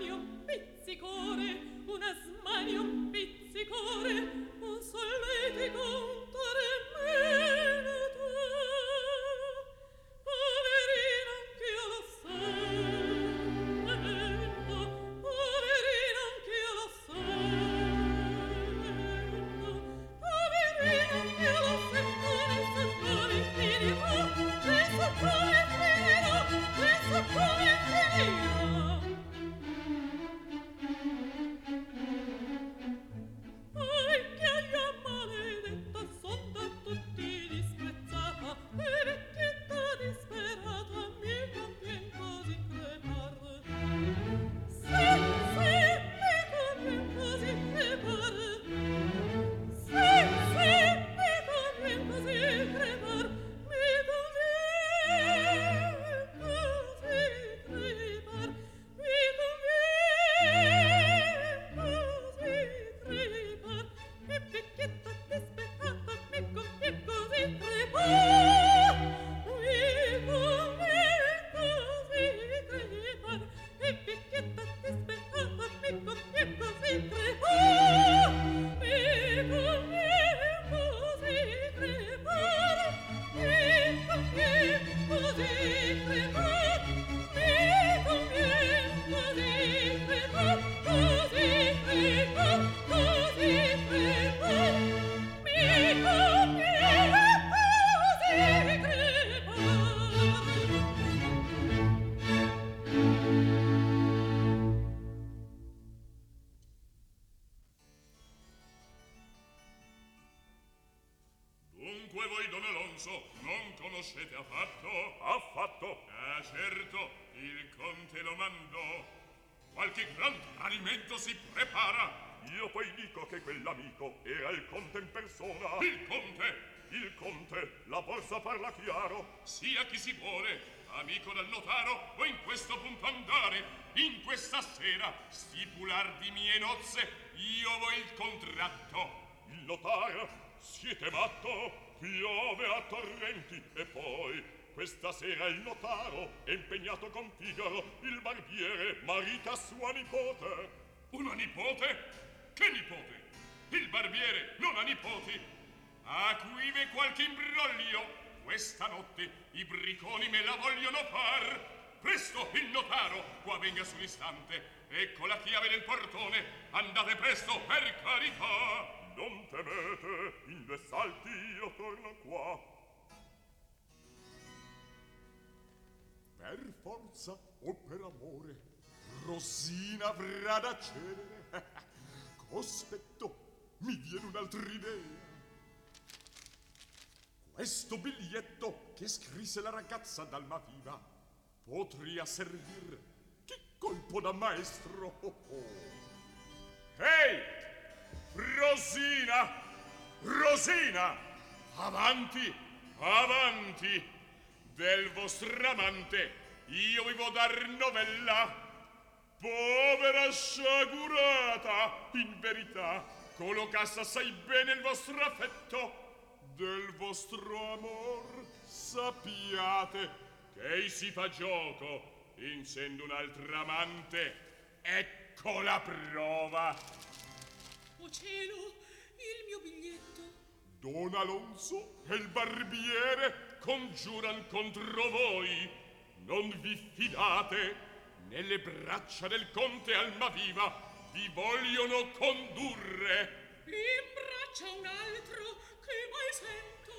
smania un pizzicore, una smania un pizzicore, un solletico, un tremendo. Poverina anch'io lo sento, poverina anch'io lo sento, poverina anch'io lo sento, nel sottone finirò, nel sottone finirò, nel sottone finirò. Vecchiaia maledetta, son da tutti disprezzata, e vecchietta disperata mi convien così crepar. Sì, sì, mi convien così crepar. Sì, sì, mi convien così crepar. Mi convien così crepar. Mi convien così crepar. E vecchietta disperata mi convien così crepar. Mi convien così crepar. E vecchietta disperata mi convien così crepar. Mi convien così crepar. Mi convien così crepar. Mi convien così crepar. Così crepar, così crepar. Mi convien così crepar. Dunque voi, don Alonso, non conoscete affatto? Affatto. Ah, certo, il conte lo mandò. Qualche gran tradimento si prepara. Io poi dico che quell'amico era il conte in persona. Il conte, Il conte, la borsa parla chiaro. sia chi si vuole, amico del notaro, o in questo punto andare, in questa sera, stipular di mie nozze, io vo il contratto. Il notaro, siete matto? Piove a torrenti. E poi, questa sera il notaro è impegnato con Figaro, il barbiere marita sua nipote. Una nipote? Che nipote? Il barbiere non ha nipoti. Acuive qualche imbroglio. Questa notte i briconi me la vogliono far. Presto, il notaro qua venga sull'istante. Ecco la chiave del portone. Andate presto, per carità. Non temete, in 2 salti io torno qua. Per forza o per amore, Rosina avrà da cedere. Cospetto, mi viene un'altra idea. Questo biglietto che scrisse la ragazza d'Almaviva potria servir. Che colpo da maestro! Ehi! Rosina! Rosina! Avanti! Avanti! Del vostro amante io vi vo dar novella. Povera sciagurata! In verità, collocasse assai bene il vostro affetto. Del vostro amor sappiate che si fa gioco, essendo un altro amante. Ecco la prova. Oh cielo, il mio biglietto. Don Alonso E il barbiere congiuran contro voi. Non vi fidate. Nelle braccia del conte Almaviva vi vogliono condurre. In braccia un altro che mai sento.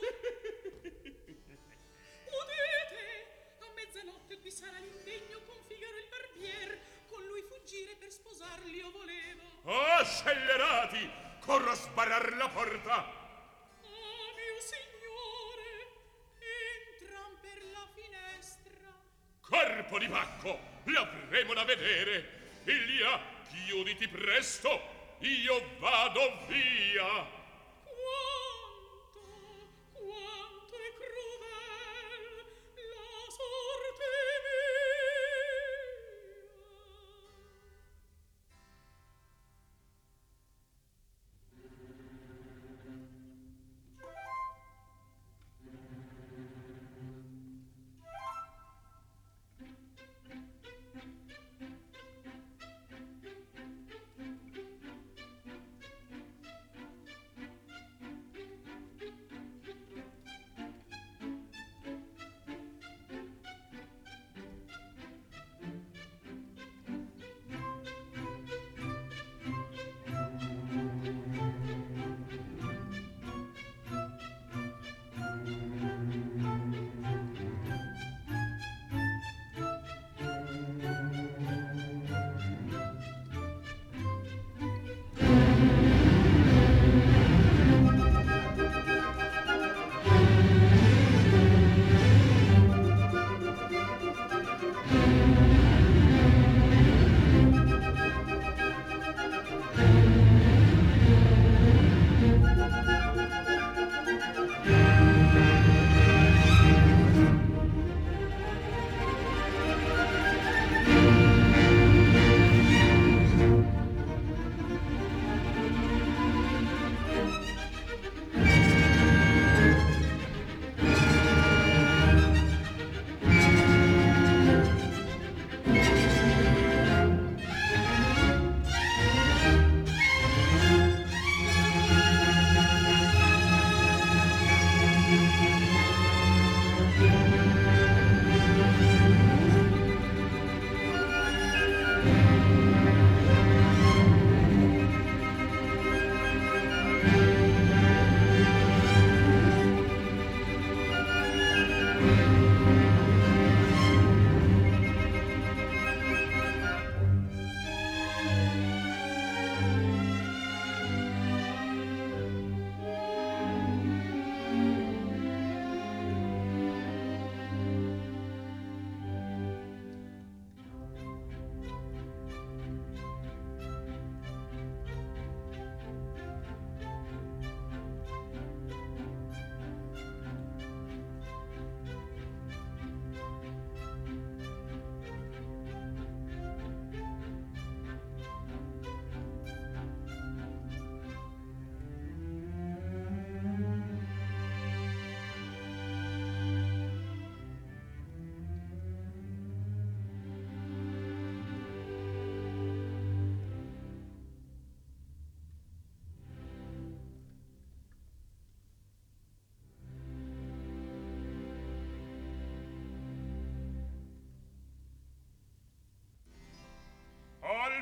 Udite, a mezzanotte qui sarà l'indegno con Figaro il barbier. Con lui fuggire per sposarli io volevo. Ah, scellerati! Corro a sbarrar la porta. Ah, mio signore, entran per la finestra. Corpo di pacco, l'avremo da vedere. Ilia, chiuditi presto, io vado via. Quanto è crudel la sorte mia.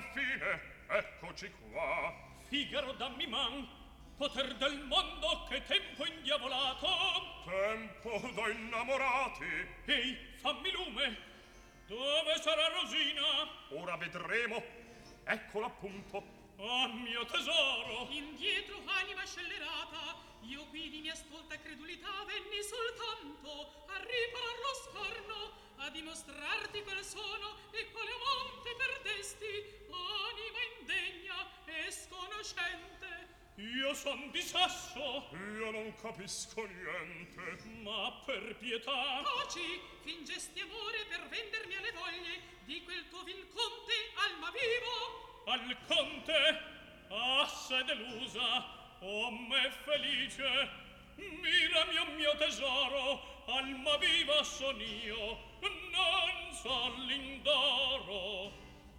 fine, eccoci qua. Figaro dammi man, poter del mondo, che tempo indiavolato. Tempo da innamorati. Ehi, fammi lume, dove sarà Rosina? Ora vedremo, eccola appunto. Ah, mio tesoro! Indietro, anima scellerata, io qui di mia stolta credulità venni soltanto a riparar lo scorno, a dimostrarti quel sono e quale amante perdesti, anima indegna e sconoscente. Io son di sasso. Io non capisco niente. Ma per pietà. Taci, fingesti amore per vendermi alle voglie di quel tuo vil conte Almavivo. Al conte? Ah, sei delusa, oh me felice. Mirami, oh mio tesoro, Almaviva son io, non son l'indoro.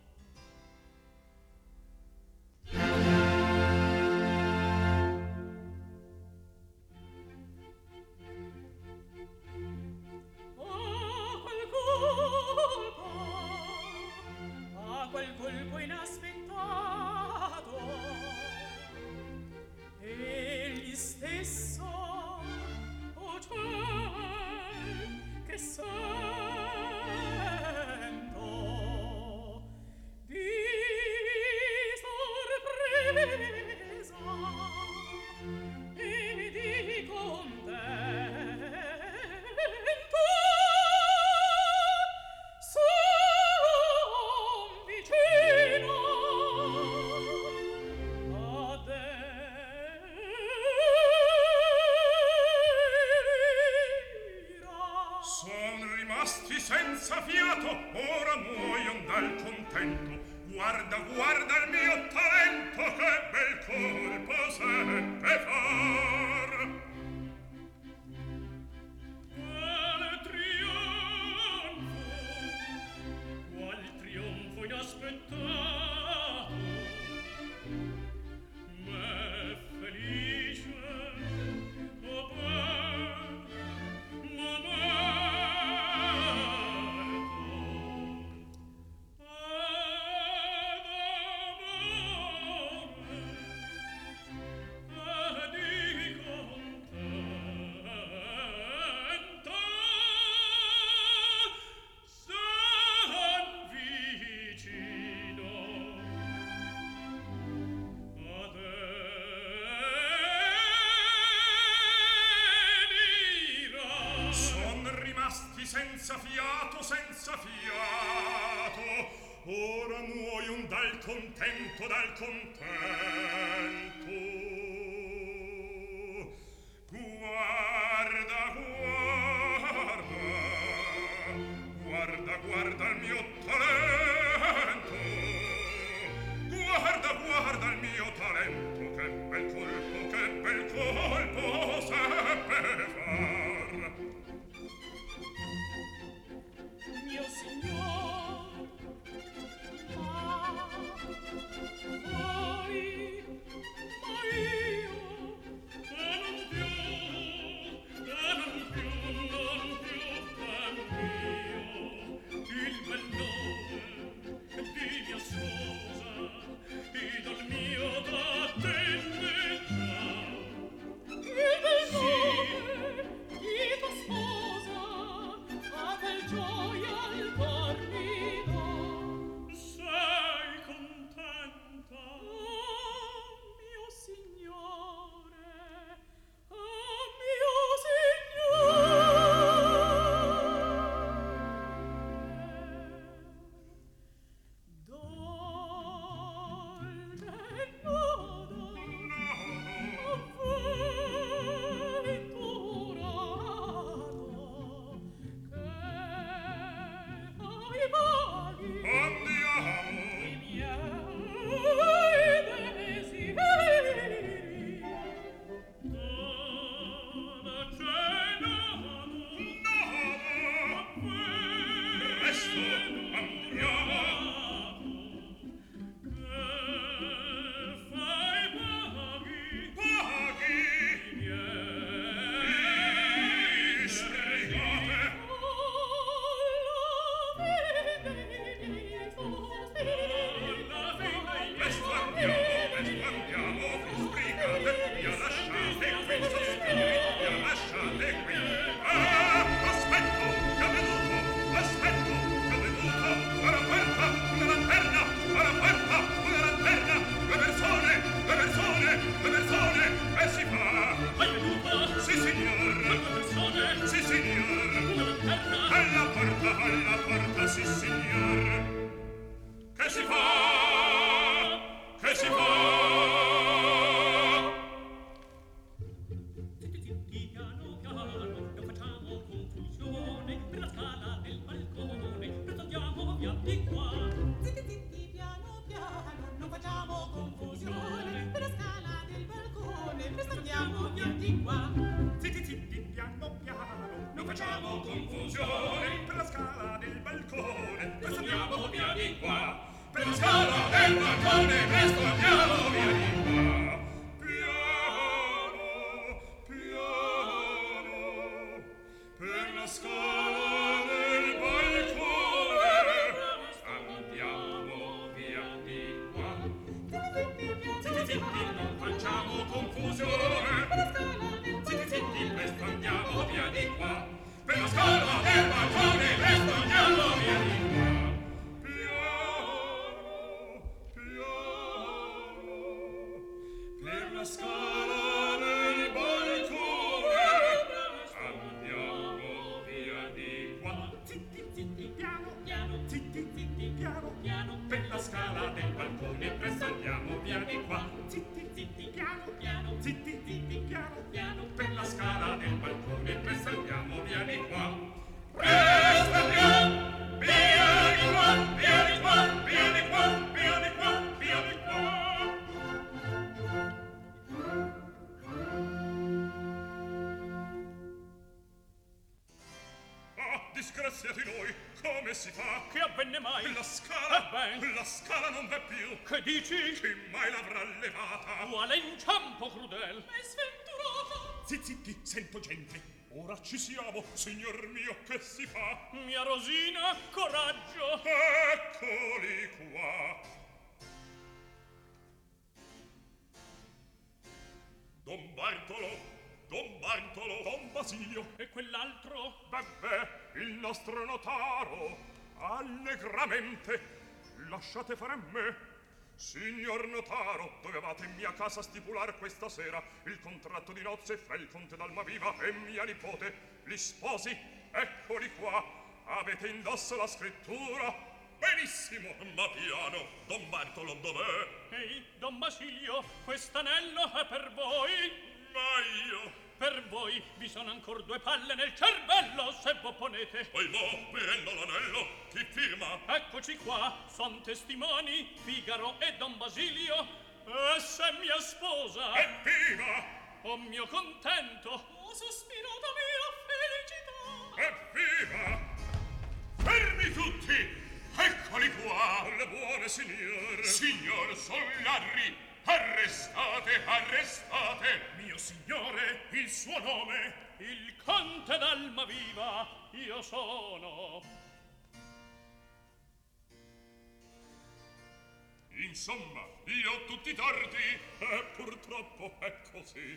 Quel colpo inaspettato, egli stesso, oh ciel, che sento di sorpresa e di contento. Senza fiato, ora muoion dal contento. Guarda, guarda il mio talento, che bel colpo seppe far. Qual trionfo inaspettato, me felice, oh bel momento. Senza fiato, senza fiato, ora muoion dal contento, dal contento. Guarda, guarda, guarda, guarda il mio talento. Guarda, guarda il mio talento, che bel colpo seppe far. Mio signor, il bel nome di mia sposa, idol mio t'attende già. il bel nome per la scala del balcone presto andiamo via di qua. Piano, piano, per la scala del balcone andiamo via di qua. Zitti, zitti, non facciamo confusione. Zitti, zitti, presto andiamo via di qua. Per la scala del balcone presto andiamo via di qua. Per la scala del balcone andiamo via di qua. Zitti, zitti, piano, piano, zitti, zitti, piano, piano. Per la scala del balcone presto andiamo via di qua. Zitti, zitti, piano, piano, zitti, zitti, piano, piano. Per la scala del balcone presto andiamo via di qua. Presto andiamo via di qua, via di qua, via di qua, via di qua, via di qua. Disgraziati noi, come si fa? Che avvenne mai? La scala, ben. la scala non va più. Che dici? Chi mai l'avrà levata? Quale inciampo crudel? È sventurata. Zitti, sento gente. Ora ci siamo, signor mio, che si fa? Mia Rosina, coraggio. Eccoli qua. Don Bartolo, Don Bartolo, Don Basilio. E quell'altro? Beh, il nostro notaro. Allegramente. Lasciate fare a me. Signor notaro, dovevate in mia casa stipular questa sera il contratto di nozze fra il conte d'Almaviva e mia nipote, gli sposi. Eccoli qua. Avete indosso la scrittura? Benissimo. Ma piano, Don Bartolo dov'è? Ehi, Don Basilio, quest'anello è per voi. Ma io... Per voi vi sono ancora 2 palle nel cervello, se vo ponete. Oimò, prendo l'anello. Chi firma? Eccoci qua, son testimoni Figaro e Don Basilio. Essa è mia sposa. Evviva! Oh mio contento. Oh, sospirata mia felicità. Evviva! Fermi tutti! Eccoli qua! Le buone signor! Signor Sollarri! Arrestate, arrestate! Mio signore, il suo nome? Il conte d'Almaviva, io sono. Insomma, io ho tutti i torti? Purtroppo è così.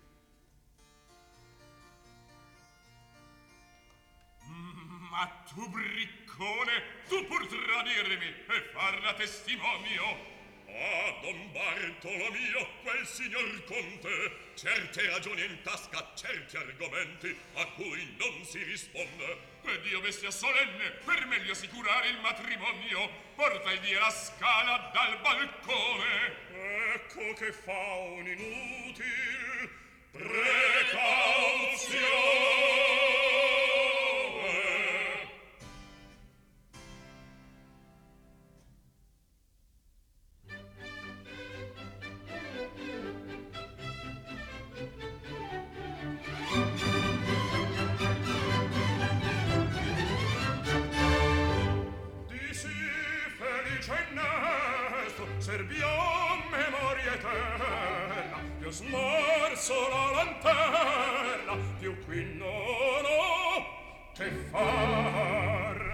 Ma tu, briccone, tu pur tradirmi e farla testimonio. Ah, Don Bartolomeo, quel signor conte, certe ragioni in tasca, certi argomenti a cui non si risponde. Ed io bestia solenne, per meglio assicurare il matrimonio, portai via la scala dal balcone. Ecco che fa un inutil precauzione. Serviam memoria eterna, più smorso la lanterna, più qui non ho che far.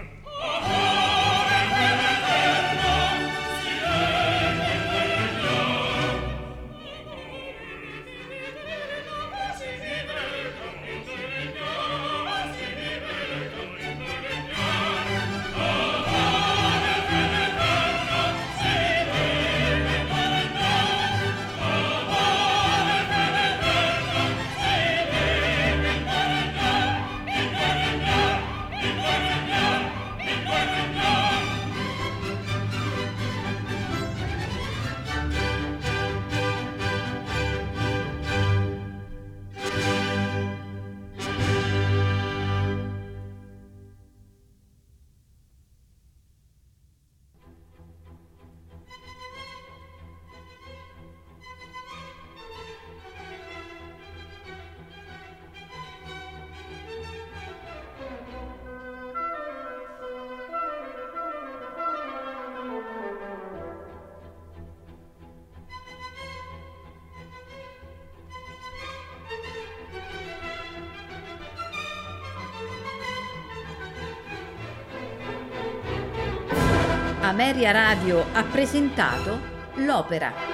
Ameria Radio ha presentato L'Opera.